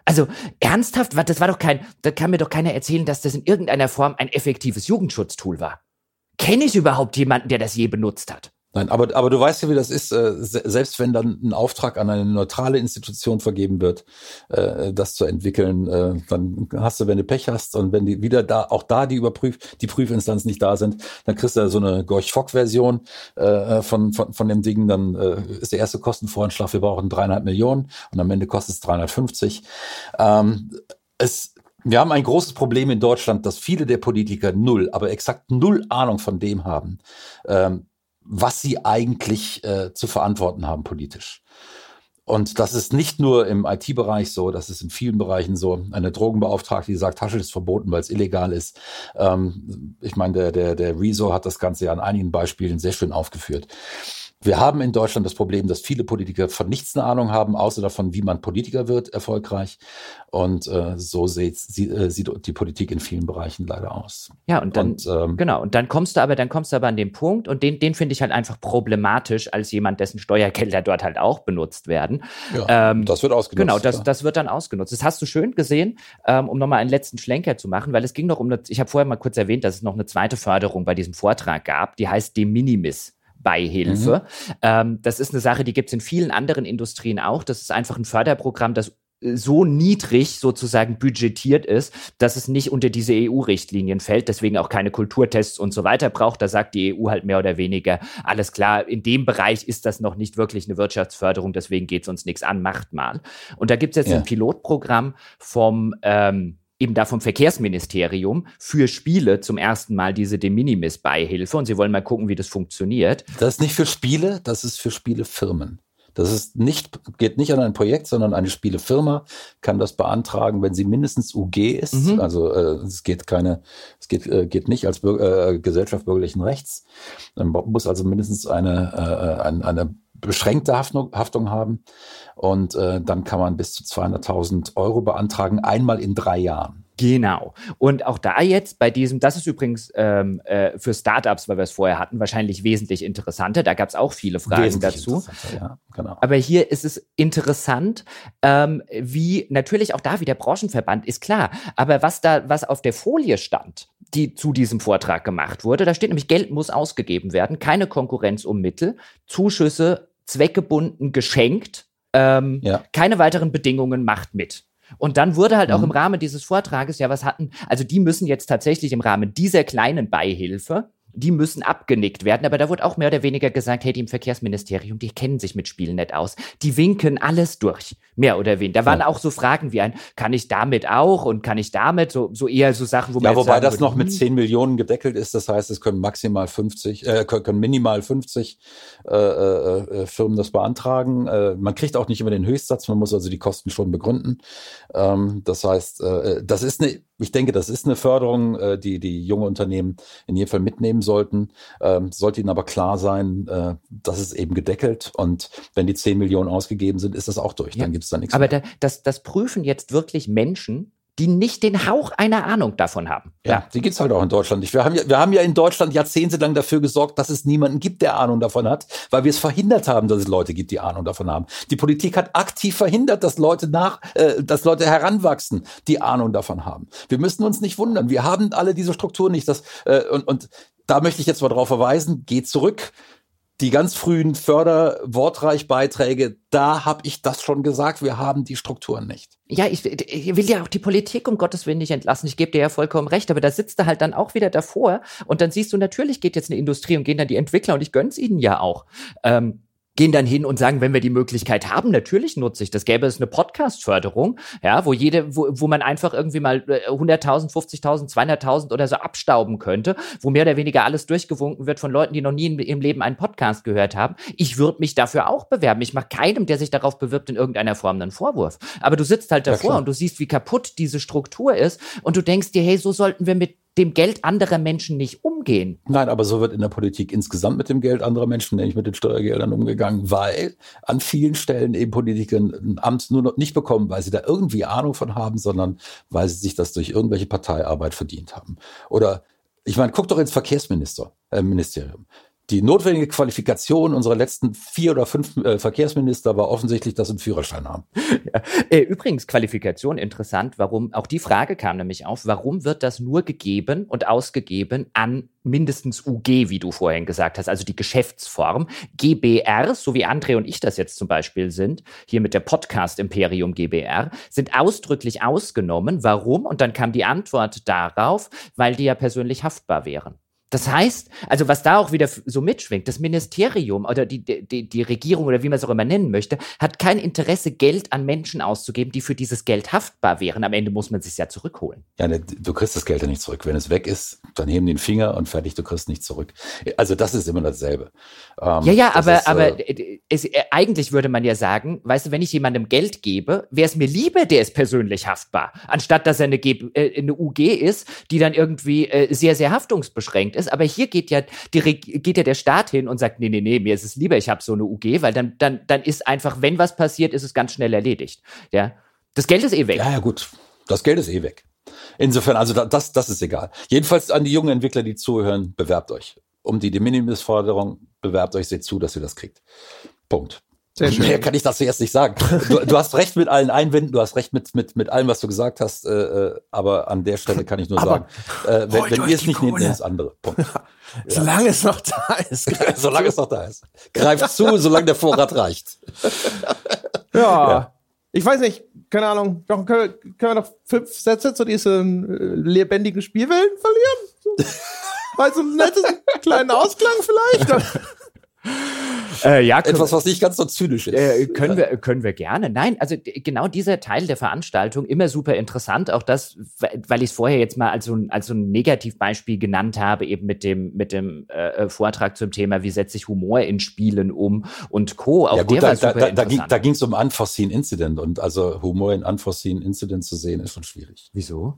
Also ernsthaft, das war doch kein, da kann mir doch keiner erzählen, dass das in irgendeiner Form ein effektives Jugendschutztool war. Kenne ich überhaupt jemanden, der das je benutzt hat? Nein, aber, aber du weißt ja, wie das ist, äh, selbst wenn dann ein Auftrag an eine neutrale Institution vergeben wird, äh, das zu entwickeln, äh, dann hast du, wenn du Pech hast und wenn die wieder da, auch da die Überprüf, die Prüfinstanz nicht da sind, dann kriegst du so eine Gorch-Fock-Version äh, von, von, von dem Ding, dann äh, ist der erste Kostenvoranschlag, wir brauchen dreieinhalb Millionen und am Ende kostet es dreihundertfünfzig. Ähm, es Wir haben ein großes Problem in Deutschland, dass viele der Politiker null, aber exakt null Ahnung von dem haben, ähm, was sie eigentlich äh, zu verantworten haben politisch. Und das ist nicht nur im I T-Bereich so, das ist in vielen Bereichen so. Eine Drogenbeauftragte, die sagt, Haschisch ist verboten, weil es illegal ist. Ähm, ich meine, der, der, der Rezo hat das Ganze ja an einigen Beispielen sehr schön aufgeführt. Wir haben in Deutschland das Problem, dass viele Politiker von nichts eine Ahnung haben, außer davon, wie man Politiker wird, erfolgreich. Und äh, so sieht, sie, äh, sieht die Politik in vielen Bereichen leider aus. Ja, und dann, und, ähm, genau, und dann kommst du aber, dann kommst du aber an den Punkt, und den, den finde ich halt einfach problematisch, als jemand, dessen Steuergelder dort halt auch benutzt werden. Ja, ähm, das wird ausgenutzt. Genau, das, das wird dann ausgenutzt. Das hast du schön gesehen, ähm, um nochmal einen letzten Schlenker zu machen, weil es ging noch um eine, ich habe vorher mal kurz erwähnt, dass es noch eine zweite Förderung bei diesem Vortrag gab, die heißt De Minimis Beihilfe. Mhm. Ähm, das ist eine Sache, die gibt es in vielen anderen Industrien auch. Das ist einfach ein Förderprogramm, das so niedrig sozusagen budgetiert ist, dass es nicht unter diese E U-Richtlinien fällt, deswegen auch keine Kulturtests und so weiter braucht. Da sagt die E U halt mehr oder weniger, alles klar, in dem Bereich ist das noch nicht wirklich eine Wirtschaftsförderung, deswegen geht es uns nichts an, macht mal. Und da gibt es jetzt ja. ein Pilotprogramm vom ähm, eben da vom Verkehrsministerium für Spiele zum ersten Mal diese De Minimis Beihilfe, und sie wollen mal gucken, wie das funktioniert. Das ist nicht für Spiele, das ist für Spielefirmen. Das ist nicht, geht nicht an ein Projekt, sondern eine Spielefirma kann das beantragen, wenn sie mindestens U G ist. Mhm. Also äh, es geht keine, es geht, äh, geht nicht als Bürger, äh, Gesellschaft bürgerlichen Rechts. Man muss also mindestens eine, äh, eine, eine beschränkte Haftung, Haftung haben. Und äh, dann kann man bis zu zweihunderttausend Euro beantragen, einmal in drei Jahren. Genau. Und auch da jetzt bei diesem, das ist übrigens ähm, äh, für Startups, weil wir es vorher hatten, wahrscheinlich wesentlich interessanter. Da gab es auch viele Fragen dazu. Ja, genau. Aber hier ist es interessant, ähm, wie natürlich auch da wieder Branchenverband ist klar. Aber was da, was auf der Folie stand, die zu diesem Vortrag gemacht wurde, da steht nämlich, Geld muss ausgegeben werden, keine Konkurrenz um Mittel, Zuschüsse zweckgebunden geschenkt, ähm, ja. keine weiteren Bedingungen, macht mit. Und dann wurde halt mhm. auch im Rahmen dieses Vortrages, ja, was hatten, also die müssen jetzt tatsächlich im Rahmen dieser kleinen Beihilfe, die müssen abgenickt werden, aber da wurde auch mehr oder weniger gesagt, hey, die im Verkehrsministerium, die kennen sich mit Spielen nicht aus. Die winken alles durch, mehr oder weniger. Da waren ja. auch so Fragen wie ein, kann ich damit auch und kann ich damit, so, so eher so Sachen, wo man ja, wobei sagen das würde, noch mit zehn Millionen gedeckelt ist, das heißt, es können maximal fünfzig, äh, können minimal fünfzig äh, äh, Firmen das beantragen. Äh, man kriegt auch nicht immer den Höchstsatz, man muss also die Kosten schon begründen. Ähm, das heißt, äh, das ist eine, ich denke, das ist eine Förderung, äh, die die junge Unternehmen in jedem Fall mitnehmen sollten. Ähm, sollte ihnen aber klar sein, äh, dass es eben gedeckelt, und wenn die zehn Millionen ausgegeben sind, ist das auch durch. Ja. Dann gibt es da nichts aber mehr. Aber da, das, das prüfen jetzt wirklich Menschen, die nicht den Hauch einer Ahnung davon haben. Ja, ja. Die gibt's halt auch in Deutschland nicht. Wir haben, ja, wir haben ja in Deutschland jahrzehntelang dafür gesorgt, dass es niemanden gibt, der Ahnung davon hat, weil wir es verhindert haben, dass es Leute gibt, die Ahnung davon haben. Die Politik hat aktiv verhindert, dass Leute nach, äh, dass Leute heranwachsen, die Ahnung davon haben. Wir müssen uns nicht wundern. Wir haben alle diese Strukturen nicht. Das, äh, und, und da möchte ich jetzt mal drauf verweisen, geht zurück. Die ganz frühen Förder-Wortreich-Beiträge, da habe ich das schon gesagt, wir haben die Strukturen nicht. Ja, ich, ich will ja auch die Politik um Gottes Willen nicht entlassen, ich gebe dir ja vollkommen recht, aber da sitzt du halt dann auch wieder davor und dann siehst du, natürlich geht jetzt eine Industrie und gehen dann die Entwickler, und ich gönn's ihnen ja auch, ähm, gehen dann hin und sagen, wenn wir die Möglichkeit haben, natürlich nutze ich das. Gäbe es eine Podcast-Förderung, ja, wo jede, wo, wo man einfach irgendwie mal hunderttausend, fünfzigtausend, zweihunderttausend oder so abstauben könnte, wo mehr oder weniger alles durchgewunken wird von Leuten, die noch nie in ihrem Leben einen Podcast gehört haben. Ich würde mich dafür auch bewerben. Ich mache keinem, der sich darauf bewirbt, in irgendeiner Form einen Vorwurf. Aber du sitzt halt davor ja, und du siehst, wie kaputt diese Struktur ist, und du denkst dir, hey, so sollten wir mit dem Geld anderer Menschen nicht umgehen. Nein, aber so wird in der Politik insgesamt mit dem Geld anderer Menschen, nämlich mit den Steuergeldern, umgegangen, weil an vielen Stellen eben Politiker ein Amt nur noch nicht bekommen, weil sie da irgendwie Ahnung von haben, sondern weil sie sich das durch irgendwelche Parteiarbeit verdient haben. Oder, ich meine, guck doch ins Verkehrsministerium. Äh, Ministerium. Die notwendige Qualifikation unserer letzten vier oder fünf äh, Verkehrsminister war offensichtlich, dass sie einen Führerschein haben. Ja. Äh, übrigens, Qualifikation interessant, warum, auch die Frage kam nämlich auf, warum wird das nur gegeben und ausgegeben an mindestens U G, wie du vorhin gesagt hast, also die Geschäftsform. G B R, so wie André und ich das jetzt zum Beispiel sind, hier mit der Podcast-Imperium G B R, sind ausdrücklich ausgenommen. Warum? Und dann kam die Antwort darauf, weil die ja persönlich haftbar wären. Das heißt, also was da auch wieder so mitschwingt, das Ministerium oder die, die, die Regierung oder wie man es auch immer nennen möchte, hat kein Interesse, Geld an Menschen auszugeben, die für dieses Geld haftbar wären. Am Ende muss man es sich ja zurückholen. Ja, ne, du kriegst das Geld ja nicht zurück. Wenn es weg ist, dann heben die den Finger und fertig, du kriegst nicht zurück. Also das ist immer dasselbe. Ähm, ja, ja, aber, ist, aber äh, es, äh, eigentlich würde man ja sagen, weißt du, wenn ich jemandem Geld gebe, wäre es mir lieber, der ist persönlich haftbar, anstatt dass er eine, G, äh, eine U G ist, die dann irgendwie äh, sehr, sehr haftungsbeschränkt ist. Aber hier geht ja, die, geht ja der Staat hin und sagt, nee, nee, nee, mir ist es lieber, ich habe so eine U G, weil dann, dann, dann ist einfach, wenn was passiert, ist es ganz schnell erledigt. Ja? Das Geld ist eh weg. Ja, ja, gut. Das Geld ist eh weg. Insofern, also das, das ist egal. Jedenfalls an die jungen Entwickler, die zuhören, bewerbt euch. Um die De Minimis-Forderung, bewerbt euch, seht zu, dass ihr das kriegt. Punkt. Sehr schön. Mehr kann ich dazu jetzt nicht sagen. Du, du hast recht mit allen Einwänden, du hast recht mit, mit, mit allem, was du gesagt hast, äh, aber an der Stelle kann ich nur aber sagen, äh, wenn, wenn ihr es nicht nehmt, nehmt es andere. Punkt. Ja. Solange es noch da ist. Solange es noch da ist. Greift zu, solange der Vorrat reicht. Ja. Ja. Ich weiß nicht, keine Ahnung, können wir, können wir noch fünf Sätze zu diesen äh, lebendigen Spielwelten verlieren? So, weil so ein nettes kleinen Ausklang vielleicht? Äh, ja, Etwas, was nicht ganz so zynisch ist. Äh, können wir, können wir gerne. Nein, also d- genau dieser Teil der Veranstaltung, immer super interessant. Auch das, weil ich es vorher jetzt mal als so ein, als so ein Negativbeispiel genannt habe, eben mit dem, mit dem äh, Vortrag zum Thema, wie setze ich Humor in Spielen um und Co. Auch ja, gut, der war da, super da, da, interessant. da ging es um Unforeseen Incident und also Humor in Unforeseen Incident zu sehen, ist schon schwierig. Wieso?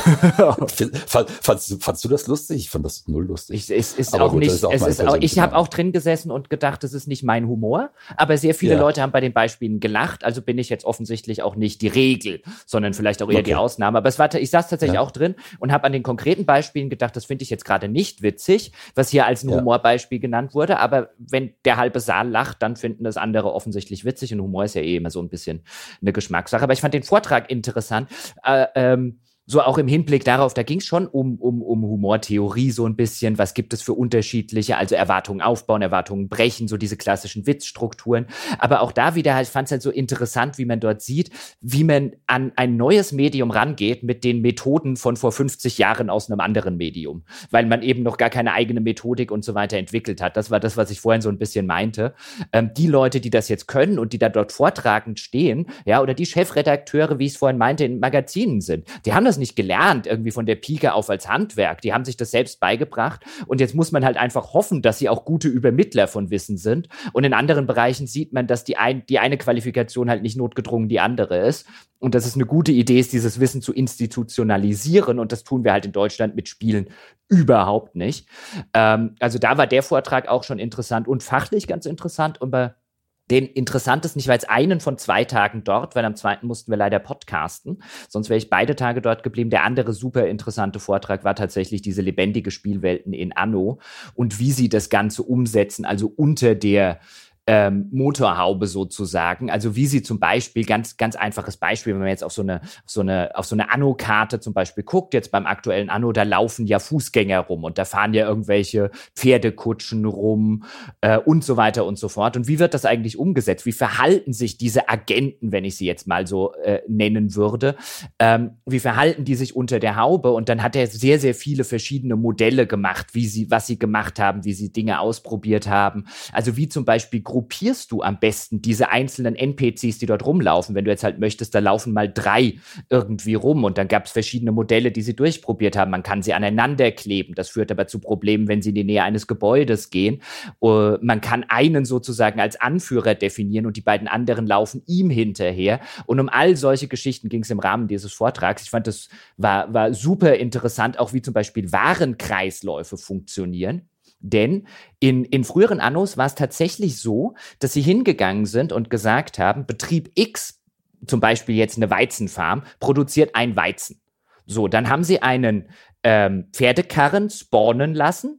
fandst, du, fandst du das lustig? Ich fand das null lustig. Ich, es ist aber auch gut, nicht, das ist auch es meine ist auch, persönliche ich habe Meinung. auch drin gesessen und gedacht, das ist nicht mein Humor, aber sehr viele Ja. Leute haben bei den Beispielen gelacht, also bin ich jetzt offensichtlich auch nicht die Regel, sondern vielleicht auch eher Okay. die Ausnahme. Aber es war, ich saß tatsächlich Ja. auch drin und habe an den konkreten Beispielen gedacht, das finde ich jetzt gerade nicht witzig, was hier als ein Ja. Humorbeispiel genannt wurde, aber wenn der halbe Saal lacht, dann finden das andere offensichtlich witzig und Humor ist ja eh immer so ein bisschen eine Geschmackssache. Aber ich fand den Vortrag interessant, äh, ähm, so auch im Hinblick darauf, da ging es schon um, um, um Humortheorie so ein bisschen, was gibt es für unterschiedliche, also Erwartungen aufbauen, Erwartungen brechen, so diese klassischen Witzstrukturen. Aber auch da wieder, ich fand es halt so interessant, wie man dort sieht, wie man an ein neues Medium rangeht mit den Methoden von vor fünfzig Jahren aus einem anderen Medium, weil man eben noch gar keine eigene Methodik und so weiter entwickelt hat. Das war das, was ich vorhin so ein bisschen meinte. Ähm, die Leute, die das jetzt können und die da dort vortragend stehen, ja, oder die Chefredakteure, wie ich es vorhin meinte, in Magazinen sind, die haben das nicht gelernt, irgendwie von der Pike auf als Handwerk. Die haben sich das selbst beigebracht und jetzt muss man halt einfach hoffen, dass sie auch gute Übermittler von Wissen sind. Und in anderen Bereichen sieht man, dass die, ein, die eine Qualifikation halt nicht notgedrungen die andere ist. Und dass es eine gute Idee ist, dieses Wissen zu institutionalisieren. Und das tun wir halt in Deutschland mit Spielen überhaupt nicht. Ähm, also da war der Vortrag auch schon interessant und fachlich ganz interessant. Und bei den interessantesten, ich war jetzt einen von zwei Tagen dort, weil am zweiten mussten wir leider podcasten. Sonst wäre ich beide Tage dort geblieben. Der andere super interessante Vortrag war tatsächlich diese lebendige Spielwelten in Anno und wie sie das Ganze umsetzen, also unter der Ähm, Motorhaube sozusagen, also wie sie zum Beispiel, ganz ganz einfaches Beispiel, wenn man jetzt auf so eine auf so eine auf so eine Anno-Karte zum Beispiel guckt, jetzt beim aktuellen Anno, da laufen ja Fußgänger rum und da fahren ja irgendwelche Pferdekutschen rum äh, und so weiter und so fort. Und wie wird das eigentlich umgesetzt? Wie verhalten sich diese Agenten, wenn ich sie jetzt mal so äh, nennen würde? Ähm, wie verhalten die sich unter der Haube? Und dann hat er sehr sehr viele verschiedene Modelle gemacht, wie sie was sie gemacht haben, wie sie Dinge ausprobiert haben. Also wie zum Beispiel gruppierst du am besten diese einzelnen N P Cs, die dort rumlaufen? Wenn du jetzt halt möchtest, da laufen mal drei irgendwie rum und dann gab es verschiedene Modelle, die sie durchprobiert haben. Man kann sie aneinander kleben. Das führt aber zu Problemen, wenn sie in die Nähe eines Gebäudes gehen. Uh, man kann einen sozusagen als Anführer definieren und die beiden anderen laufen ihm hinterher. Und um all solche Geschichten ging es im Rahmen dieses Vortrags. Ich fand, das war, war super interessant, auch wie zum Beispiel Warenkreisläufe funktionieren. Denn in, in früheren Annos war es tatsächlich so, dass sie hingegangen sind und gesagt haben, Betrieb X, zum Beispiel jetzt eine Weizenfarm, produziert ein Weizen. So, dann haben sie einen ähm, Pferdekarren spawnen lassen,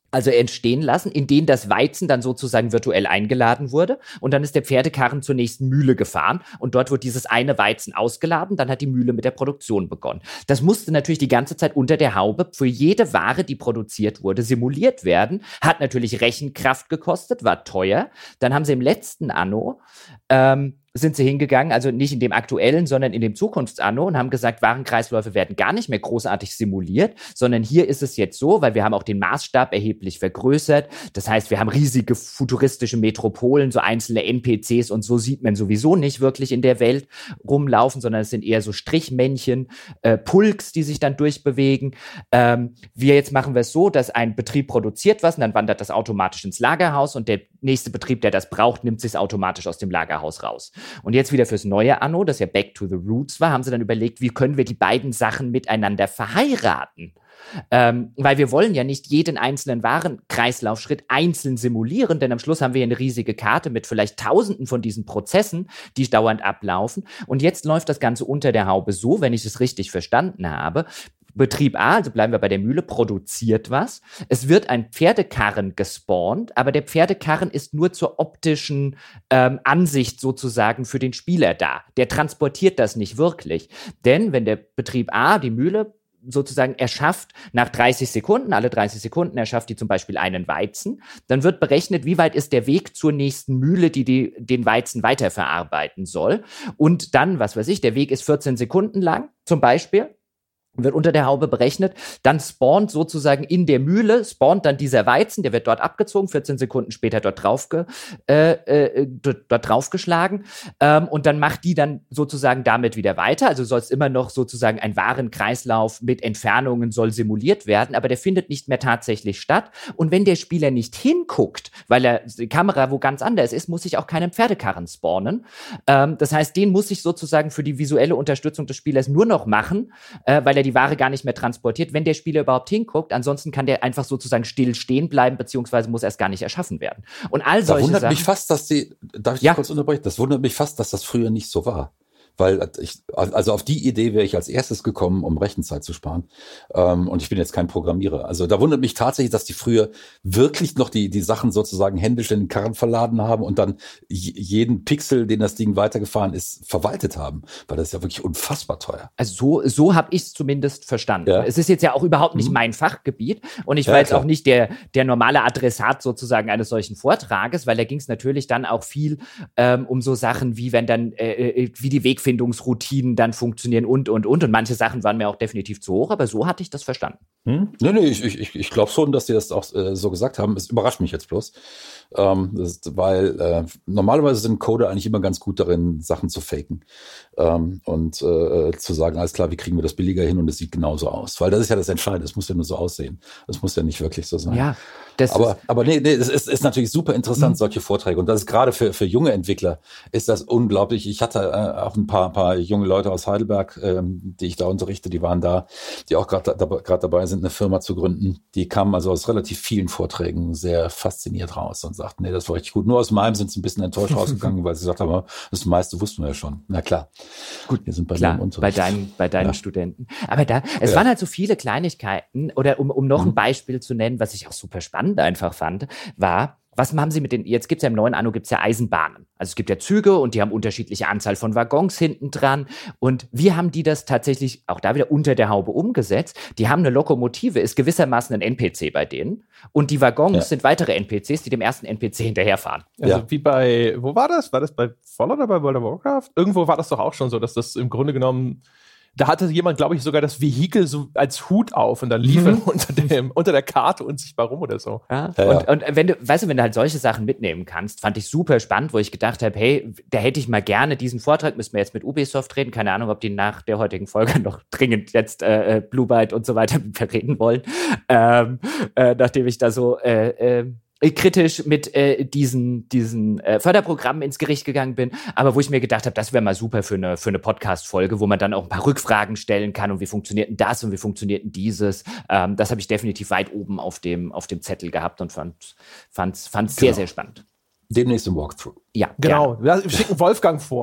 also entstehen lassen, in denen das Weizen dann sozusagen virtuell eingeladen wurde. Und dann ist der Pferdekarren zur nächsten Mühle gefahren und dort wurde dieses eine Weizen ausgeladen. Dann hat die Mühle mit der Produktion begonnen. Das musste natürlich die ganze Zeit unter der Haube für jede Ware, die produziert wurde, simuliert werden. Hat natürlich Rechenkraft gekostet, war teuer. Dann haben sie im letzten Anno ähm, sind sie hingegangen, also nicht in dem aktuellen, sondern in dem Zukunftsanno und haben gesagt, Warenkreisläufe werden gar nicht mehr großartig simuliert, sondern hier ist es jetzt so, weil wir haben auch den Maßstab erheblich vergrößert. Das heißt, wir haben riesige futuristische Metropolen, so einzelne N P Cs und so sieht man sowieso nicht wirklich in der Welt rumlaufen, sondern es sind eher so Strichmännchen, äh, Pulks, die sich dann durchbewegen. Ähm, wir jetzt machen wir es so, dass ein Betrieb produziert was und dann wandert das automatisch ins Lagerhaus und der nächste Betrieb, der das braucht, nimmt sich es automatisch aus dem Lagerhaus raus. Und jetzt wieder fürs neue Anno, das ja Back to the Roots war, haben sie dann überlegt, wie können wir die beiden Sachen miteinander verheiraten? Ähm, weil wir wollen ja nicht jeden einzelnen Warenkreislaufschritt einzeln simulieren, denn am Schluss haben wir eine riesige Karte mit vielleicht Tausenden von diesen Prozessen, die dauernd ablaufen. Und jetzt läuft das Ganze unter der Haube so, wenn ich es richtig verstanden habe, Betrieb A, also bleiben wir bei der Mühle, produziert was. Es wird ein Pferdekarren gespawnt, aber der Pferdekarren ist nur zur optischen ähm, Ansicht sozusagen für den Spieler da. Der transportiert das nicht wirklich. Denn wenn der Betrieb A, die Mühle, sozusagen erschafft nach dreißig Sekunden, alle dreißig Sekunden erschafft die zum Beispiel einen Weizen, dann wird berechnet, wie weit ist der Weg zur nächsten Mühle, die, die den Weizen weiterverarbeiten soll. Und dann, was weiß ich, der Weg ist vierzehn Sekunden lang zum Beispiel, wird unter der Haube berechnet, dann spawnt sozusagen in der Mühle, spawnt dann dieser Weizen, der wird dort abgezogen, vierzehn Sekunden später dort drauf ge, äh, äh, dort, dort draufgeschlagen ähm, und dann macht die dann sozusagen damit wieder weiter, also soll es immer noch sozusagen ein Warenkreislauf mit Entfernungen soll simuliert werden, aber der findet nicht mehr tatsächlich statt und wenn der Spieler nicht hinguckt, weil er die Kamera wo ganz anders ist, muss ich auch keinen Pferdekarren spawnen, ähm, das heißt, den muss ich sozusagen für die visuelle Unterstützung des Spielers nur noch machen, äh, weil er die Ware gar nicht mehr transportiert, wenn der Spieler überhaupt hinguckt. Ansonsten kann der einfach sozusagen still stehen bleiben, beziehungsweise muss erst gar nicht erschaffen werden. Und all solche Sachen. Das wundert Sachen, mich fast, dass die, darf ich ja. kurz unterbrechen? Das wundert mich fast, dass das früher nicht so war. Weil ich, also auf die Idee wäre ich als erstes gekommen, um Rechenzeit zu sparen. Ähm, und ich bin jetzt kein Programmierer. Also da wundert mich tatsächlich, dass die früher wirklich noch die, die Sachen sozusagen händisch in den Karren verladen haben und dann jeden Pixel, den das Ding weitergefahren ist, verwaltet haben. Weil das ist ja wirklich unfassbar teuer. Also so, so habe ich es zumindest verstanden. Ja. Es ist jetzt ja auch überhaupt nicht mhm. mein Fachgebiet und ich war ja, jetzt klar. auch nicht der, der normale Adressat sozusagen eines solchen Vortrages, weil da ging es natürlich dann auch viel ähm, um so Sachen wie, wenn dann, äh, wie die Wegfindung Findungsroutinen dann funktionieren und, und, und. Und manche Sachen waren mir auch definitiv zu hoch, aber so hatte ich das verstanden. Hm? Nee, nee, ich, ich, ich glaube schon, dass die das auch äh, so gesagt haben. Es überrascht mich jetzt bloß. Ähm, das ist, weil äh, normalerweise sind Coder eigentlich immer ganz gut darin, Sachen zu faken. Ähm, und äh, zu sagen, alles klar, wie kriegen wir das billiger hin und es sieht genauso aus. Weil das ist ja das Entscheidende, es muss ja nur so aussehen. Es muss ja nicht wirklich so sein. Ja, das aber, aber nee, nee, es ist, ist natürlich super interessant, mhm. solche Vorträge. Und das ist gerade für, für junge Entwickler ist das unglaublich. Ich hatte äh, auch ein paar, paar junge Leute aus Heidelberg, ähm, die ich da unterrichte, die waren da, die auch gerade da, gerade dabei sind, eine Firma zu gründen. Die kamen also aus relativ vielen Vorträgen sehr fasziniert raus und sagten, nee, das war richtig gut. Nur aus meinem sind sie ein bisschen enttäuscht rausgegangen, weil sie gesagt haben, das meiste wussten wir ja schon. Na klar. Gut, wir sind bei, klar, bei deinen, bei deinen ja. Studenten. Aber da, es ja. waren halt so viele Kleinigkeiten, oder um, um noch mhm. ein Beispiel zu nennen, was ich auch super spannend einfach fand, war, was haben sie mit den, jetzt gibt's ja im neuen Anno gibt's ja Eisenbahnen. Also es gibt ja Züge und die haben unterschiedliche Anzahl von Waggons hinten dran. Und wie haben die das tatsächlich auch da wieder unter der Haube umgesetzt? Die haben eine Lokomotive, ist gewissermaßen ein N P C bei denen. Und die Waggons ja. sind weitere N P Cs, die dem ersten N P C hinterherfahren. Also ja. wie bei, wo war das? War das bei Fallout oder bei World of Warcraft? Irgendwo war das doch auch schon so, dass das im Grunde genommen, da hatte jemand, glaube ich, sogar das Vehikel so als Hut auf und dann lief er mhm. unter, dem, unter der Karte unsichtbar rum oder so. Ja. Ja, und, ja. und wenn du, weißt du, wenn du halt solche Sachen mitnehmen kannst, fand ich super spannend, wo ich gedacht habe, hey, da hätte ich mal gerne diesen Vortrag, müssen wir jetzt mit Ubisoft reden, keine Ahnung, ob die nach der heutigen Folge noch dringend jetzt äh, Blue Byte und so weiter reden wollen, ähm, äh, nachdem ich da so äh, äh, kritisch mit äh, diesen diesen äh, Förderprogrammen ins Gericht gegangen bin, aber wo ich mir gedacht habe, das wäre mal super für eine für eine Podcast-Folge, wo man dann auch ein paar Rückfragen stellen kann und wie funktioniert denn das und wie funktioniert denn dieses. Ähm, das habe ich definitiv weit oben auf dem auf dem Zettel gehabt und fand fand's fand's sehr genau. sehr spannend. Demnächst im Walkthrough. Ja, genau. Wir schicken Wolfgang vor.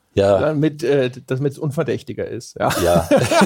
Ja. Damit äh, es unverdächtiger ist. Ja. Ja.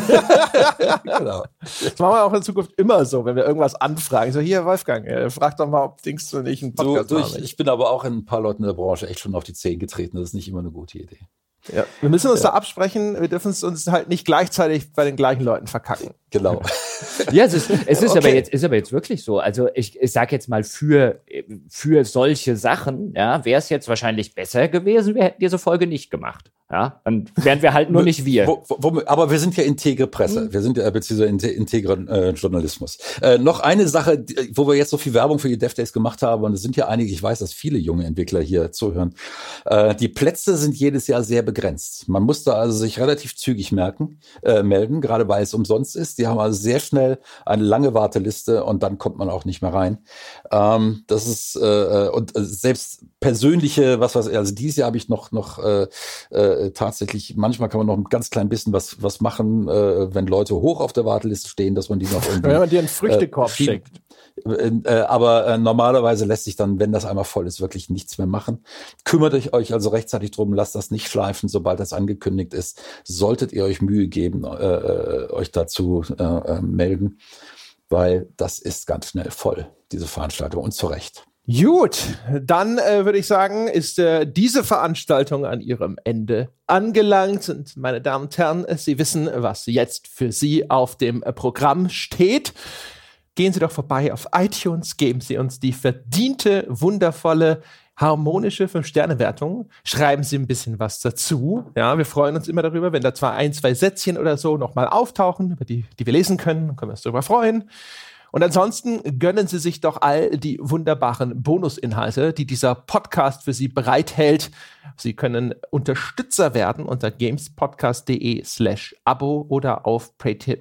Genau. Das machen wir auch in Zukunft immer so, wenn wir irgendwas anfragen. So, hier, Wolfgang, äh, frag doch mal, ob Dings du nicht einen Podcast du, du, ich, ich bin aber auch in ein paar Leuten in der Branche echt schon auf die Zehen getreten. Das ist nicht immer eine gute Idee. Ja. Wir müssen uns ja. da absprechen. Wir dürfen es uns halt nicht gleichzeitig bei den gleichen Leuten verkacken. Genau. Ja, es ist, es ist, Okay. aber jetzt, ist aber jetzt wirklich so. Also ich, ich sage jetzt mal, für, für solche Sachen, ja, wäre es jetzt wahrscheinlich besser gewesen, wir hätten diese Folge nicht gemacht. Ja, dann wären wir halt nur nicht wir. Wo, wo, wo, aber wir sind ja integre Presse. Wir sind ja beziehungsweise integren äh, Journalismus. Äh, noch eine Sache, die, wo wir jetzt so viel Werbung für die Dev Days gemacht haben, und es sind ja einige, ich weiß, dass viele junge Entwickler hier zuhören. Äh, die Plätze sind jedes Jahr sehr begrenzt. Man muss da also sich relativ zügig merken, äh, melden, gerade weil es umsonst ist. Die haben also sehr schnell eine lange Warteliste und dann kommt man auch nicht mehr rein. Ähm, das ist äh, und äh, selbst persönliche, was was also dieses Jahr habe ich noch noch äh, äh, tatsächlich, manchmal kann man noch ein ganz klein bisschen was was machen, äh, wenn Leute hoch auf der Warteliste stehen, dass man die noch irgendwie Wenn man dir einen Früchtekorb äh, schickt. Äh, aber äh, normalerweise lässt sich dann, wenn das einmal voll ist, wirklich nichts mehr machen. Kümmert euch, euch also rechtzeitig drum, lasst das nicht schleifen, sobald das angekündigt ist. Solltet ihr euch Mühe geben, äh, euch dazu äh, äh, melden, weil das ist ganz schnell voll, diese Veranstaltung, und zu Recht. Gut, dann äh, würde ich sagen, ist äh, diese Veranstaltung an ihrem Ende angelangt. Und meine Damen und Herren, Sie wissen, was jetzt für Sie auf dem äh, Programm steht. Gehen Sie doch vorbei auf iTunes, geben Sie uns die verdiente, wundervolle, harmonische fünf-Sterne-Wertung. Schreiben Sie ein bisschen was dazu. Ja, wir freuen uns immer darüber, wenn da zwar ein, zwei Sätzchen oder so nochmal auftauchen, über die, die wir lesen können, dann können wir uns darüber freuen. Und ansonsten gönnen Sie sich doch all die wunderbaren Bonusinhalte, die dieser Podcast für Sie bereithält. Sie können Unterstützer werden unter gamespodcast.de slash Abo oder auf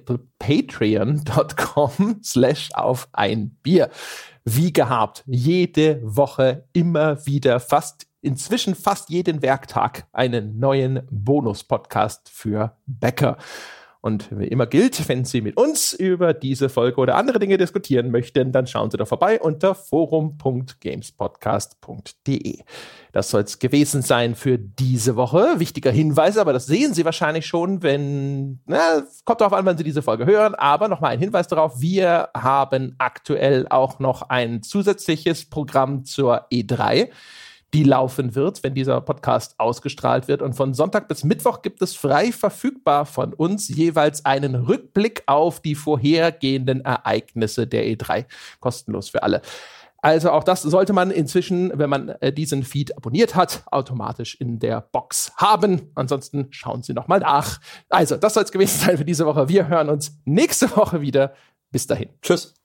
patreon.com slash auf ein Bier. Wie gehabt, jede Woche immer wieder, fast inzwischen fast jeden Werktag einen neuen Bonus-Podcast für Bäcker. Und wie immer gilt, wenn Sie mit uns über diese Folge oder andere Dinge diskutieren möchten, dann schauen Sie doch vorbei unter forum punkt gamespodcast punkt de. Das soll es gewesen sein für diese Woche. Wichtiger Hinweis, aber das sehen Sie wahrscheinlich schon, wenn, na, kommt darauf an, wann Sie diese Folge hören, aber nochmal ein Hinweis darauf, wir haben aktuell auch noch ein zusätzliches Programm zur E drei, die laufen wird, wenn dieser Podcast ausgestrahlt wird. Und von Sonntag bis Mittwoch gibt es frei verfügbar von uns jeweils einen Rückblick auf die vorhergehenden Ereignisse der E drei. Kostenlos für alle. Also auch das sollte man inzwischen, wenn man äh, diesen Feed abonniert hat, automatisch in der Box haben. Ansonsten schauen Sie noch mal nach. Also, das soll es gewesen sein für diese Woche. Wir hören uns nächste Woche wieder. Bis dahin. Tschüss.